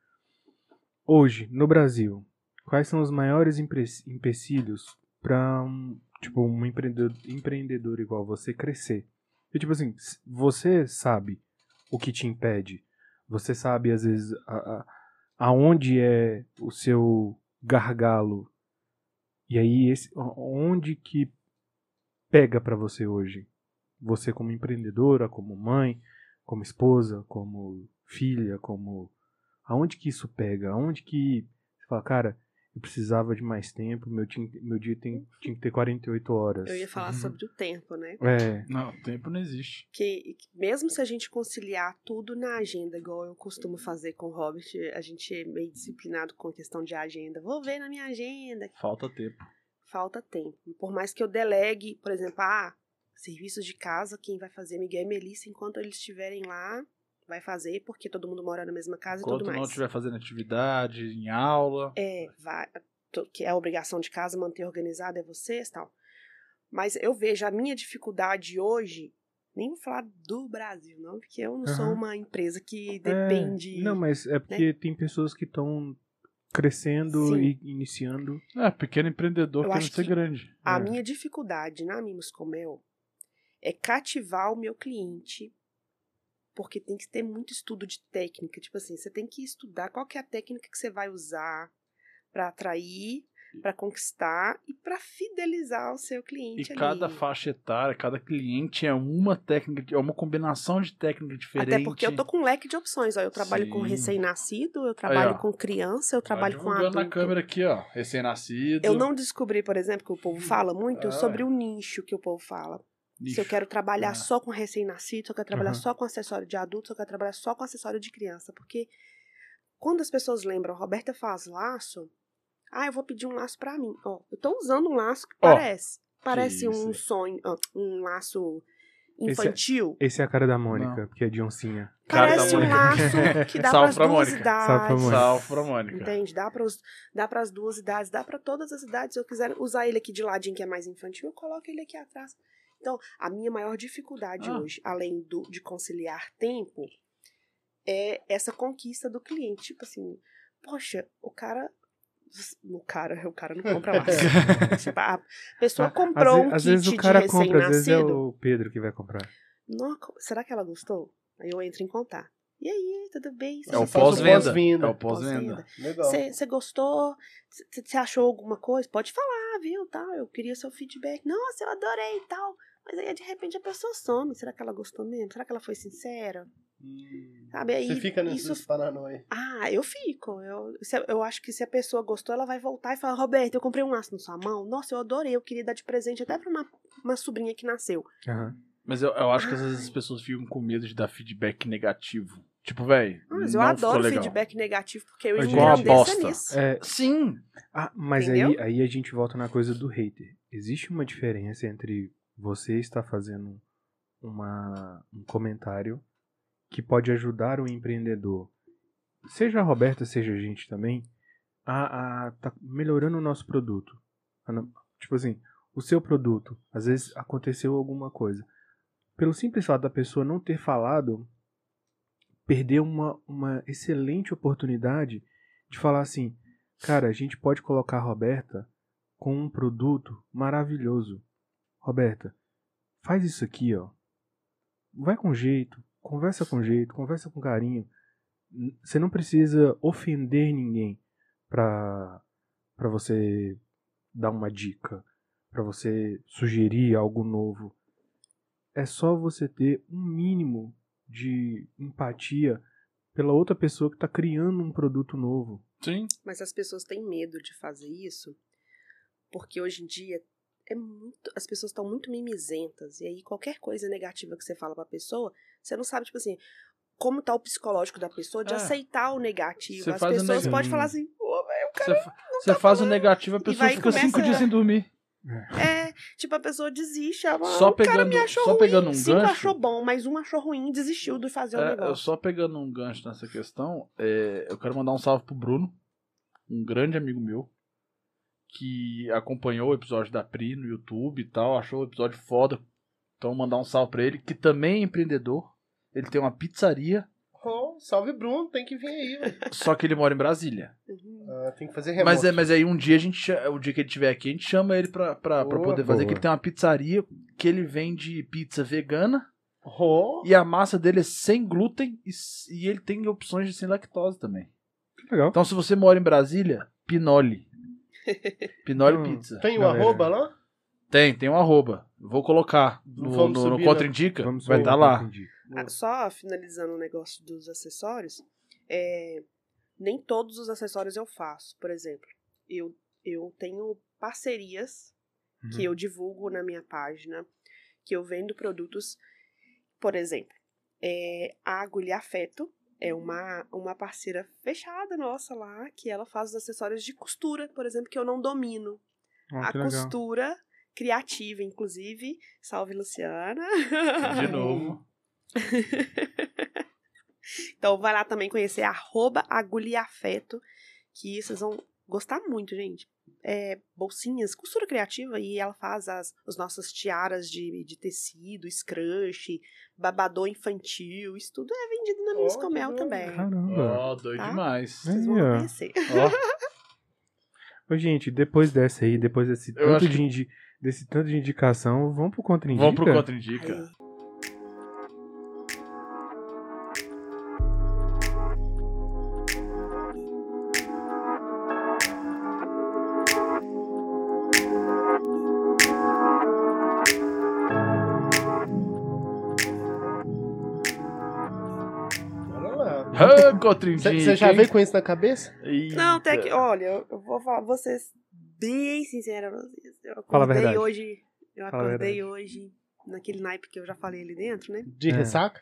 Hoje, no Brasil, quais são os maiores empecilhos para um empreendedor igual você crescer? E tipo assim, você sabe o que te impede, você sabe às vezes aonde é o seu gargalo, e aí onde que pega para você hoje? Você como empreendedora, como mãe, como esposa, como filha, aonde que isso pega? Aonde que você fala, cara, eu precisava de mais tempo, meu dia tinha que ter 48 horas. Eu ia falar sobre o tempo, né? Não, tempo não existe. Que mesmo se a gente conciliar tudo na agenda, igual eu costumo fazer com o Robert, a gente é meio disciplinado com a questão de agenda. Vou ver na minha agenda. Falta tempo. Falta tempo. Por mais que eu delegue, por exemplo, serviços de casa, quem vai fazer Miguel e Melissa enquanto eles estiverem lá, vai fazer, porque todo mundo mora na mesma casa Enquanto e tudo mais. não estiver fazendo atividade, em aula. Vai, que é a obrigação de casa, manter organizado, é vocês e tal. Mas eu vejo a minha dificuldade hoje, nem vou falar do Brasil, não, porque eu não sou uma empresa que depende... Não, mas é porque tem pessoas que estão crescendo e iniciando. Pequeno empreendedor querendo ser grande. A minha dificuldade na Mimos com Mel é cativar o meu cliente, porque tem que ter muito estudo de técnica. Tipo assim, você tem que estudar qual que é a técnica que você vai usar para atrair, para conquistar e para fidelizar o seu cliente. E cada faixa etária, cada cliente é uma técnica, é uma combinação de técnica diferente. Até porque eu tô com um leque de opções. Ó, eu trabalho com recém-nascido, eu trabalho com criança, eu trabalho com adulto. Na câmera aqui, ó, recém-nascido. Eu não descobri, por exemplo, que o povo fala muito sobre o nicho que o povo fala. Se eu quero trabalhar só com recém-nascido, se eu quero trabalhar só com acessório de adulto, se eu quero trabalhar só com acessório de criança. Porque quando as pessoas lembram, Roberta faz laço, eu vou pedir um laço pra mim. Ó, eu tô usando um laço que parece um sonho, um laço infantil. Esse é a cara da Mônica, que é de oncinha. Parece um laço que dá pras duas idades. Salve pra Mônica. Entende? Dá pras duas idades, dá pra todas as idades. Se eu quiser usar ele aqui de ladinho, que é mais infantil, eu coloco ele aqui atrás. Então, a minha maior dificuldade hoje, além de conciliar tempo, é essa conquista do cliente. Tipo assim, poxa, o cara não compra lá. Tipo, a pessoa comprou um kit de recém-nascido. Às vezes o cara compra, às vezes é o Pedro que vai comprar. Será que ela gostou? Aí eu entro em contato. E aí, tudo bem? É o pós-venda. É o pós-venda. Você gostou? Você achou alguma coisa? Pode falar, viu? Tal. Eu queria seu feedback. Nossa, eu adorei e tal. Mas aí, de repente, a pessoa some. Será que ela gostou mesmo? Será que ela foi sincera? Sabe? Aí, você fica nesse paranoia. Eu fico. Eu acho que se a pessoa gostou, ela vai voltar e falar: Roberto, eu comprei um laço na sua mão. Nossa, eu adorei. Eu queria dar de presente até pra uma sobrinha que nasceu. Mas eu acho que às vezes as pessoas ficam com medo de dar feedback negativo. Tipo, velho. Mas eu adoro feedback negativo porque eu engrandeço nisso. Sim. Mas aí a gente volta na coisa do hater. Existe uma diferença entre você estar fazendo um comentário que pode ajudar o empreendedor, seja a Roberta, seja a gente também, a tá melhorando o nosso produto. Tipo assim, o seu produto, às vezes aconteceu alguma coisa. Pelo simples fato da pessoa não ter falado, perdeu uma excelente oportunidade de falar assim, cara, a gente pode colocar a Roberta com um produto maravilhoso. Roberta, faz isso aqui, ó. Vai com jeito, conversa com carinho. Você não precisa ofender ninguém pra você dar uma dica, pra você sugerir algo novo. É só você ter um mínimo de empatia pela outra pessoa que tá criando um produto novo. Sim. Mas as pessoas têm medo de fazer isso porque hoje em dia as pessoas estão muito mimizentas, e aí qualquer coisa negativa que você fala pra pessoa, você não sabe, tipo assim, como tá o psicológico da pessoa de aceitar o negativo. As pessoas podem falar assim, Você faz o negativo, a pessoa fica 5 dias sem dormir. Tipo, a pessoa desiste. Ela, Só o cara me achou ruim. pegando um 5 gancho. achou bom, mas um achou ruim e desistiu de fazer o negócio. Só pegando um gancho nessa questão, eu quero mandar um salve pro Bruno, um grande amigo meu, que acompanhou o episódio da Pri no YouTube e tal, achou o episódio foda. Então, mandar um salve pra ele, que também é empreendedor. Ele tem uma pizzaria. Salve, Bruno, tem que vir aí, velho. Só que ele mora em Brasília. Tem que fazer remoto. Mas aí um dia o dia que ele estiver aqui, a gente chama ele pra poder fazer, que ele tem uma pizzaria que ele vende pizza vegana. E a massa dele é sem glúten e ele tem opções de sem lactose também. Legal. Então, se você mora em Brasília, Pinoli. Pinoli Pizza. Tem um arroba lá? Tem um arroba. Vou colocar no Contraindica. Vai estar lá. Só finalizando o negócio dos acessórios, nem todos os acessórios eu faço. Por exemplo, eu tenho parcerias que eu divulgo na minha página, que eu vendo produtos. Por exemplo, a Agulha Afeto é uma parceira fechada nossa lá, que ela faz os acessórios de costura, por exemplo, que eu não domino. A costura criativa, inclusive. Salve, Luciana! De novo. Então vai lá também conhecer @agulhaafeto, que vocês vão gostar muito, gente. Bolsinhas, costura criativa, e ela faz as nossas tiaras de tecido, scrunch, babador infantil, isso tudo é vendido na Miss Comel também. Caramba. Doido demais. Vocês vão conhecer. Ô, gente, depois dessa aí, depois desse tanto de indicação, vamos pro Contraindica? Vamos pro Contraindica. Você já veio com isso na cabeça? Eita. Não, até que, olha, eu vou falar, vocês bem sincera, eu Fala a acordei verdade. hoje, naquele naipe que eu já falei ali dentro, né? De ressaca?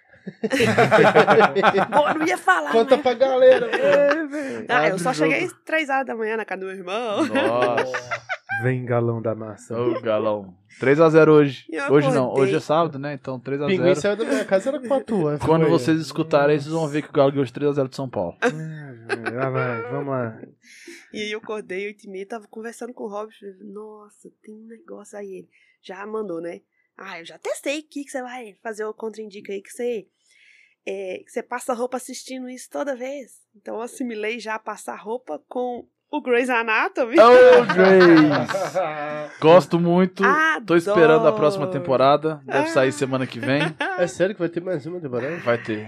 Bom, eu não ia falar, Conta né? pra galera. Eu só cheguei 3 horas da manhã na casa do meu irmão. Nossa. Vem, galão da massa. Ô, galão. 3x0 hoje. Hoje não, acordei. hoje é sábado, né? Então 3x0. Pinguim saiu da minha casa, era 4 anos. Quando vocês escutarem, vocês vão ver que o Galo ganhou 3x0 de São Paulo. Vai, vamos lá. E aí eu acordei 8h30, tava conversando com o Robert, nossa, tem um negócio aí. Ele já mandou, né? Eu já testei, o que você vai fazer o Contraindica aí, que você passa roupa assistindo isso toda vez. Então eu assimilei já passar roupa com o Grey's Anatomy. Grace! Gosto muito. Adoro. Tô esperando a próxima temporada. Deve sair semana que vem. É sério que vai ter mais uma temporada? Vai ter.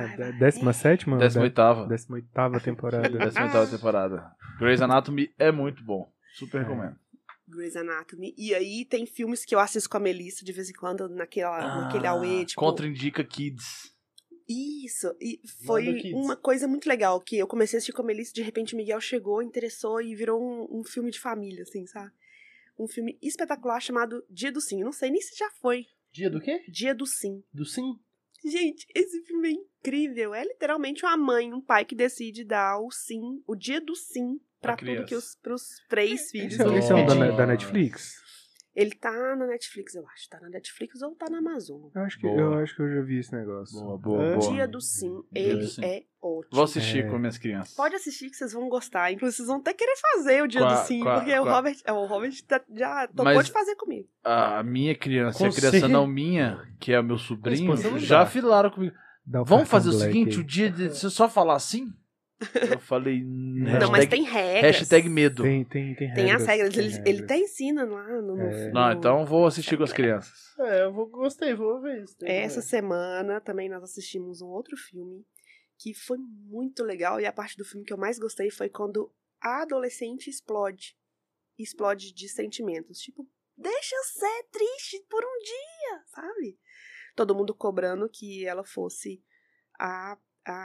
17ª? 18ª. 18ª temporada. 18ª temporada. Grey's Anatomy é muito bom. Super recomendo. Grey's Anatomy. E aí tem filmes que eu assisto com a Melissa de vez em quando, naquele auê, tipo... Contraindica Kids. Isso, e foi uma coisa muito legal, que eu comecei a assistir com a Melissa, de repente o Miguel chegou, interessou e virou um filme de família, assim, sabe? Um filme espetacular chamado Dia do Sim. Eu não sei nem se já foi. Dia do quê? Dia do Sim. Do Sim? Gente, esse filme é incrível. É literalmente uma mãe, um pai que decide dar o sim, o dia do sim, pra tudo que pros 3 filhos. Esse é um da Netflix? Ele tá na Netflix, eu acho. Tá na Netflix ou tá na Amazon. Eu acho que eu já vi esse negócio. Boa. Dia do Sim, ele é ótimo. Vou assistir com minhas crianças. Pode assistir que vocês vão gostar. Inclusive, vocês vão até querer fazer o Dia do Sim, porque o Robert já topou de fazer comigo. A minha criança, a criança não minha, que é o meu sobrinho, já filaram comigo. Vamos fazer o seguinte, o dia de você só falar assim? Eu falei... Não, mas tem regras. Hashtag medo. Tem as regras. Ele até ensina lá no Não, então vou assistir com as crianças. Eu gostei, vou ver isso. Essa semana também nós assistimos um outro filme que foi muito legal. E a parte do filme que eu mais gostei foi quando a adolescente explode. Explode de sentimentos. Tipo, deixa eu ser triste por um dia, sabe? Todo mundo cobrando que ela fosse a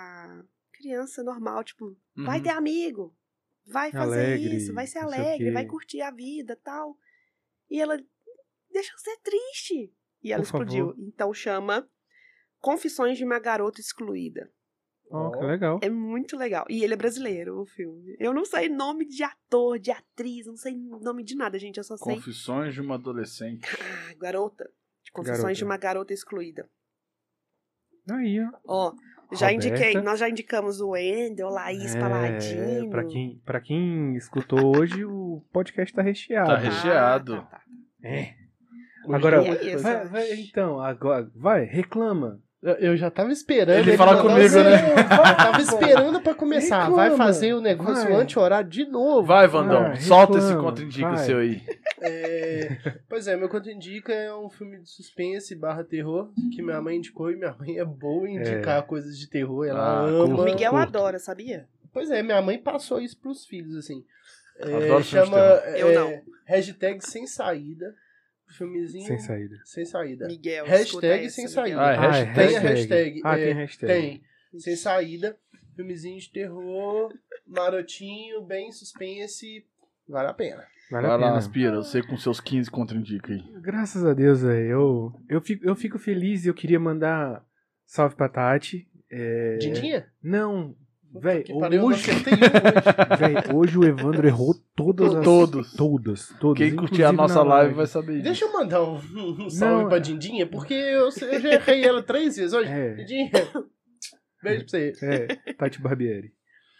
criança normal, tipo, vai ter amigo, vai fazer alegre, isso, vai ser alegre, vai curtir a vida, tal. E ela, deixa eu ser triste. E ela explodiu. Então chama Confissões de uma Garota Excluída. Ó, que legal. É muito legal. E ele é brasileiro, o filme. Eu não sei nome de ator, de atriz, não sei nome de nada, gente. Eu só sei... Confissões de uma Adolescente. Garota. Confissões de uma Garota Excluída. Aí, ó. Ó, nós já indicamos o Wendel, Laís Paladino. Pra quem escutou hoje, o podcast tá recheado. Tá recheado. Tá. Agora, é isso, vai, reclama. Eu já tava esperando. Ele fala comigo, né? Tava esperando pra começar. Reclama. Vai fazer o negócio anti-horário de novo. Vai, Vandão. Solta esse contra-indica seu aí. Pois é, meu contra-indica é um filme de suspense / terror que minha mãe indicou e minha mãe é boa em indicar coisas de terror. Ela ama. O Miguel adora, sabia? Pois é, minha mãe passou isso pros filhos, assim. Adoro chama Eu não. hashtag Sem Saída. Filmezinho. Sem saída. Miguel, Hashtag Sem Saída. Tem a hashtag. Tem hashtag. Tem. Sem Saída. Filmezinho de terror, marotinho, bem suspense. Vale a pena. Vai lá, Aspira. Você com seus 15 contra-indica aí. Graças a Deus, velho. Eu fico feliz e eu queria mandar salve pra Tati. Dindinha? Não. Véi, hoje o Evandro errou todas. Quem curtir a nossa live vai saber disso. Deixa eu mandar um salve pra Dindinha, porque eu já errei ela 3 vezes hoje. Dindinha, beijo pra você. Tati Barbieri.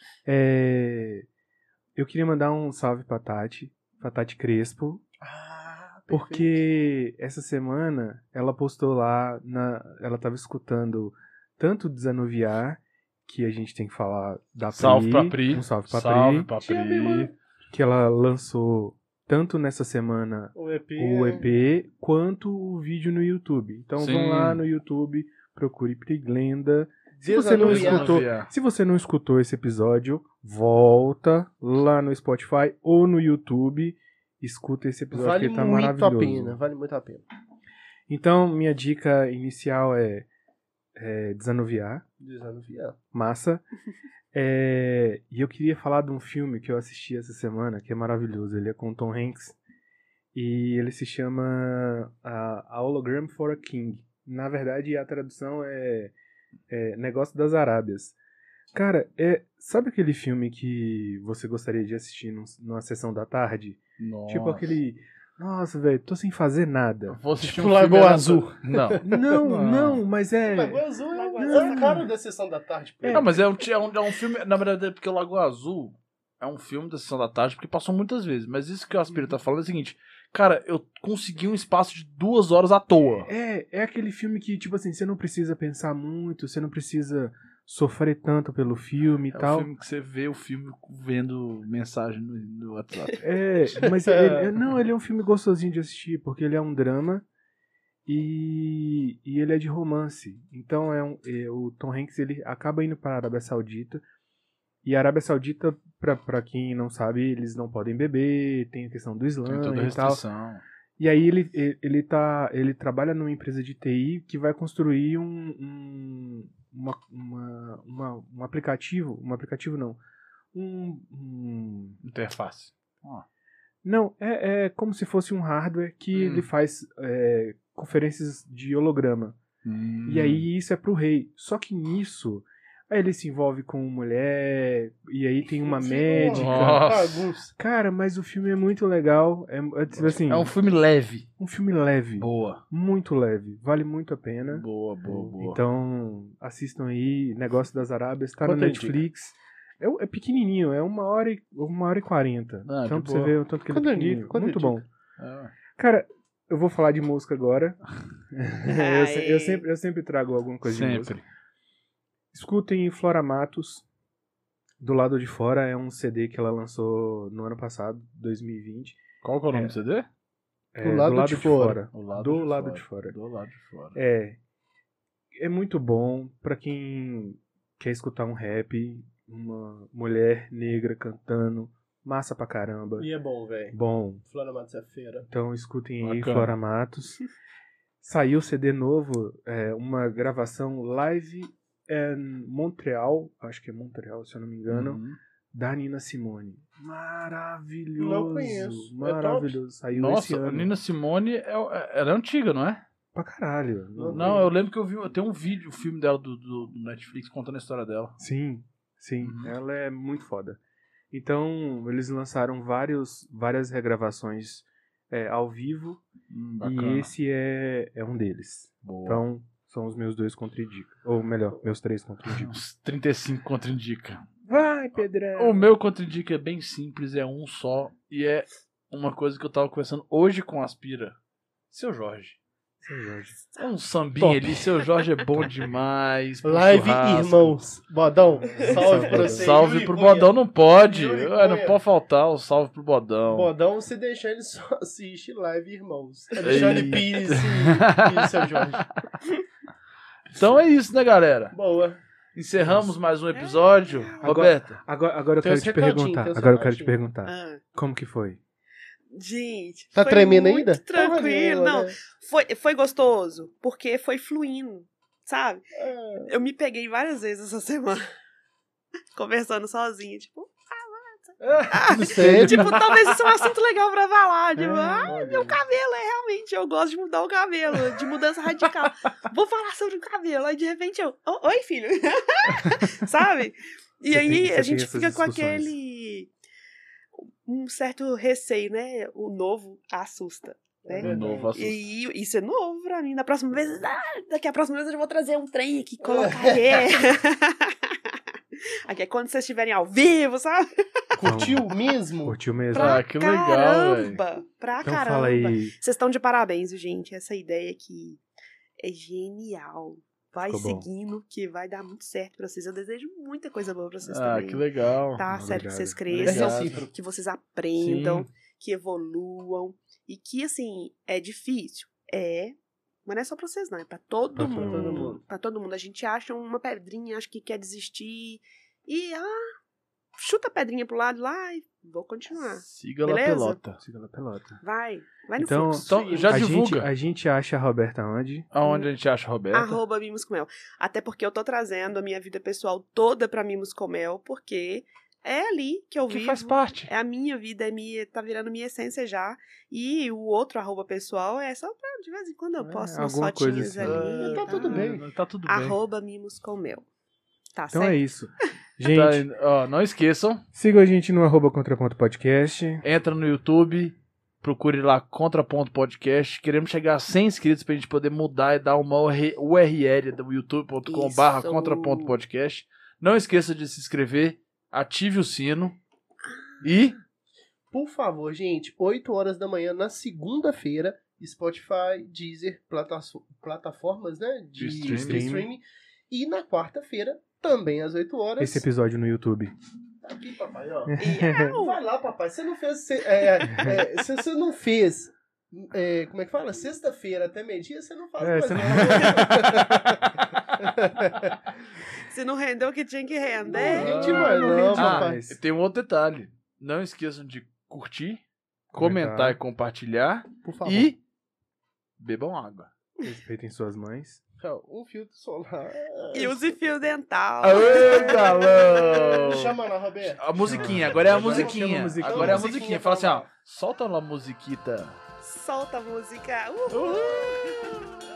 Eu queria mandar um salve pra Tati Crespo. Porque essa semana ela postou lá, ela tava escutando tanto Desanuviar, que a gente tem que falar da Salve pra Pri. Um salve pra Pri. Que ela lançou tanto nessa semana o EP quanto o vídeo no YouTube. Então vão lá no YouTube, procure Pri Glenda. Se você não escutou esse episódio, volta lá no Spotify ou no YouTube, escuta esse episódio que ele tá maravilhoso. Vale muito a pena. Então, minha dica inicial é Desanuviar. Massa. E eu queria falar de um filme que eu assisti essa semana, que é maravilhoso. Ele é com Tom Hanks. E ele se chama A Hologram for a King. Na verdade, a tradução é Negócio das Arábias. Cara, sabe aquele filme que você gostaria de assistir numa sessão da tarde? Nossa. Tipo aquele... Nossa, velho, tô sem fazer nada. Vou assistir tipo Lagoa Azul. Não, mas é... Lagoa Azul é o cara da Sessão da Tarde. Não, mas é um filme... Na verdade, é porque o Lagoa Azul é um filme da Sessão da Tarde, porque passou muitas vezes. Mas isso que o Aspira tá falando é o seguinte... Cara, eu consegui um espaço de 2 horas à toa. É aquele filme que, tipo assim, você não precisa pensar muito, você não precisa sofrer tanto pelo filme e tal. É o filme que você vê o filme vendo mensagem no WhatsApp. Mas ele é um filme gostosinho de assistir, porque ele é um drama e ele é de romance. Então o Tom Hanks ele acaba indo para a Arábia Saudita. E a Arábia Saudita, pra quem não sabe, eles não podem beber, tem a questão do Islã tem toda e tal. E aí ele trabalha numa empresa de TI que vai construir um aplicativo não, interface. Não, é como se fosse um hardware que ele faz conferências de holograma. E aí isso é pro rei. Só que nisso... Aí ele se envolve com mulher, e aí tem uma médica. Nossa. Cara, mas o filme é muito legal. Assim, é um filme leve. Um filme leve. Boa. Muito leve. Vale muito a pena. Boa. Então, assistam aí. Negócio das Arábias. Tá no Netflix. É pequenininho. É 1h40. Então, pra você ver o tanto que ele é pequenininho. Muito bom. Cara, eu vou falar de música agora. eu sempre trago alguma coisa de música. Escutem Flora Matos, Do Lado de Fora, é um CD que ela lançou no ano passado, 2020. Qual que é o nome do CD? Do Lado de Fora. Do Lado de Fora. É muito bom pra quem quer escutar um rap, uma mulher negra cantando, massa pra caramba. E é bom, velho. Bom. Flora Matos é feira. Então escutem aí Flora Matos. Saiu CD novo, uma gravação live em Montreal, acho que é Montreal, se eu não me engano, da Nina Simone. Maravilhoso. Não conheço. Maravilhoso. Saiu Nossa, esse ano. A Nina Simone, ela é antiga, não é? Pra caralho. Não, eu lembro que eu tenho um filme dela do Netflix contando a história dela. Sim. Ela é muito foda. Então, eles lançaram várias regravações ao vivo. Bacana. E esse é um deles. Boa. Então, são os meus 2 contraindica. Ou melhor, meus 3 contraindica. Uns 35 contraindica. Vai, Pedrão! O meu contraindica é bem simples, é um só. E é uma coisa que eu tava conversando hoje com o Aspira. Seu Jorge. É um sambinha ali, Seu Jorge é bom demais. Live churrasco. Irmãos. Bodão, salve pra você. Salve pro Bodão, não pode. Não pode faltar o salve pro Bodão. Bodão, se deixar, ele só assiste Live Irmãos. Alexandre Pires e Seu Jorge. Então é isso, né, galera? Boa. Encerramos mais um episódio. Roberta. Agora eu quero te perguntar. Como que foi? Gente, tá tremendo ainda? Tranquilo, não. Né? Foi gostoso, porque foi fluindo, sabe? Eu me peguei várias vezes essa semana, conversando sozinha, tipo... tipo, talvez isso é um assunto legal pra falar. Tipo, meu cabelo, realmente, eu gosto de mudar o cabelo, de mudança radical. Vou falar sobre o cabelo. Aí, de repente, oi, filho. Sabe? E aí, a gente fica com aquele... um certo receio, né? O novo assusta. Né? O novo assusta. E isso é novo pra mim. Da próxima vez, daqui a próxima vez eu já vou trazer um trem aqui, colocar aqui é quando vocês estiverem ao vivo, sabe? Curtiu mesmo? Curtiu mesmo. Que legal, velho. Pra então caramba. Fala aí. Vocês estão de parabéns, gente. Essa ideia aqui é genial. Vai seguindo, que vai dar muito certo pra vocês. Eu desejo muita coisa boa pra vocês também. Que legal. Tá? Sério, que vocês cresçam, que vocês aprendam, que evoluam. E que, assim, é difícil. Mas não é só pra vocês, não. É pra todo mundo. Pra todo mundo. A gente acha uma pedrinha, acha que quer desistir. E, chuta a pedrinha pro lado lá e vou continuar. Siga lá pelota. Vai no então, fluxo. Então, já divulga. A gente acha a Roberta onde? Aonde a gente acha a Roberta? @Mimos com Mel. Até porque eu tô trazendo a minha vida pessoal toda pra Mimos com Mel, porque é ali que eu vivo. Que faz parte. É a minha vida, tá virando minha essência já. E o outro @pessoal é só pra, de vez em quando eu posto umas fotinhas assim. ali. Tá tudo bem. Tá tudo bem. @Mimos com Mel. Tá então certo? É isso. Gente, não esqueçam. Sigam a gente no @Contraponto Podcast. Entra no YouTube, procure lá Contraponto Podcast. Queremos chegar a 100 inscritos pra gente poder mudar e dar uma URL do youtube.com/Contraponto Podcast. Não esqueça de se inscrever, ative o sino e... Por favor, gente, 8 horas da manhã na segunda-feira, Spotify, Deezer, plataformas, né, de streaming. E na quarta-feira, também às 8 horas. Esse episódio no YouTube. Tá aqui, papai, ó. Vai lá, papai. Você não fez... Você não fez... como é que fala? Sexta-feira até meio-dia, você não faz mais nada. Se não rendeu o que tinha que render. Não, papai. Tem um outro detalhe. Não esqueçam de curtir, comentar e compartilhar. Por favor. E bebam água. Respeitem suas mães. Um filtro solar. E use fio dental. Aê, galão! Chama lá, Roberto. A musiquinha, agora é a musiquinha. Agora é a musiquinha. Fala assim, ó. Solta lá a musiquita. Solta a música. Uhul!